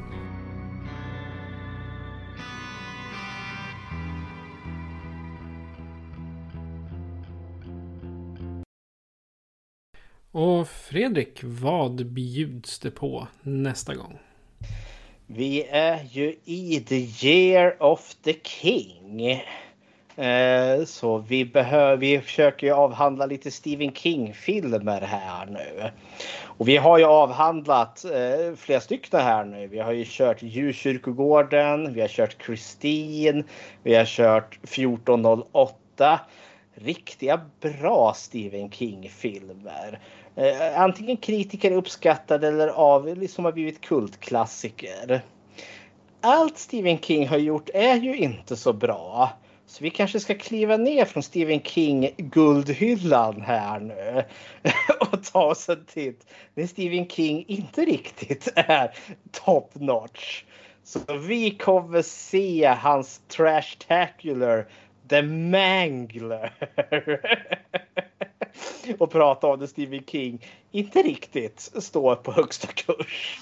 Och Fredrik, vad bjuds det på nästa gång? Vi är ju i The Year of the King. Så vi försöker ju avhandla lite Stephen King-filmer här nu. Och vi har ju avhandlat flera stycken här nu. Vi har ju kört Djurkyrkogården, vi har kört Christine, vi har kört 1408. Riktiga bra Stephen King-filmer. Antingen kritiker uppskattade eller av liksom har blivit kultklassiker. Allt Stephen King har gjort är ju inte så bra. Så vi kanske ska kliva ner från Stephen King-guldhyllan här nu. Och ta oss en titt. Men Stephen King inte riktigt är top notch. Så vi kommer se hans Trashtacular The Mangler. Och prata om det Stephen King inte riktigt står på högsta kurs.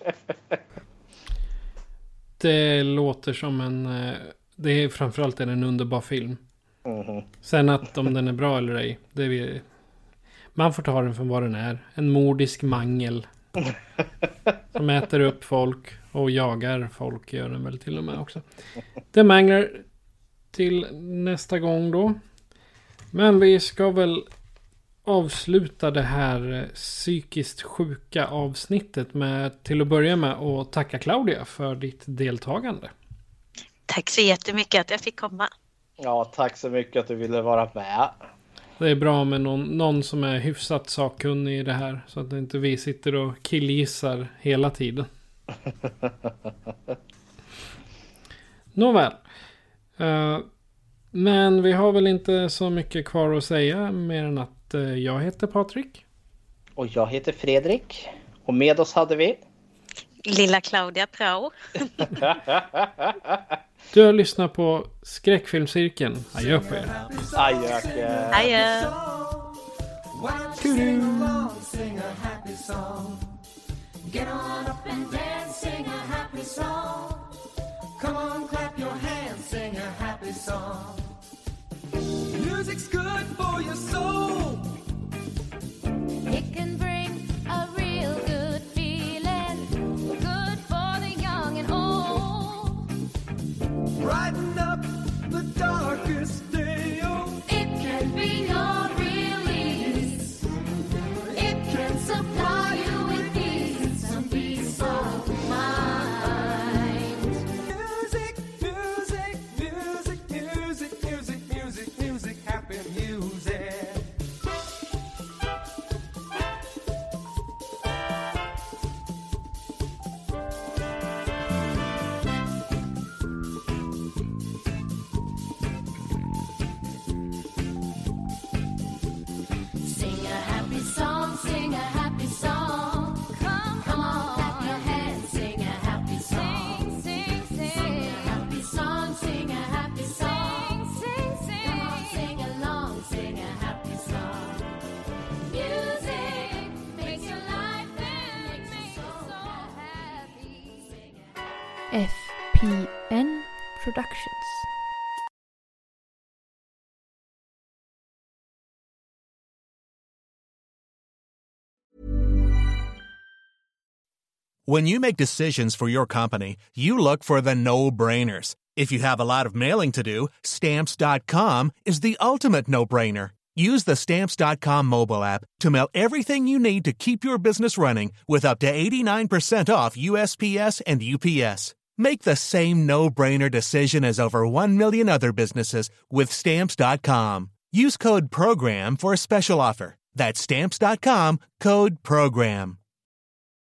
Det låter som det är framförallt en underbar film. Mm-hmm. Sen att om den är bra eller ej, man får ta den för vad den är. En mordisk mangel som äter upp folk och jagar folk, gör den väl till och med också. The Mangler till nästa gång då. Men vi ska väl avsluta det här psykiskt sjuka avsnittet med till att börja med att tacka Claudia för ditt deltagande. Tack så jättemycket att jag fick komma. Ja, tack så mycket att du ville vara med. Det är bra med någon som är hyfsat sakkunnig i det här, så att inte vi sitter och killgissar hela tiden. Nåväl. Men vi har väl inte så mycket kvar att säga mer än att jag heter Patrik. Och jag heter Fredrik. Och med oss hade vi lilla Claudia Prao. Du har lyssnat på Skräckfilmscirkeln. Adjö på er. Adjö. Adjö. Get on up and dance, sing a happy song. Come on, clap your hands, sing a happy song. Music's good for your soul. It can bring a real good feeling, good for the young and old. Brighten up the darkest day. Oh, it can be your release. It can supply you with peace, some peace of mind. music, music, music, music, music, music, music, happy music. FPN Productions. When you make decisions for your company, you look for the no-brainers. If you have a lot of mailing to do, Stamps.com is the ultimate no-brainer. Use the Stamps.com mobile app to mail everything you need to keep your business running with up to 89% off USPS and UPS. Make the same no-brainer decision as over 1 million other businesses with Stamps.com. Use code PROGRAM for a special offer. That's Stamps.com, code PROGRAM.